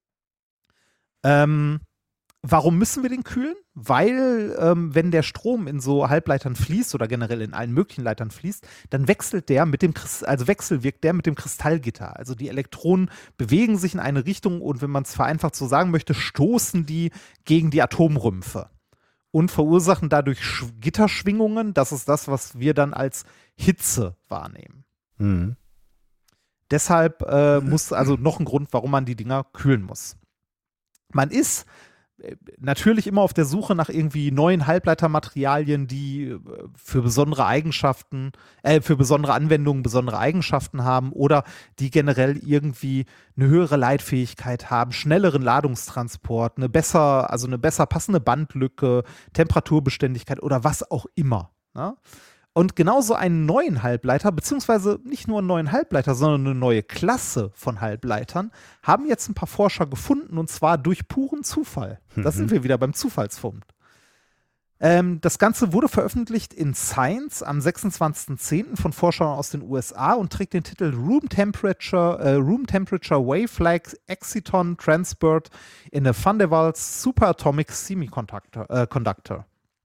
Ähm, warum müssen wir den kühlen? Weil, ähm, wenn der Strom in so Halbleitern fließt oder generell in allen möglichen Leitern fließt, dann wechselt der mit dem Christ- also wechselwirkt der mit dem Kristallgitter. Also die Elektronen bewegen sich in eine Richtung und wenn man es vereinfacht so sagen möchte, stoßen die gegen die Atomrümpfe und verursachen dadurch Sch- Gitterschwingungen. Das ist das, was wir dann als Hitze wahrnehmen. Mhm. Deshalb äh, muss also noch ein Grund, warum man die Dinger kühlen muss. Man ist äh, natürlich immer auf der Suche nach irgendwie neuen Halbleitermaterialien, die äh, für besondere Eigenschaften, äh, für besondere Anwendungen besondere Eigenschaften haben oder die generell irgendwie eine höhere Leitfähigkeit haben, schnelleren Ladungstransport, eine besser, also eine besser passende Bandlücke, Temperaturbeständigkeit oder was auch immer. Ne? Und genauso einen neuen Halbleiter, beziehungsweise nicht nur einen neuen Halbleiter, sondern eine neue Klasse von Halbleitern, haben jetzt ein paar Forscher gefunden, und zwar durch puren Zufall. Das sind wir wieder beim Zufallsfund. Ähm, das Ganze wurde veröffentlicht in Science am sechsundzwanzigsten zehnten von Forschern aus den U S A und trägt den Titel Room Temperature, äh, Room Temperature Wavelength Exciton Transport in a Van der Waals Superatomic Semiconductor. Äh, Conductor.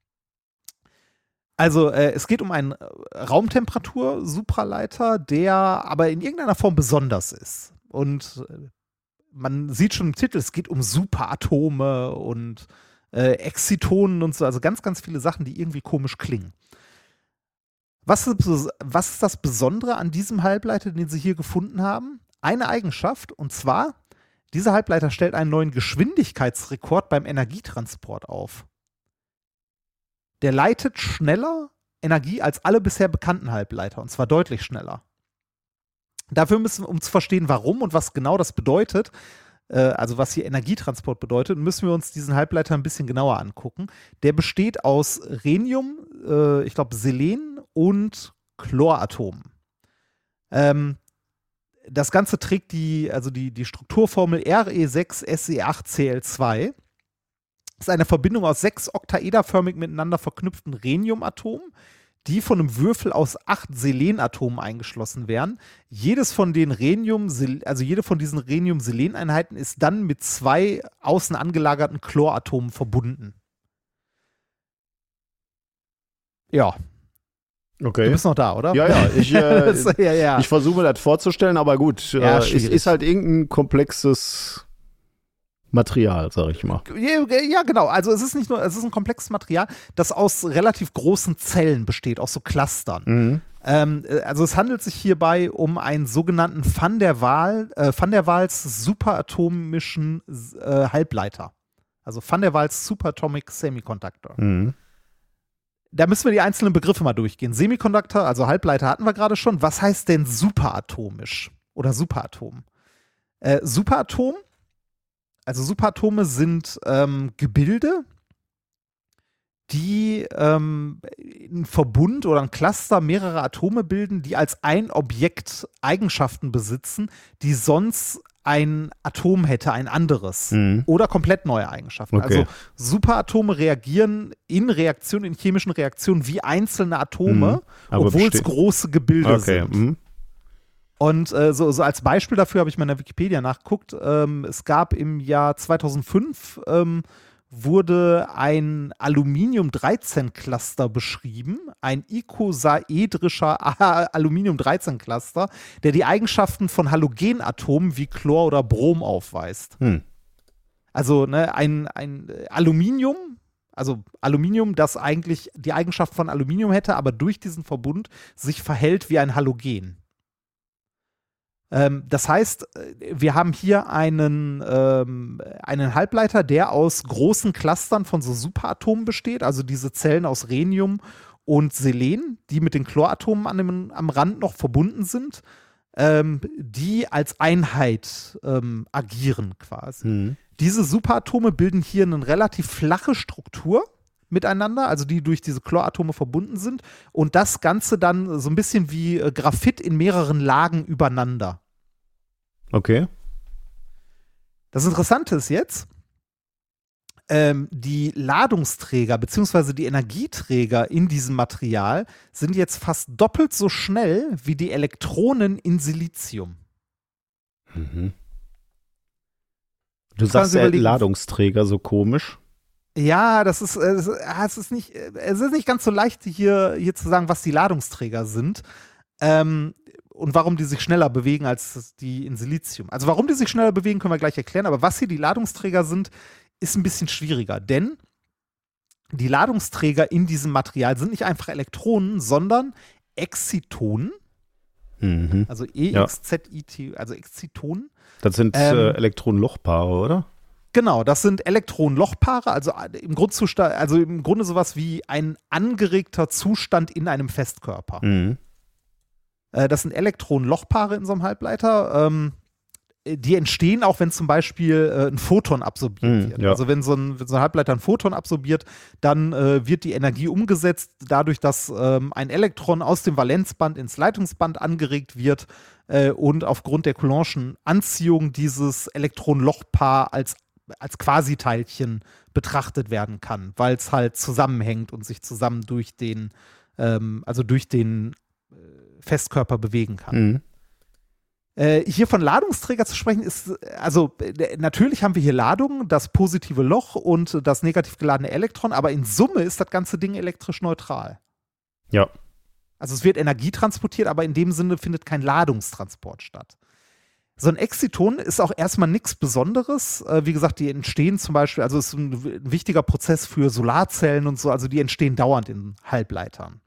Also äh, es geht um einen äh, Raumtemperatur-Supraleiter, der aber in irgendeiner Form besonders ist. Und äh, man sieht schon im Titel, es geht um Superatome und äh, Excitonen und so, also ganz, ganz viele Sachen, die irgendwie komisch klingen. Was ist, was ist das Besondere an diesem Halbleiter, den sie hier gefunden haben? Eine Eigenschaft, und zwar, dieser Halbleiter stellt einen neuen Geschwindigkeitsrekord beim Energietransport auf. Der leitet schneller Energie als alle bisher bekannten Halbleiter, und zwar deutlich schneller. Dafür müssen wir, um zu verstehen, warum und was genau das bedeutet, äh, also was hier Energietransport bedeutet, müssen wir uns diesen Halbleiter ein bisschen genauer angucken. Der besteht aus Rhenium, äh, ich glaube Selen und Chloratomen. Ähm, das Ganze trägt die, also die, die Strukturformel R E sechs S E acht C L zwei. ist eine Verbindung aus sechs oktaederförmig miteinander verknüpften Rheniumatomen, die von einem Würfel aus acht Selenatomen eingeschlossen werden. Jedes von den Rhenium, also jede von diesen Rhenium-Selen-Einheiten ist dann mit zwei außen angelagerten Chloratomen verbunden. Ja. Okay. Du bist noch da, oder? Ja, ja. Ich, äh, ja, ja. ich versuche mir das vorzustellen, aber gut. Ja, äh, es schwierig. ist halt irgendein komplexes Material, sag ich mal. Ja, genau. Also es ist nicht nur, es ist ein komplexes Material, das aus relativ großen Zellen besteht, aus so Clustern. Mhm. Ähm, also es handelt sich hierbei um einen sogenannten Van der Waal, äh, Van der Waals superatomischen äh, Halbleiter. Also Van der Waals Superatomic Semiconductor. Mhm. Da müssen wir die einzelnen Begriffe mal durchgehen. Semiconductor, also Halbleiter hatten wir gerade schon. Was heißt denn superatomisch oder Superatom? Äh, Superatom, also Superatome sind ähm, Gebilde, die ähm, einen Verbund oder ein Cluster mehrerer Atome bilden, die als ein Objekt Eigenschaften besitzen, die sonst ein Atom hätte, ein anderes. Mhm. Oder komplett neue Eigenschaften. Okay. Also Superatome reagieren in Reaktionen, in chemischen Reaktionen wie einzelne Atome, Mhm. Aber obwohl es besti- große Gebilde Okay. sind. Mhm. Und äh, so, so als Beispiel dafür habe ich mal in der Wikipedia nachgeguckt. Ähm, es gab im Jahr zweitausendfünf ähm, wurde ein Aluminium dreizehn Cluster beschrieben, ein icosaedrischer Aluminium dreizehn Cluster, der die Eigenschaften von Halogenatomen wie Chlor oder Brom aufweist. Hm. Also ne, ein, ein Aluminium, also Aluminium, das eigentlich die Eigenschaft von Aluminium hätte, aber durch diesen Verbund sich verhält wie ein Halogen. Ähm, das heißt, wir haben hier einen, ähm, einen Halbleiter, der aus großen Clustern von so Superatomen besteht, also diese Zellen aus Rhenium und Selen, die mit den Chloratomen an dem, am Rand noch verbunden sind, ähm, die als Einheit ähm, agieren quasi. Mhm. Diese Superatome bilden hier eine relativ flache Struktur miteinander, also die durch diese Chloratome verbunden sind und das Ganze dann so ein bisschen wie äh, Graphit in mehreren Lagen übereinander. Okay. Das Interessante ist jetzt, ähm, die Ladungsträger bzw. die Energieträger in diesem Material sind jetzt fast doppelt so schnell wie die Elektronen in Silizium. Mhm. Du Jetzt kann man sagst sich ja überlegen- Ladungsträger so komisch. Ja, das ist, äh, es ist, es ist nicht, äh, es ist nicht ganz so leicht, hier, hier zu sagen, was die Ladungsträger sind. Ähm, und warum die sich schneller bewegen als die in Silizium. Also warum die sich schneller bewegen, können wir gleich erklären, aber was hier die Ladungsträger sind, ist ein bisschen schwieriger, denn die Ladungsträger in diesem Material sind nicht einfach Elektronen, sondern Exzitonen, Mhm. also E X Z I T, also Exzitonen. Das sind Ähm, äh, Elektronenlochpaare, oder? Genau, das sind Elektronenlochpaare, also im Grundzustand, also im Grunde sowas wie ein angeregter Zustand in einem Festkörper. Mhm. Äh, das sind Elektronenlochpaare in so einem Halbleiter. Ähm, die entstehen auch, wenn zum Beispiel äh, ein Photon absorbiert Mhm, wird. ja. Also wenn so, ein, wenn so ein Halbleiter ein Photon absorbiert, dann äh, wird die Energie umgesetzt, dadurch, dass ähm, ein Elektron aus dem Valenzband ins Leitungsband angeregt wird äh, und aufgrund der Coulombschen Anziehung dieses Elektronenlochpaar als, als Quasiteilchen betrachtet werden kann, weil es halt zusammenhängt und sich zusammen durch den, ähm, also durch den äh, Festkörper bewegen kann. Mhm. Äh, hier von Ladungsträger zu sprechen ist, also äh, natürlich haben wir hier Ladungen, das positive Loch und das negativ geladene Elektron, aber in Summe ist das ganze Ding elektrisch neutral. Ja. Also es wird Energie transportiert, aber in dem Sinne findet kein Ladungstransport statt. So ein Exziton ist auch erstmal nichts Besonderes. Äh, wie gesagt, die entstehen zum Beispiel, also es ist ein, ein wichtiger Prozess für Solarzellen und so, also die entstehen dauernd in Halbleitern.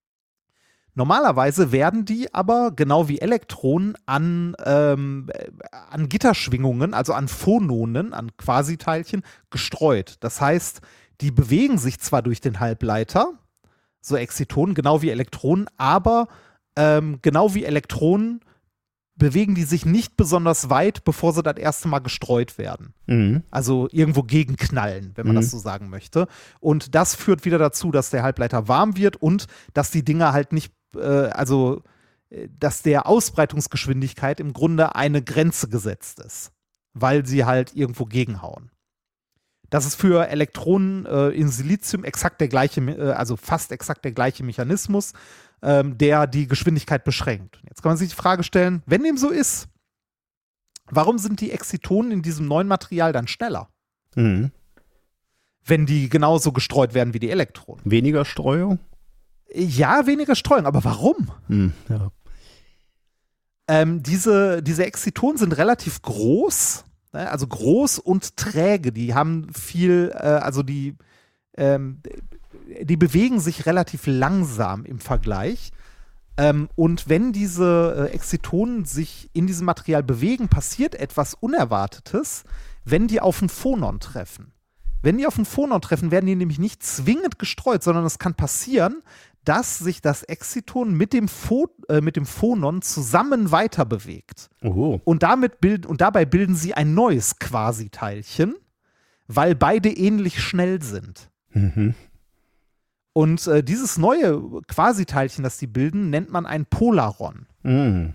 Normalerweise werden die aber, genau wie Elektronen, an, ähm, an Gitterschwingungen, also an Phononen, an Quasiteilchen, gestreut. Das heißt, die bewegen sich zwar durch den Halbleiter, so Exzitonen, genau wie Elektronen, aber ähm, genau wie Elektronen bewegen die sich nicht besonders weit, bevor sie das erste Mal gestreut werden. Mhm. Also irgendwo gegenknallen, wenn man Mhm. das so sagen möchte. Und das führt wieder dazu, dass der Halbleiter warm wird und dass die Dinger halt nicht, äh, also äh, dass der Ausbreitungsgeschwindigkeit im Grunde eine Grenze gesetzt ist, weil sie halt irgendwo gegenhauen. Das ist für Elektronen äh, in Silizium exakt der gleiche, äh, also fast exakt der gleiche Mechanismus, ähm, der die Geschwindigkeit beschränkt. Jetzt kann man sich die Frage stellen, wenn dem so ist, warum sind die Exitonen in diesem neuen Material dann schneller? Mhm. Wenn die genauso gestreut werden wie die Elektronen. Weniger Streuung? Ja, weniger Streuung, aber warum? Mhm, ja. Ähm, diese, diese Exitonen sind relativ groß, ne? Also groß und träge. Die haben viel, äh, also die, ähm, die bewegen sich relativ langsam im Vergleich. Ähm, und wenn diese äh, Exitonen sich in diesem Material bewegen, passiert etwas Unerwartetes, wenn die auf ein Phonon treffen. Wenn die auf ein Phonon treffen, werden die nämlich nicht zwingend gestreut, sondern es kann passieren, dass sich das Exciton mit dem, Pho äh, mit dem Phonon zusammen weiter bewegt. Oho. Und, damit bild und dabei bilden sie ein neues Quasiteilchen, weil beide ähnlich schnell sind. Mhm. Und äh, dieses neue Quasiteilchen, das sie bilden, nennt man ein Polaron. Mhm.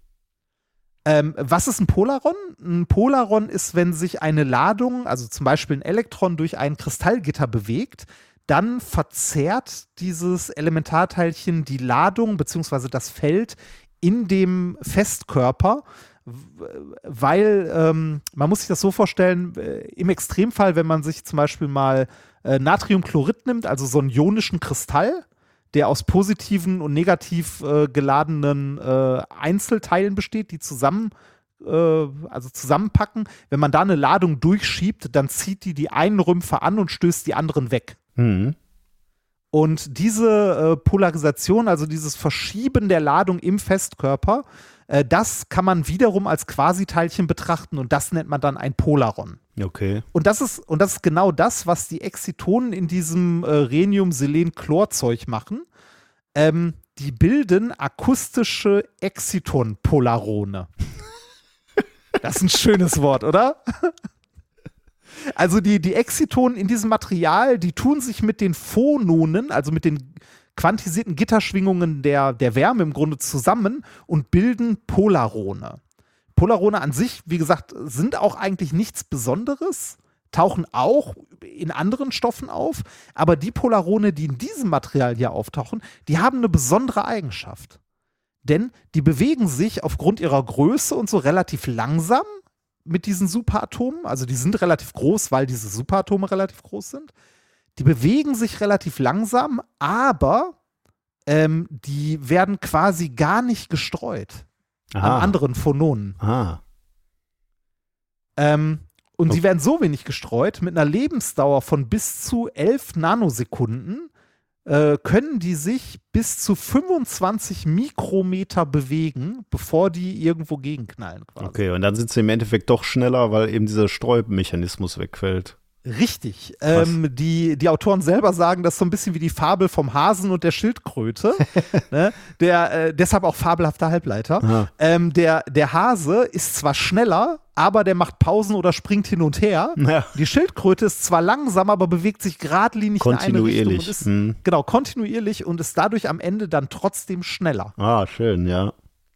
Ähm, was ist ein Polaron? Ein Polaron ist, wenn sich eine Ladung, also zum Beispiel ein Elektron, durch ein Kristallgitter bewegt, dann verzerrt dieses Elementarteilchen die Ladung bzw. das Feld in dem Festkörper, weil ähm, man muss sich das so vorstellen, äh, im Extremfall, wenn man sich zum Beispiel mal äh, Natriumchlorid nimmt, also so einen ionischen Kristall, der aus positiven und negativ äh, geladenen äh, Einzelteilen besteht, die zusammen, äh, also zusammenpacken. Wenn man da eine Ladung durchschiebt, dann zieht die die einen Rümpfe an und stößt die anderen weg. Mhm. Und diese äh, Polarisation, also dieses Verschieben der Ladung im Festkörper, äh, das kann man wiederum als Quasiteilchen betrachten und das nennt man dann ein Polaron. Okay. Und das ist, und das ist genau das, was die Excitonen in diesem äh, Rhenium-Selen-Chlor-Zeug machen. Ähm, die bilden akustische Exciton-Polarone. Das ist ein schönes Wort, oder? Also die, die Excitonen in diesem Material, die tun sich mit den Phononen, also mit den quantisierten Gitterschwingungen der, der Wärme im Grunde zusammen und bilden Polarone. Polarone an sich, wie gesagt, sind auch eigentlich nichts Besonderes, tauchen auch in anderen Stoffen auf, aber die Polarone, die in diesem Material hier auftauchen, die haben eine besondere Eigenschaft. Denn die bewegen sich aufgrund ihrer Größe und so relativ langsam mit diesen Superatomen, also die sind relativ groß, weil diese Superatome relativ groß sind. Die bewegen sich relativ langsam, aber ähm, die werden quasi gar nicht gestreut. Aha. An anderen Phononen. Ah. Ähm, und Okay. sie werden so wenig gestreut, mit einer Lebensdauer von bis zu elf Nanosekunden äh, können die sich bis zu fünfundzwanzig Mikrometer bewegen, bevor die irgendwo gegenknallen quasi. Okay, und dann sind sie im Endeffekt doch schneller, weil eben dieser Streumechanismus wegfällt. Richtig. Ähm, die, die Autoren selber sagen, das ist so ein bisschen wie die Fabel vom Hasen und der Schildkröte. ne? Der, äh, deshalb auch fabelhafter Halbleiter. Aha. Ähm, der, der Hase ist zwar schneller, aber der macht Pausen oder springt hin und her. Ja. Die Schildkröte ist zwar langsam, aber bewegt sich geradlinig in eine Richtung. Kontinuierlich. Und ist, Hm. Genau, kontinuierlich und ist dadurch am Ende dann trotzdem schneller. Ah, schön, ja.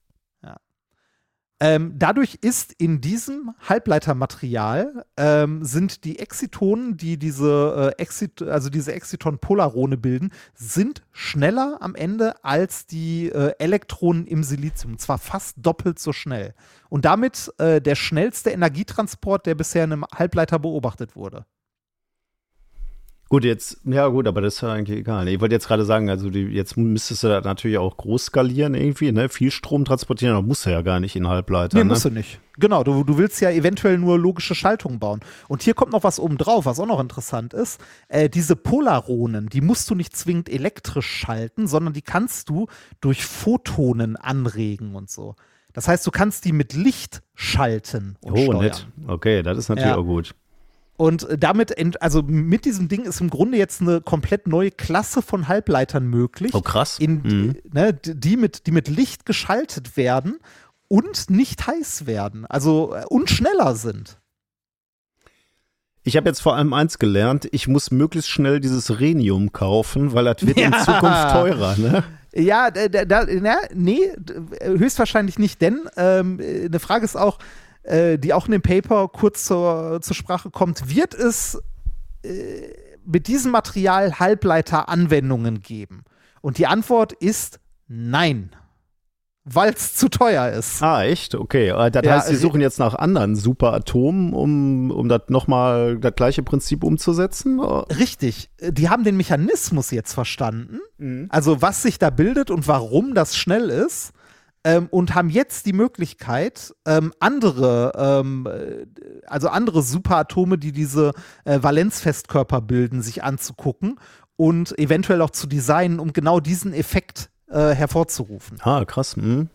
Ähm, dadurch ist in diesem Halbleitermaterial ähm, sind die Excitonen, die diese, äh, Excit also diese Exciton-Polarone bilden, sind schneller am Ende als die äh, Elektronen im Silizium. Und zwar fast doppelt so schnell. Und damit äh, der schnellste Energietransport, der bisher in einem Halbleiter beobachtet wurde. Gut, jetzt, ja gut, aber das ist ja eigentlich egal. Ich wollte jetzt gerade sagen, also die, jetzt müsstest du das natürlich auch groß skalieren irgendwie, ne? Viel Strom transportieren, aber musst du ja gar nicht in Halbleiter. Nee, ne? musst du nicht. Genau, du, du willst ja eventuell nur logische Schaltungen bauen. Und hier kommt noch was oben drauf, was auch noch interessant ist. Äh, diese Polaronen, die musst du nicht zwingend elektrisch schalten, sondern die kannst du durch Photonen anregen und so. Das heißt, du kannst die mit Licht schalten und Oh, steuern. nett. Okay, das ist natürlich Ja. auch gut. Und damit, ent, also mit diesem Ding ist im Grunde jetzt eine komplett neue Klasse von Halbleitern möglich. Oh, krass. In, Mhm. ne, die, mit, die mit Licht geschaltet werden und nicht heiß werden, also äh, und schneller sind. Ich habe jetzt vor allem eins gelernt, ich muss möglichst schnell dieses Rhenium kaufen, weil das wird in Ja. Zukunft teurer, ne? Ja, da, da, da, na, nee, d- höchstwahrscheinlich nicht, denn ähm, eine Frage ist auch, äh, die auch in dem Paper kurz zur, zur Sprache kommt, wird es äh, mit diesem Material Halbleiter-Anwendungen geben? Und die Antwort ist nein. Weil es zu teuer ist. Ah, echt? Okay. Das Ja, heißt, sie suchen jetzt nach anderen Superatomen, um, um das nochmal das gleiche Prinzip umzusetzen? Richtig. Die haben den Mechanismus jetzt verstanden. Mhm. Also was sich da bildet und warum das schnell ist. Ähm, und haben jetzt die Möglichkeit, ähm, andere, ähm, also andere Superatome, die diese äh, Valenzfestkörper bilden, sich anzugucken und eventuell auch zu designen, um genau diesen Effekt äh, hervorzurufen. Ah, krass. Mhm.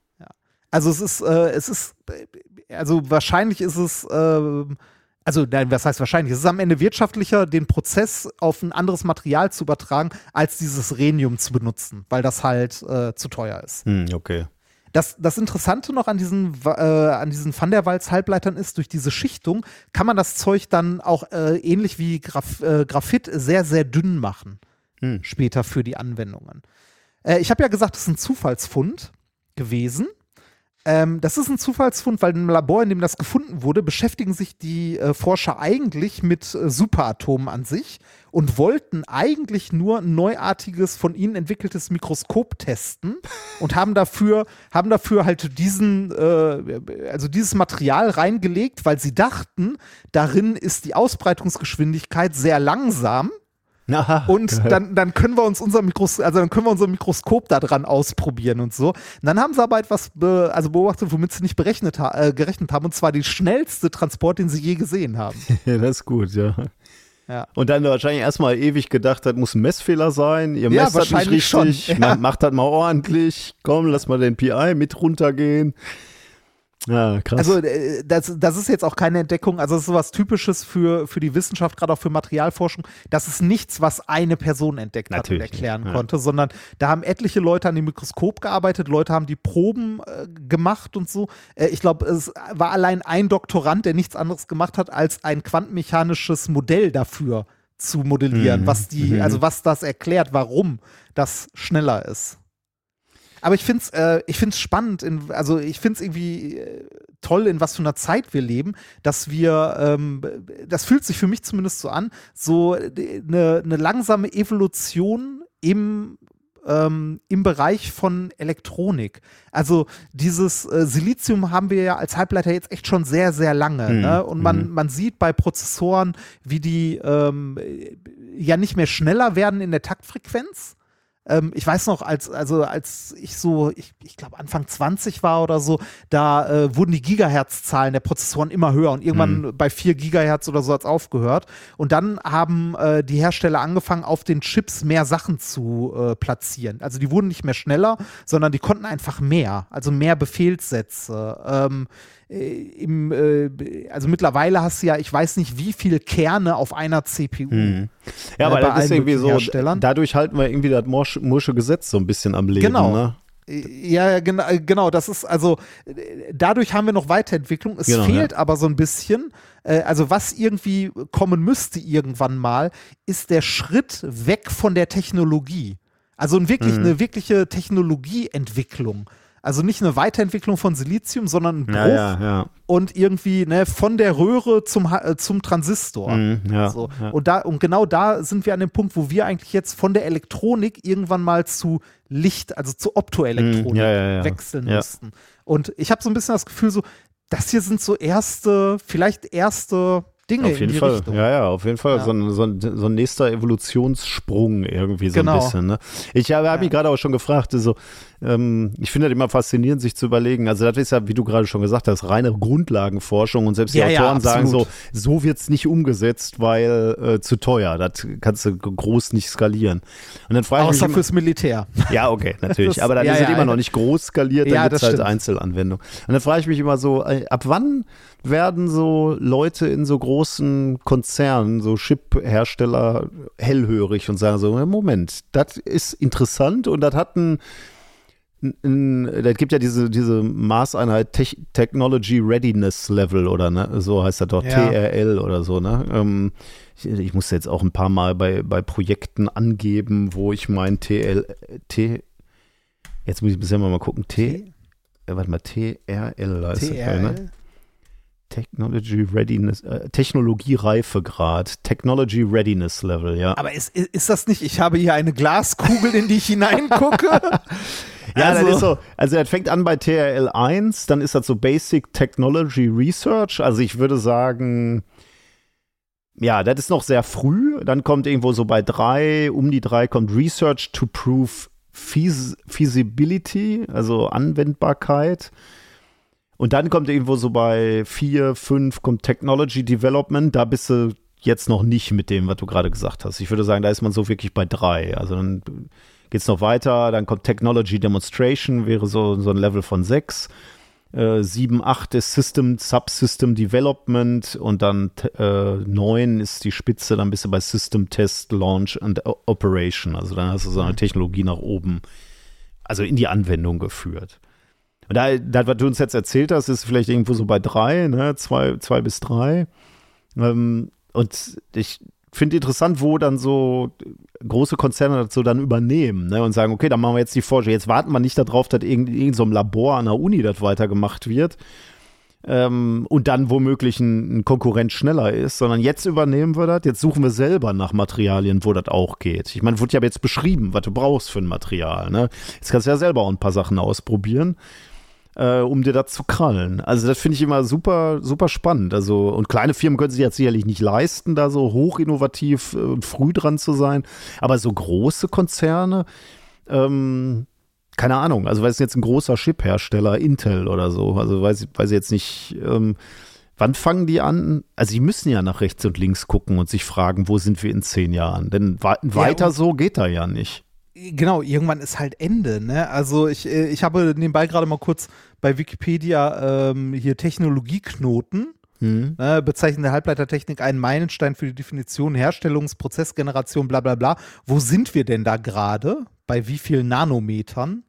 Also es ist, äh, es ist, also wahrscheinlich ist es, äh, also nein, was heißt wahrscheinlich? Es ist am Ende wirtschaftlicher, den Prozess auf ein anderes Material zu übertragen, als dieses Rhenium zu benutzen, weil das halt äh, zu teuer ist. Hm, okay. Das, das Interessante noch an diesen, äh, an diesen Van der Waals-Halbleitern ist, durch diese Schichtung kann man das Zeug dann auch äh, ähnlich wie Graph äh, Graphit sehr, sehr dünn machen. Hm. Später für die Anwendungen. Äh, ich habe ja gesagt, das ist ein Zufallsfund gewesen. Ähm, das ist ein Zufallsfund, weil im Labor, in dem das gefunden wurde, beschäftigen sich die äh, Forscher eigentlich mit äh, Superatomen an sich und wollten eigentlich nur ein neuartiges, von ihnen entwickeltes Mikroskop testen und haben dafür, haben dafür halt diesen, äh, also dieses Material reingelegt, weil sie dachten, darin ist die Ausbreitungsgeschwindigkeit sehr langsam. Aha, Und geil. dann, dann können wir uns unser Mikros also dann können wir unser Mikroskop da dran ausprobieren und so. Und dann haben sie aber etwas be also beobachtet, womit sie nicht berechnet ha äh, gerechnet haben, und zwar die schnellste Transport, den sie je gesehen haben. Ja, das ist gut, ja. Ja. Und dann wahrscheinlich erstmal ewig gedacht, das muss ein Messfehler sein. Ihr Ja, messt das nicht wahrscheinlich richtig. schon, ja. Man macht das mal ordentlich. Komm, lass mal den P I mit runtergehen. Ja, krass. Also äh, das, das ist jetzt auch keine Entdeckung, also das ist sowas Typisches für, für die Wissenschaft, gerade auch für Materialforschung. Das ist nichts, was eine Person entdeckt hat und Natürlich erklären nicht, ja. konnte, sondern da haben etliche Leute an dem Mikroskop gearbeitet, Leute haben die Proben äh, gemacht und so. Äh, ich glaube, es war allein ein Doktorand, der nichts anderes gemacht hat, als ein quantenmechanisches Modell dafür zu modellieren, Mhm. was die, Mhm. also was das erklärt, warum das schneller ist. Aber ich finde es äh, ich find's spannend, in, also ich finde es irgendwie äh, toll, in was für einer Zeit wir leben, dass wir, ähm, das fühlt sich für mich zumindest so an, so eine ne langsame Evolution im, ähm, im Bereich von Elektronik. Also dieses äh, Silizium haben wir ja als Halbleiter jetzt echt schon sehr, sehr lange. Mhm. Ne? Und man, Mhm. man sieht bei Prozessoren, wie die ähm, ja nicht mehr schneller werden in der Taktfrequenz. Ähm, ich weiß noch, als, also als ich so, ich, ich glaube Anfang zwanzig war oder so, da äh, wurden die Gigahertz-Zahlen der Prozessoren immer höher und irgendwann Mhm. bei vier Gigahertz oder so hat es aufgehört. Und dann haben äh, die Hersteller angefangen, auf den Chips mehr Sachen zu äh, platzieren. Also die wurden nicht mehr schneller, sondern die konnten einfach mehr, also mehr Befehlssätze. Ähm, äh, im, äh, also mittlerweile hast du ja, ich weiß nicht, wie viele Kerne auf einer C P U. Mhm. Ja, äh, aber bei das ist allen irgendwie möglichen so, Herstellern. dadurch halten wir irgendwie das Morsche, Morsche Gesetz so ein bisschen am Leben. Genau. Ne? Ja, ja, genau, genau, das ist also, äh, dadurch haben wir noch Weiterentwicklung. Es Genau, fehlt ja. aber so ein bisschen, äh, also was irgendwie kommen müsste irgendwann mal, ist der Schritt weg von der Technologie. Also ein wirklich, Mhm. eine wirkliche Technologieentwicklung. Also nicht eine Weiterentwicklung von Silizium, sondern ein Bruch Ja, ja, ja. und irgendwie ne, von der Röhre zum, Ha- äh, zum Transistor. Mhm, ja, So. ja. Und, da, und genau da sind wir an dem Punkt, wo wir eigentlich jetzt von der Elektronik irgendwann mal zu Licht, also zu Optoelektronik Mhm, ja, ja, ja. wechseln Ja. mussten. Und ich habe so ein bisschen das Gefühl, so, das hier sind so erste, vielleicht erste Dinge Auf in jeden die Fall, Richtung. ja, ja, auf jeden Fall. Ja. So, ein, so, ein, so ein nächster Evolutionssprung irgendwie so Genau. ein bisschen. Ne? Ich habe hab Ja. mich gerade auch schon gefragt, so, ähm, ich finde das immer faszinierend, sich zu überlegen. Also, das ist ja, wie du gerade schon gesagt hast, reine Grundlagenforschung und selbst die Ja, ja, Autoren sagen so, absolut. so wird es nicht umgesetzt, weil äh, zu teuer. Das kannst du groß nicht skalieren. Und dann frage ich Außer mich fürs Militär. immer, ja, okay, natürlich. Das- Aber dann ja, ist es ja, immer noch ja. nicht groß skaliert, dann Ja, gibt es das halt stimmt. Einzelanwendungen. Und dann frage ich mich immer so, äh, ab wann werden so Leute in so großen Konzernen, so Chip-Hersteller, hellhörig und sagen so, Moment, das ist interessant und das hat ein, ein das gibt ja diese, diese Maßeinheit Tech- Technology Readiness Level oder ne, so heißt das doch, Ja. T R L oder so, ne? Ähm, ich, ich musste jetzt auch ein paar Mal bei, bei Projekten angeben, wo ich mein T L, T, jetzt muss ich bisher mal gucken, T, äh, warte mal, T R L heißt das, T R L? ne? Technology Readiness, äh, Technologiereifegrad, Technology Readiness Level, ja. Aber ist, ist das nicht, ich habe hier eine Glaskugel, in die ich hineingucke? Ja, also, das ist so, also das fängt an bei T R L eins, dann ist das so Basic Technology Research, also ich würde sagen, ja, das ist noch sehr früh, dann kommt irgendwo so bei drei, um die drei kommt Research to Prove Feas- Feasibility, also Anwendbarkeit. Und dann kommt irgendwo so bei vier, fünf kommt Technology Development. Da bist du jetzt noch nicht mit dem, was du gerade gesagt hast. Ich würde sagen, da ist man so wirklich bei drei. Also dann geht es noch weiter. Dann kommt Technology Demonstration, wäre so, so ein Level von sechs. Äh, sieben, acht ist System, Subsystem Development. Und dann äh, neun ist die Spitze. Dann bist du bei System Test, Launch and Operation. Also dann hast du so eine Technologie nach oben, also in die Anwendung geführt. Und da, das, was du uns jetzt erzählt hast, ist vielleicht irgendwo so bei drei, ne? zwei, zwei bis drei. Ähm, und ich finde interessant, wo dann so große Konzerne das so dann übernehmen, ne? Und sagen, okay, dann machen wir jetzt die Forschung. Jetzt warten wir nicht darauf, dass in irgendeinem so Labor an der Uni das weitergemacht wird ähm, und dann womöglich ein, ein Konkurrent schneller ist, sondern jetzt übernehmen wir das, jetzt suchen wir selber nach Materialien, wo das auch geht. Ich meine, wurde ja jetzt beschrieben, was du brauchst für ein Material, ne? Jetzt kannst du ja selber auch ein paar Sachen ausprobieren. Äh, um dir das zu krallen. Also das finde ich immer super, super spannend. Also, und kleine Firmen können sich jetzt sicherlich nicht leisten, da so hochinnovativ und früh dran zu sein. Aber so große Konzerne, ähm, keine Ahnung, also weil es jetzt ein großer Chip-Hersteller, Intel oder so, also weiß ich, weiß ich jetzt nicht, ähm, wann fangen die an? Also die müssen ja nach rechts und links gucken und sich fragen, wo sind wir in zehn Jahren? Denn weiter ja, so geht da ja nicht. Genau, irgendwann ist halt Ende, ne? Also ich, ich habe nebenbei gerade mal kurz bei Wikipedia ähm, hier Technologieknoten, hm. ne, bezeichnende Halbleitertechnik einen Meilenstein für die Definition, Herstellungsprozessgeneration, bla bla bla. Wo sind wir denn da gerade? Bei wie vielen Nanometern?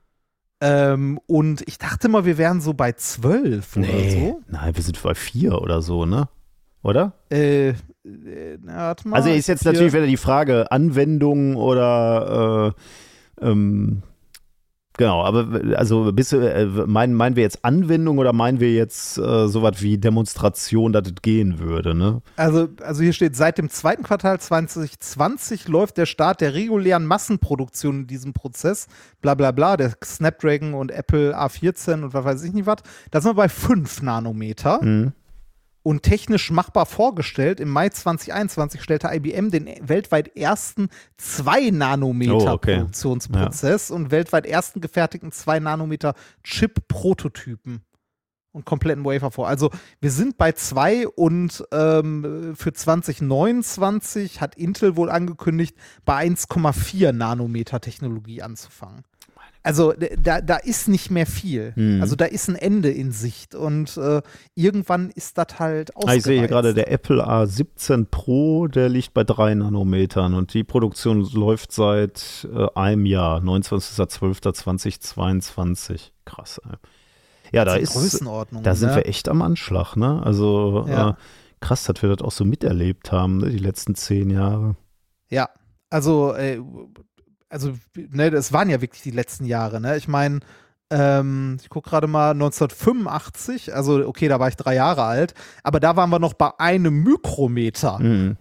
Ähm, und ich dachte mal, wir wären so bei zwölf nee, oder so. Nein, wir sind bei vier oder so, ne? Oder? Äh, na, warte mal. Also ist jetzt natürlich wieder die Frage, Anwendung oder äh, ähm, genau, aber also bist du, äh, meinen, meinen wir jetzt Anwendung oder meinen wir jetzt äh, sowas wie Demonstration, dass es gehen würde, ne? Also, also hier steht, seit dem zweiten Quartal zwanzig zwanzig läuft der Start der regulären Massenproduktion in diesem Prozess, bla bla bla, der Snapdragon und Apple A vierzehn und was weiß ich nicht was. Da sind wir bei fünf Nanometer. Mhm. Und technisch machbar vorgestellt. Im Mai zwanzig einundzwanzig stellte I B M den weltweit ersten zwei Nanometer oh, okay. Produktionsprozess ja. und weltweit ersten gefertigten zwei Nanometer Chip-Prototypen und kompletten Wafer vor. Also wir sind bei zwei und ähm, für zwanzig neunundzwanzig hat Intel wohl angekündigt, bei eins Komma vier Nanometer Technologie anzufangen. Also da, da ist nicht mehr viel. Hm. Also da ist ein Ende in Sicht und äh, irgendwann ist das halt ausgereizt. Ich sehe hier gerade, der Apple A siebzehn Pro, der liegt bei drei Nanometern und die Produktion läuft seit äh, einem Jahr, neunundzwanzigster zwölfter zweitausendzweiundzwanzig. Krass. Ey. Ja, da ist, Größenordnung, da sind ne? wir echt am Anschlag, ne? Also ja. äh, krass, dass wir das auch so miterlebt haben, ne? Die letzten zehn Jahre. Ja, also äh, Also, ne, das waren ja wirklich die letzten Jahre, ne? Ich meine, ähm, ich gucke gerade mal neunzehnhundertfünfundachtzig, also okay, da war ich drei Jahre alt, aber da waren wir noch bei einem Mikrometer. Mhm.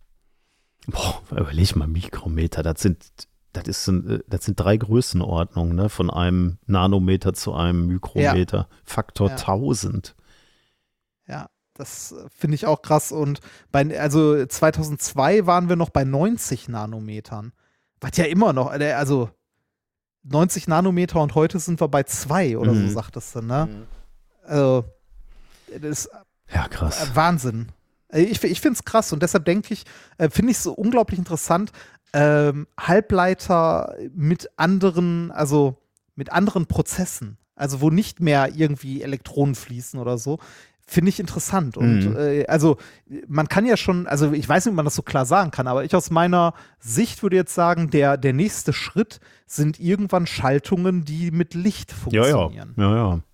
Boah, überleg mal, Mikrometer, das sind, das ist, das sind drei Größenordnungen, ne? Von einem Nanometer zu einem Mikrometer. Ja. Faktor ja. tausend. Ja, das finde ich auch krass. Und bei, also zweitausendzwei waren wir noch bei neunzig Nanometern. Was ja immer noch, also neunzig Nanometer und heute sind wir bei zwei oder mhm. so, sagtest du, ne? Mhm. Also, das ist ja, krass. Wahnsinn. Ich, ich finde es krass und deshalb denke ich, äh, finde ich es so unglaublich interessant, ähm, Halbleiter mit anderen, also mit anderen Prozessen, also wo nicht mehr irgendwie Elektronen fließen oder so, finde ich interessant. Und mhm. äh, also man kann ja schon, also ich weiß nicht, ob man das so klar sagen kann, aber ich aus meiner Sicht würde jetzt sagen, der, der nächste Schritt sind irgendwann Schaltungen, die mit Licht funktionieren. Ja, ja, ja. ja.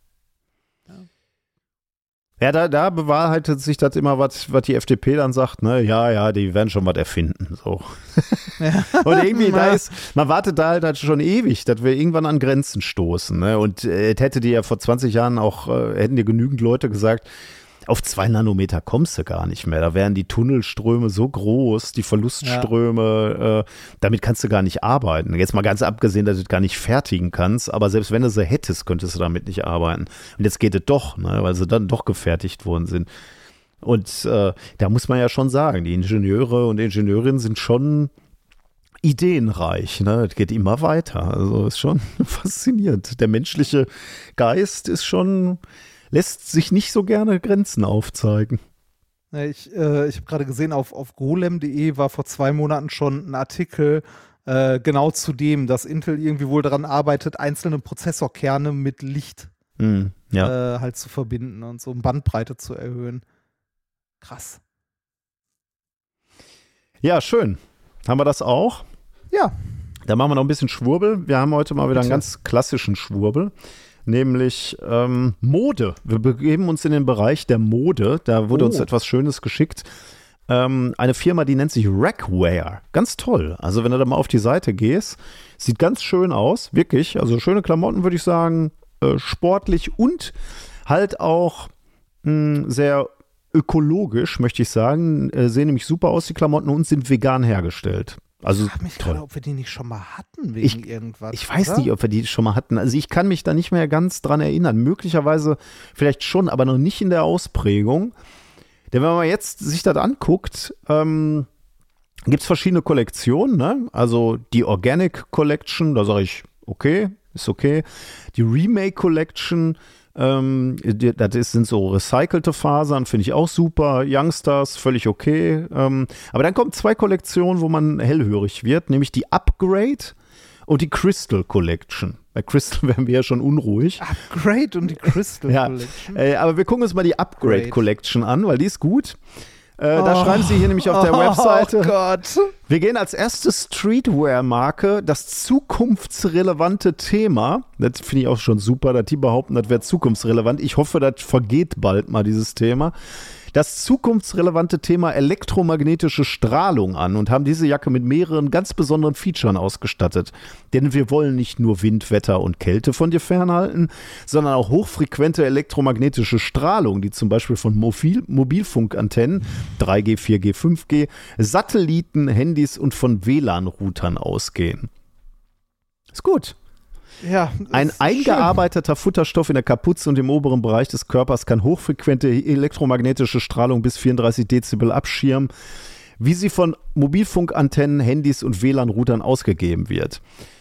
Ja, da, da bewahrheitet sich das immer, was die F D P dann sagt, ne, ja, ja, die werden schon was erfinden, so. Ja. Und irgendwie, da ist, man wartet da halt, halt schon ewig, dass wir irgendwann an Grenzen stoßen, ne, und äh, hätte dir ja vor zwanzig Jahren auch, äh, hätten dir genügend Leute gesagt, auf zwei Nanometer kommst du gar nicht mehr. Da wären die Tunnelströme so groß, die Verlustströme, ja. äh, damit kannst du gar nicht arbeiten. Jetzt mal ganz abgesehen, dass du das gar nicht fertigen kannst, aber selbst wenn du sie hättest, könntest du damit nicht arbeiten. Und jetzt geht es doch, ne, weil sie dann doch gefertigt worden sind. Und äh, da muss man ja schon sagen, die Ingenieure und Ingenieurinnen sind schon ideenreich, ne? Das geht immer weiter. Also ist schon faszinierend. Der menschliche Geist ist schon, lässt sich nicht so gerne Grenzen aufzeigen. Ich, äh, ich habe gerade gesehen, auf, auf golem punkt de war vor zwei Monaten schon ein Artikel äh, genau zu dem, dass Intel irgendwie wohl daran arbeitet, einzelne Prozessorkerne mit Licht mm, ja. äh, halt zu verbinden und so, um Bandbreite zu erhöhen. Krass. Ja, schön. Haben wir das auch? Ja. Dann machen wir noch ein bisschen Schwurbel. Wir haben heute mal wieder Bitte. einen ganz klassischen Schwurbel, nämlich ähm, Mode. Wir begeben uns in den Bereich der Mode. Da wurde oh. uns etwas Schönes geschickt. Ähm, eine Firma, die nennt sich Rackwear. Ganz toll. Also wenn du da mal auf die Seite gehst, sieht ganz schön aus, wirklich. Also schöne Klamotten, würde ich sagen, äh, sportlich und halt auch mh, sehr ökologisch, möchte ich sagen. Äh, sehen nämlich super aus, die Klamotten, und sind vegan hergestellt. Also ich frage mich toll. gerade, ob wir die nicht schon mal hatten wegen ich, irgendwas. Ich weiß oder? nicht, ob wir die schon mal hatten. Also ich kann mich da nicht mehr ganz dran erinnern. Möglicherweise vielleicht schon, aber noch nicht in der Ausprägung. Denn wenn man jetzt sich das anguckt, ähm, gibt es verschiedene Kollektionen. Ne? Also die Organic Collection, da sage ich, okay, ist okay. Die Remake Collection, Ähm, die, das ist, sind so recycelte Fasern, finde ich auch super. Youngsters, völlig okay. Ähm, aber dann kommen zwei Kollektionen, wo man hellhörig wird, nämlich die Upgrade und die Crystal Collection. Bei Crystal werden wir ja schon unruhig. Upgrade und die Crystal ja, Collection. Äh, aber wir gucken uns mal die Upgrade Great. Collection an, weil die ist gut. Äh, da Oh. schreiben sie hier nämlich auf der Oh Webseite. Gott. Wir gehen als erste Streetwear-Marke das zukunftsrelevante Thema. Das finde ich auch schon super, dass die behaupten, das wäre zukunftsrelevant. Ich hoffe, das vergeht bald mal, dieses Thema. Das zukunftsrelevante Thema elektromagnetische Strahlung an und haben diese Jacke mit mehreren ganz besonderen Features ausgestattet. Denn wir wollen nicht nur Wind, Wetter und Kälte von dir fernhalten, sondern auch hochfrequente elektromagnetische Strahlung, die zum Beispiel von Mobil- Mobilfunkantennen, drei G, vier G, fünf G, Satelliten, Handys und von W L A N-Routern ausgehen. Ist gut. Ja, Ein ist eingearbeiteter Futterstoff in der Kapuze und im oberen Bereich des Körpers kann hochfrequente elektromagnetische Strahlung bis vierunddreißig Dezibel abschirmen, wie sie von Mobilfunkantennen, Handys und W L A N-Routern ausgegeben wird.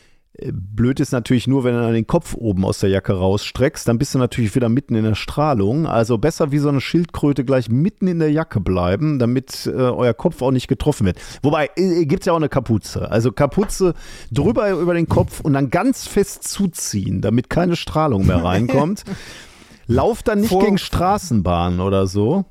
Blöd ist natürlich nur, wenn du dann den Kopf oben aus der Jacke rausstreckst, dann bist du natürlich wieder mitten in der Strahlung. Also besser wie so eine Schildkröte gleich mitten in der Jacke bleiben, damit äh, euer Kopf auch nicht getroffen wird. Wobei, äh, gibt es ja auch eine Kapuze. Also Kapuze drüber über den Kopf und dann ganz fest zuziehen, damit keine Strahlung mehr reinkommt. Lauft dann nicht Vor- gegen Straßenbahnen oder so.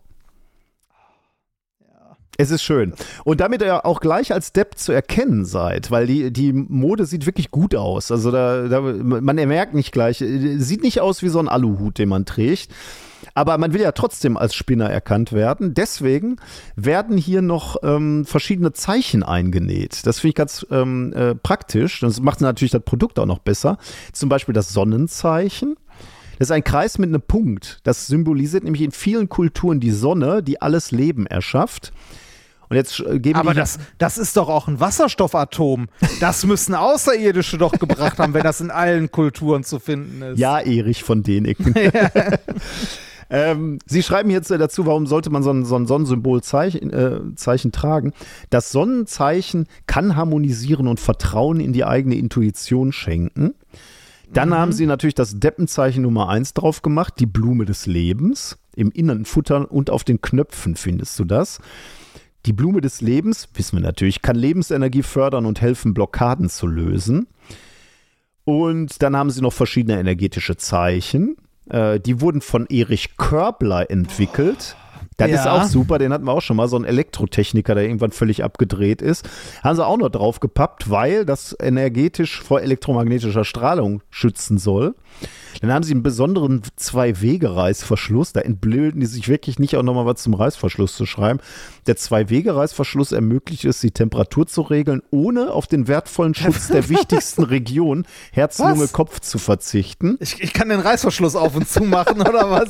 Es ist schön. Und damit ihr auch gleich als Depp zu erkennen seid, weil die, die Mode sieht wirklich gut aus. Also da, da, man merkt nicht gleich, sieht nicht aus wie so ein Aluhut, den man trägt. Aber man will ja trotzdem als Spinner erkannt werden. Deswegen werden hier noch ähm, verschiedene Zeichen eingenäht. Das finde ich ganz ähm, äh, praktisch. Das macht natürlich das Produkt auch noch besser. Zum Beispiel das Sonnenzeichen. Das ist ein Kreis mit einem Punkt. Das symbolisiert nämlich in vielen Kulturen die Sonne, die alles Leben erschafft. Und jetzt äh, geben Aber die das, das ist doch auch ein Wasserstoffatom. Das müssen Außerirdische doch gebracht haben, wenn das in allen Kulturen zu finden ist. Ja, Erich von Däniken. ähm, Sie schreiben jetzt äh, dazu, warum sollte man so ein, so ein Sonnensymbolzeichen äh, Zeichen tragen? Das Sonnenzeichen kann harmonisieren und Vertrauen in die eigene Intuition schenken. Dann mhm. haben sie natürlich das Deppenzeichen Nummer eins drauf gemacht, die Blume des Lebens. Im Innenfutter und auf den Knöpfen findest du das. Die Blume des Lebens, wissen wir natürlich, kann Lebensenergie fördern und helfen, Blockaden zu lösen. Und dann haben sie noch verschiedene energetische Zeichen. Äh, die wurden von Erich Körbler entwickelt. Das Ja. ist auch super, den hatten wir auch schon mal, so ein Elektrotechniker, der irgendwann völlig abgedreht ist. Haben sie auch noch drauf gepappt, weil das energetisch vor elektromagnetischer Strahlung schützen soll. Dann haben sie einen besonderen Zwei-Wege-Reißverschluss. Da entblöden die sich wirklich nicht, auch nochmal was zum Reißverschluss zu schreiben. Der Zwei-Wege-Reißverschluss ermöglicht es, die Temperatur zu regeln, ohne auf den wertvollen Schutz der wichtigsten Region, Herz, Was? Lunge, Kopf, zu verzichten. Ich, ich kann den Reißverschluss auf und zu machen, oder was?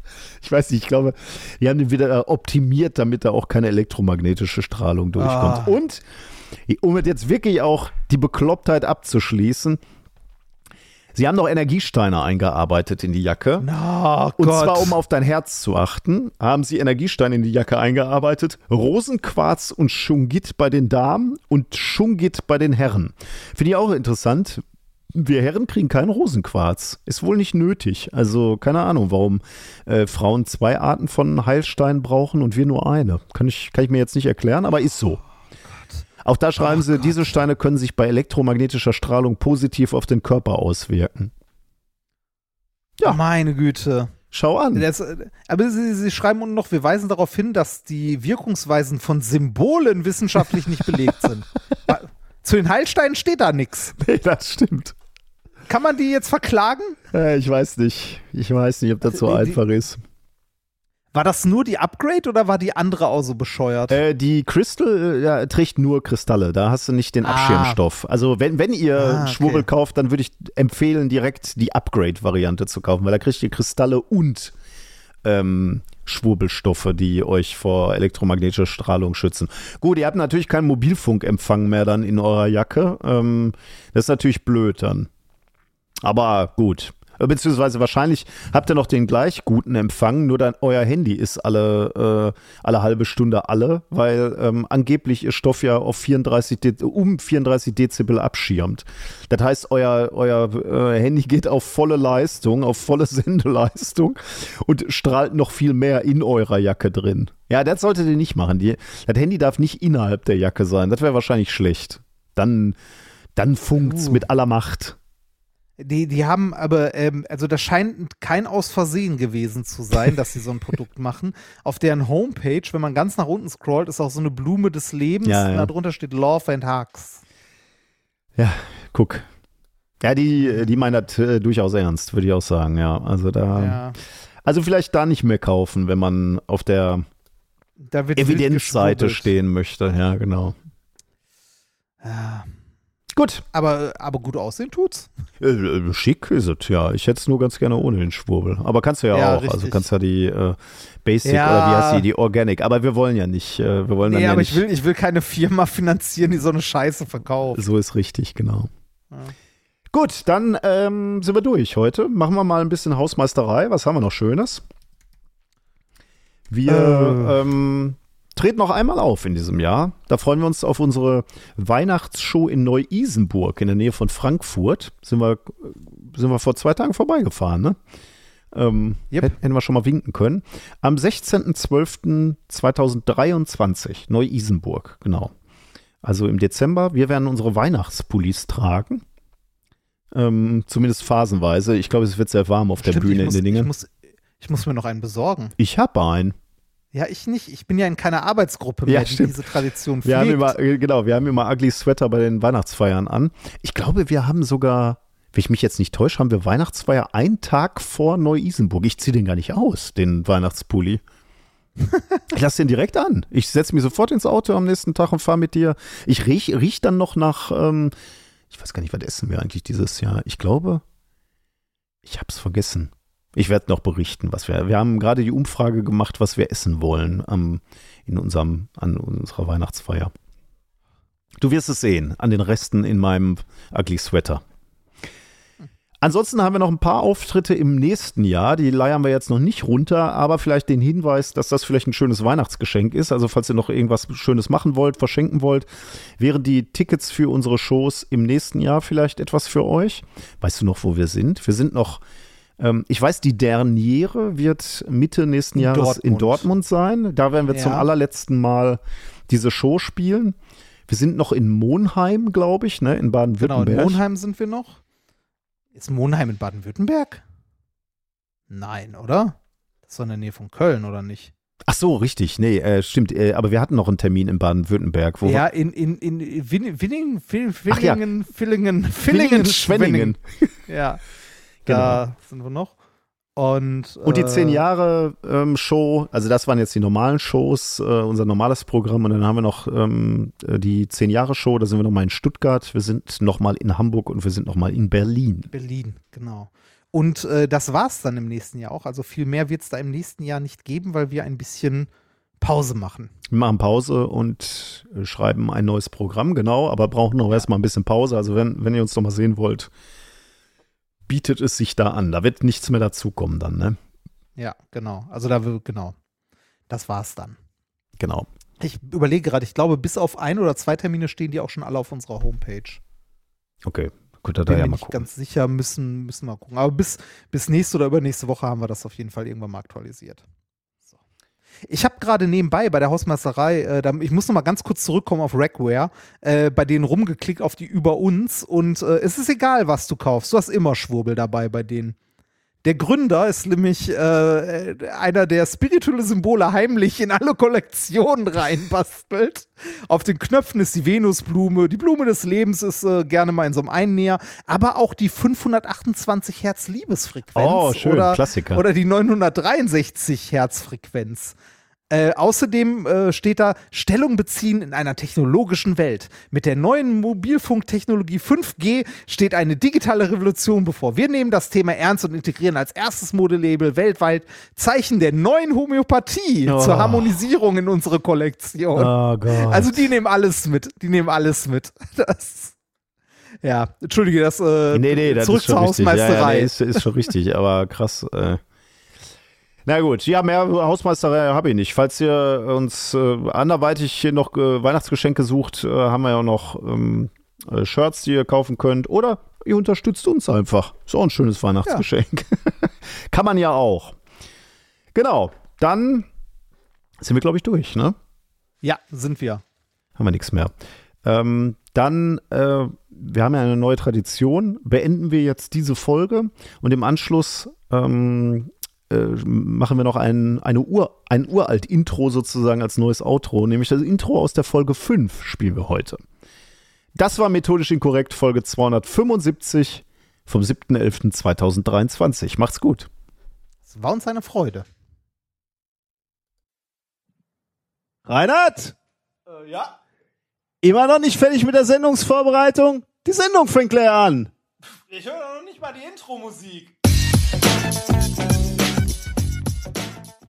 Ich weiß nicht, ich glaube, die haben den wieder optimiert, damit da auch keine elektromagnetische Strahlung durchkommt. Ah. Und, um jetzt wirklich auch die Beklopptheit abzuschließen, sie haben noch Energiesteine eingearbeitet in die Jacke. Oh Und Gott. zwar, um auf dein Herz zu achten, haben sie Energiesteine in die Jacke eingearbeitet. Rosenquarz und Schungit bei den Damen und Schungit bei den Herren. Finde ich auch interessant. Wir Herren kriegen keinen Rosenquarz. Ist wohl nicht nötig. Also keine Ahnung, warum äh, Frauen zwei Arten von Heilsteinen brauchen und wir nur eine. Kann ich, kann ich mir jetzt nicht erklären, aber ist so. Auch da schreiben Oh sie, Gott. diese Steine können sich bei elektromagnetischer Strahlung positiv auf den Körper auswirken. Ja. Meine Güte. Schau an. Das, aber sie, sie schreiben unten noch, wir weisen darauf hin, dass die Wirkungsweisen von Symbolen wissenschaftlich nicht belegt sind. Zu den Heilsteinen steht da nichts. Nee, das stimmt. Kann man die jetzt verklagen? Äh, ich weiß nicht. Ich weiß nicht, ob das so Die- die- einfach ist. War das nur die Upgrade oder war die andere auch so bescheuert? Äh, die Crystal äh, ja, trägt nur Kristalle. Da hast du nicht den Ah. Abschirmstoff. Also wenn, wenn ihr Ah, okay. Schwurbel kauft, dann würde ich empfehlen, direkt die Upgrade-Variante zu kaufen, weil da kriegt ihr Kristalle und ähm, Schwurbelstoffe, die euch vor elektromagnetischer Strahlung schützen. Gut, ihr habt natürlich keinen Mobilfunkempfang mehr dann in eurer Jacke. Ähm, das ist natürlich blöd dann. Aber gut. Beziehungsweise wahrscheinlich habt ihr noch den gleich guten Empfang, nur dann euer Handy ist alle, äh, alle halbe Stunde alle, weil ähm, angeblich ihr Stoff ja auf vierunddreißig De- um vierunddreißig Dezibel abschirmt. Das heißt, euer, euer äh, Handy geht auf volle Leistung, auf volle Sendeleistung und strahlt noch viel mehr in eurer Jacke drin. Ja, das solltet ihr nicht machen. Die, das Handy darf nicht innerhalb der Jacke sein. Das wäre wahrscheinlich schlecht. Dann, dann funkt's Uh. mit aller Macht. Die, die haben aber, ähm, also das scheint kein Aus Versehen gewesen zu sein, dass sie so ein Produkt machen. Auf deren Homepage, wenn man ganz nach unten scrollt, ist auch so eine Blume des Lebens Ja, ja. und darunter steht Love and Hugs. Ja, guck. Ja, die, die meinen das äh, durchaus ernst, würde ich auch sagen, ja. Also da, Ja. also vielleicht da nicht mehr kaufen, wenn man auf der Da wird wild Evidenzseite geschwurbelt. stehen möchte, ja, genau. Ja. Gut. Aber, aber gut aussehen tut's. Äh, äh, schick ist es, ja. Ich hätte es nur ganz gerne ohne den Schwurbel. Aber kannst du ja, Ja, auch. Also richtig. kannst ja die äh, Basic Ja. oder wie heißt die, die Organic. Aber wir wollen ja nicht, äh, wir wollen dann Nee, ja aber nicht. ich will, ich will keine Firma finanzieren, die so eine Scheiße verkauft. So ist richtig, genau. Ja. Gut, dann ähm, sind wir durch heute. Machen wir mal ein bisschen Hausmeisterei. Was haben wir noch Schönes? Wir Äh. ähm, treten noch einmal auf in diesem Jahr. Da freuen wir uns auf unsere Weihnachtsshow in Neu-Isenburg in der Nähe von Frankfurt. Sind wir, sind wir vor zwei Tagen vorbeigefahren, ne? Ähm, Yep. hätt- Hätten wir schon mal winken können. Am sechzehnten zwölften zweitausenddreiundzwanzig, Neu-Isenburg, genau. Also im Dezember. Wir werden unsere Weihnachtspullis tragen. Ähm, zumindest phasenweise. Ich glaube, es wird sehr warm auf der Stimmt, Bühne ich muss, in den Dingen. Ich muss, ich muss mir noch einen besorgen. Ich habe einen. Ja, ich nicht. Ich bin ja in keiner Arbeitsgruppe mehr, Ja, die stimmt. diese Tradition Wir haben pflegt. immer, äh, genau, wir haben immer Ugly Sweater bei den Weihnachtsfeiern an. Ich glaube, wir haben sogar, wenn ich mich jetzt nicht täusche, haben wir Weihnachtsfeier einen Tag vor Neu-Isenburg. Ich ziehe den gar nicht aus, den Weihnachtspulli. Ich lasse den direkt an. Ich setze mich sofort ins Auto am nächsten Tag und fahre mit dir. Ich riech, riech dann noch nach, ähm, ich weiß gar nicht, was essen wir eigentlich dieses Jahr. Ich glaube, ich habe es vergessen. Ich werde noch berichten, was wir. Wir haben gerade die Umfrage gemacht, was wir essen wollen am, in unserem, an unserer Weihnachtsfeier. Du wirst es sehen, an den Resten in meinem Ugly Sweater. Ansonsten haben wir noch ein paar Auftritte im nächsten Jahr. Die leiern wir jetzt noch nicht runter, aber vielleicht den Hinweis, dass das vielleicht ein schönes Weihnachtsgeschenk ist. Also falls ihr noch irgendwas Schönes machen wollt, verschenken wollt, wären die Tickets für unsere Shows im nächsten Jahr vielleicht etwas für euch. Weißt du noch, wo wir sind? Wir sind noch, ähm, ich weiß, die Derniere wird Mitte nächsten In Jahres in Dortmund. Dortmund sein. Da werden wir Ja. zum allerletzten Mal diese Show spielen. Wir sind noch in Monheim, glaube ich, ne, in Genau, Baden-Württemberg. in Monheim sind wir noch. Ist Monheim in Baden-Württemberg? Nein, oder? Das ist doch in der Nähe von Köln, oder nicht? Ach so, richtig. Nee, äh, stimmt. Äh, aber wir hatten noch einen Termin in Baden-Württemberg. Wo Ja, in, in, in Win- Winningen, Vil- Ach ja. Villingen, Villingen, wir, Villingen, Schwenningen. Ja, Genau. da sind wir noch. Und, Und die äh, zehn Jahre ähm, Show, also das waren jetzt die normalen Shows, äh, unser normales Programm. Und dann haben wir noch ähm, die zehn Jahre Show, da sind wir nochmal in Stuttgart, wir sind nochmal in Hamburg und wir sind nochmal in Berlin. Berlin, genau. Und äh, das war's dann im nächsten Jahr auch. Also viel mehr wird es da im nächsten Jahr nicht geben, weil wir ein bisschen Pause machen. Wir machen Pause und schreiben ein neues Programm, genau, aber brauchen noch erstmal ein bisschen Pause. Also wenn, wenn ihr uns noch mal sehen wollt, bietet es sich da an. Da wird nichts mehr dazukommen dann, ne? Ja, genau. Also da will, genau. Das war's dann. Genau. Ich überlege gerade, ich glaube, bis auf ein oder zwei Termine stehen die auch schon alle auf unserer Homepage. Okay, gut, da Bin ja mir mal nicht gucken. ganz sicher, müssen, müssen wir gucken. Aber bis, bis nächste oder übernächste Woche haben wir das auf jeden Fall irgendwann mal aktualisiert. So. Ich habe gerade nebenbei bei der Hausmeisterei, äh, da, ich muss noch mal ganz kurz zurückkommen auf Rackware, äh, bei denen rumgeklickt auf die Über uns und äh, es ist egal, was du kaufst. Du hast immer Schwurbel dabei bei denen. Der Gründer ist nämlich äh, einer, der spirituelle Symbole heimlich in alle Kollektionen reinbastelt. Auf den Knöpfen ist die Venusblume, die Blume des Lebens ist äh, gerne mal in so einem Einnäher, aber auch die fünfhundertachtundzwanzig Hertz Liebesfrequenz Oh, schön, oder, Klassiker. oder die neunhundertdreiundsechzig Hertz Frequenz. Äh, außerdem äh, steht da Stellung beziehen in einer technologischen Welt. Mit der neuen Mobilfunktechnologie fünf G steht eine digitale Revolution bevor. Wir nehmen das Thema ernst und integrieren als erstes Modelabel weltweit Zeichen der neuen Homöopathie Oh. zur Harmonisierung in unsere Kollektion. Oh Gott. Also die nehmen alles mit. Die nehmen alles mit. Das, ja, entschuldige, das, äh, nee, nee, das zurück ist schon zur richtig. Hausmeisterei. Ja, ja, nee, ist, ist schon richtig, aber krass. Äh. Na gut, ja, mehr Hausmeisterei habe ich nicht. Falls ihr uns äh, anderweitig hier noch äh, Weihnachtsgeschenke sucht, äh, haben wir ja noch ähm, äh, Shirts, die ihr kaufen könnt. Oder ihr unterstützt uns einfach. Ist auch ein schönes Weihnachtsgeschenk. Ja. Kann man ja auch. Genau, dann sind wir, glaube ich, durch, ne? Ja, sind wir. Haben wir nichts mehr. Ähm, dann, äh, wir haben ja eine neue Tradition. Beenden wir jetzt diese Folge und im Anschluss ähm, äh, machen wir noch ein, eine Ur, ein uralt Intro sozusagen als neues Outro, nämlich das Intro aus der Folge fünf spielen wir heute. Das war Methodisch Inkorrekt, Folge zweihundertfünfundsiebzig vom siebter elfter zweitausenddreiundzwanzig. Macht's gut. Es war uns eine Freude. Reinhard? Äh, ja? Immer noch nicht fertig mit der Sendungsvorbereitung? Die Sendung fängt gleich an. Ich höre noch nicht mal die Intro-Musik.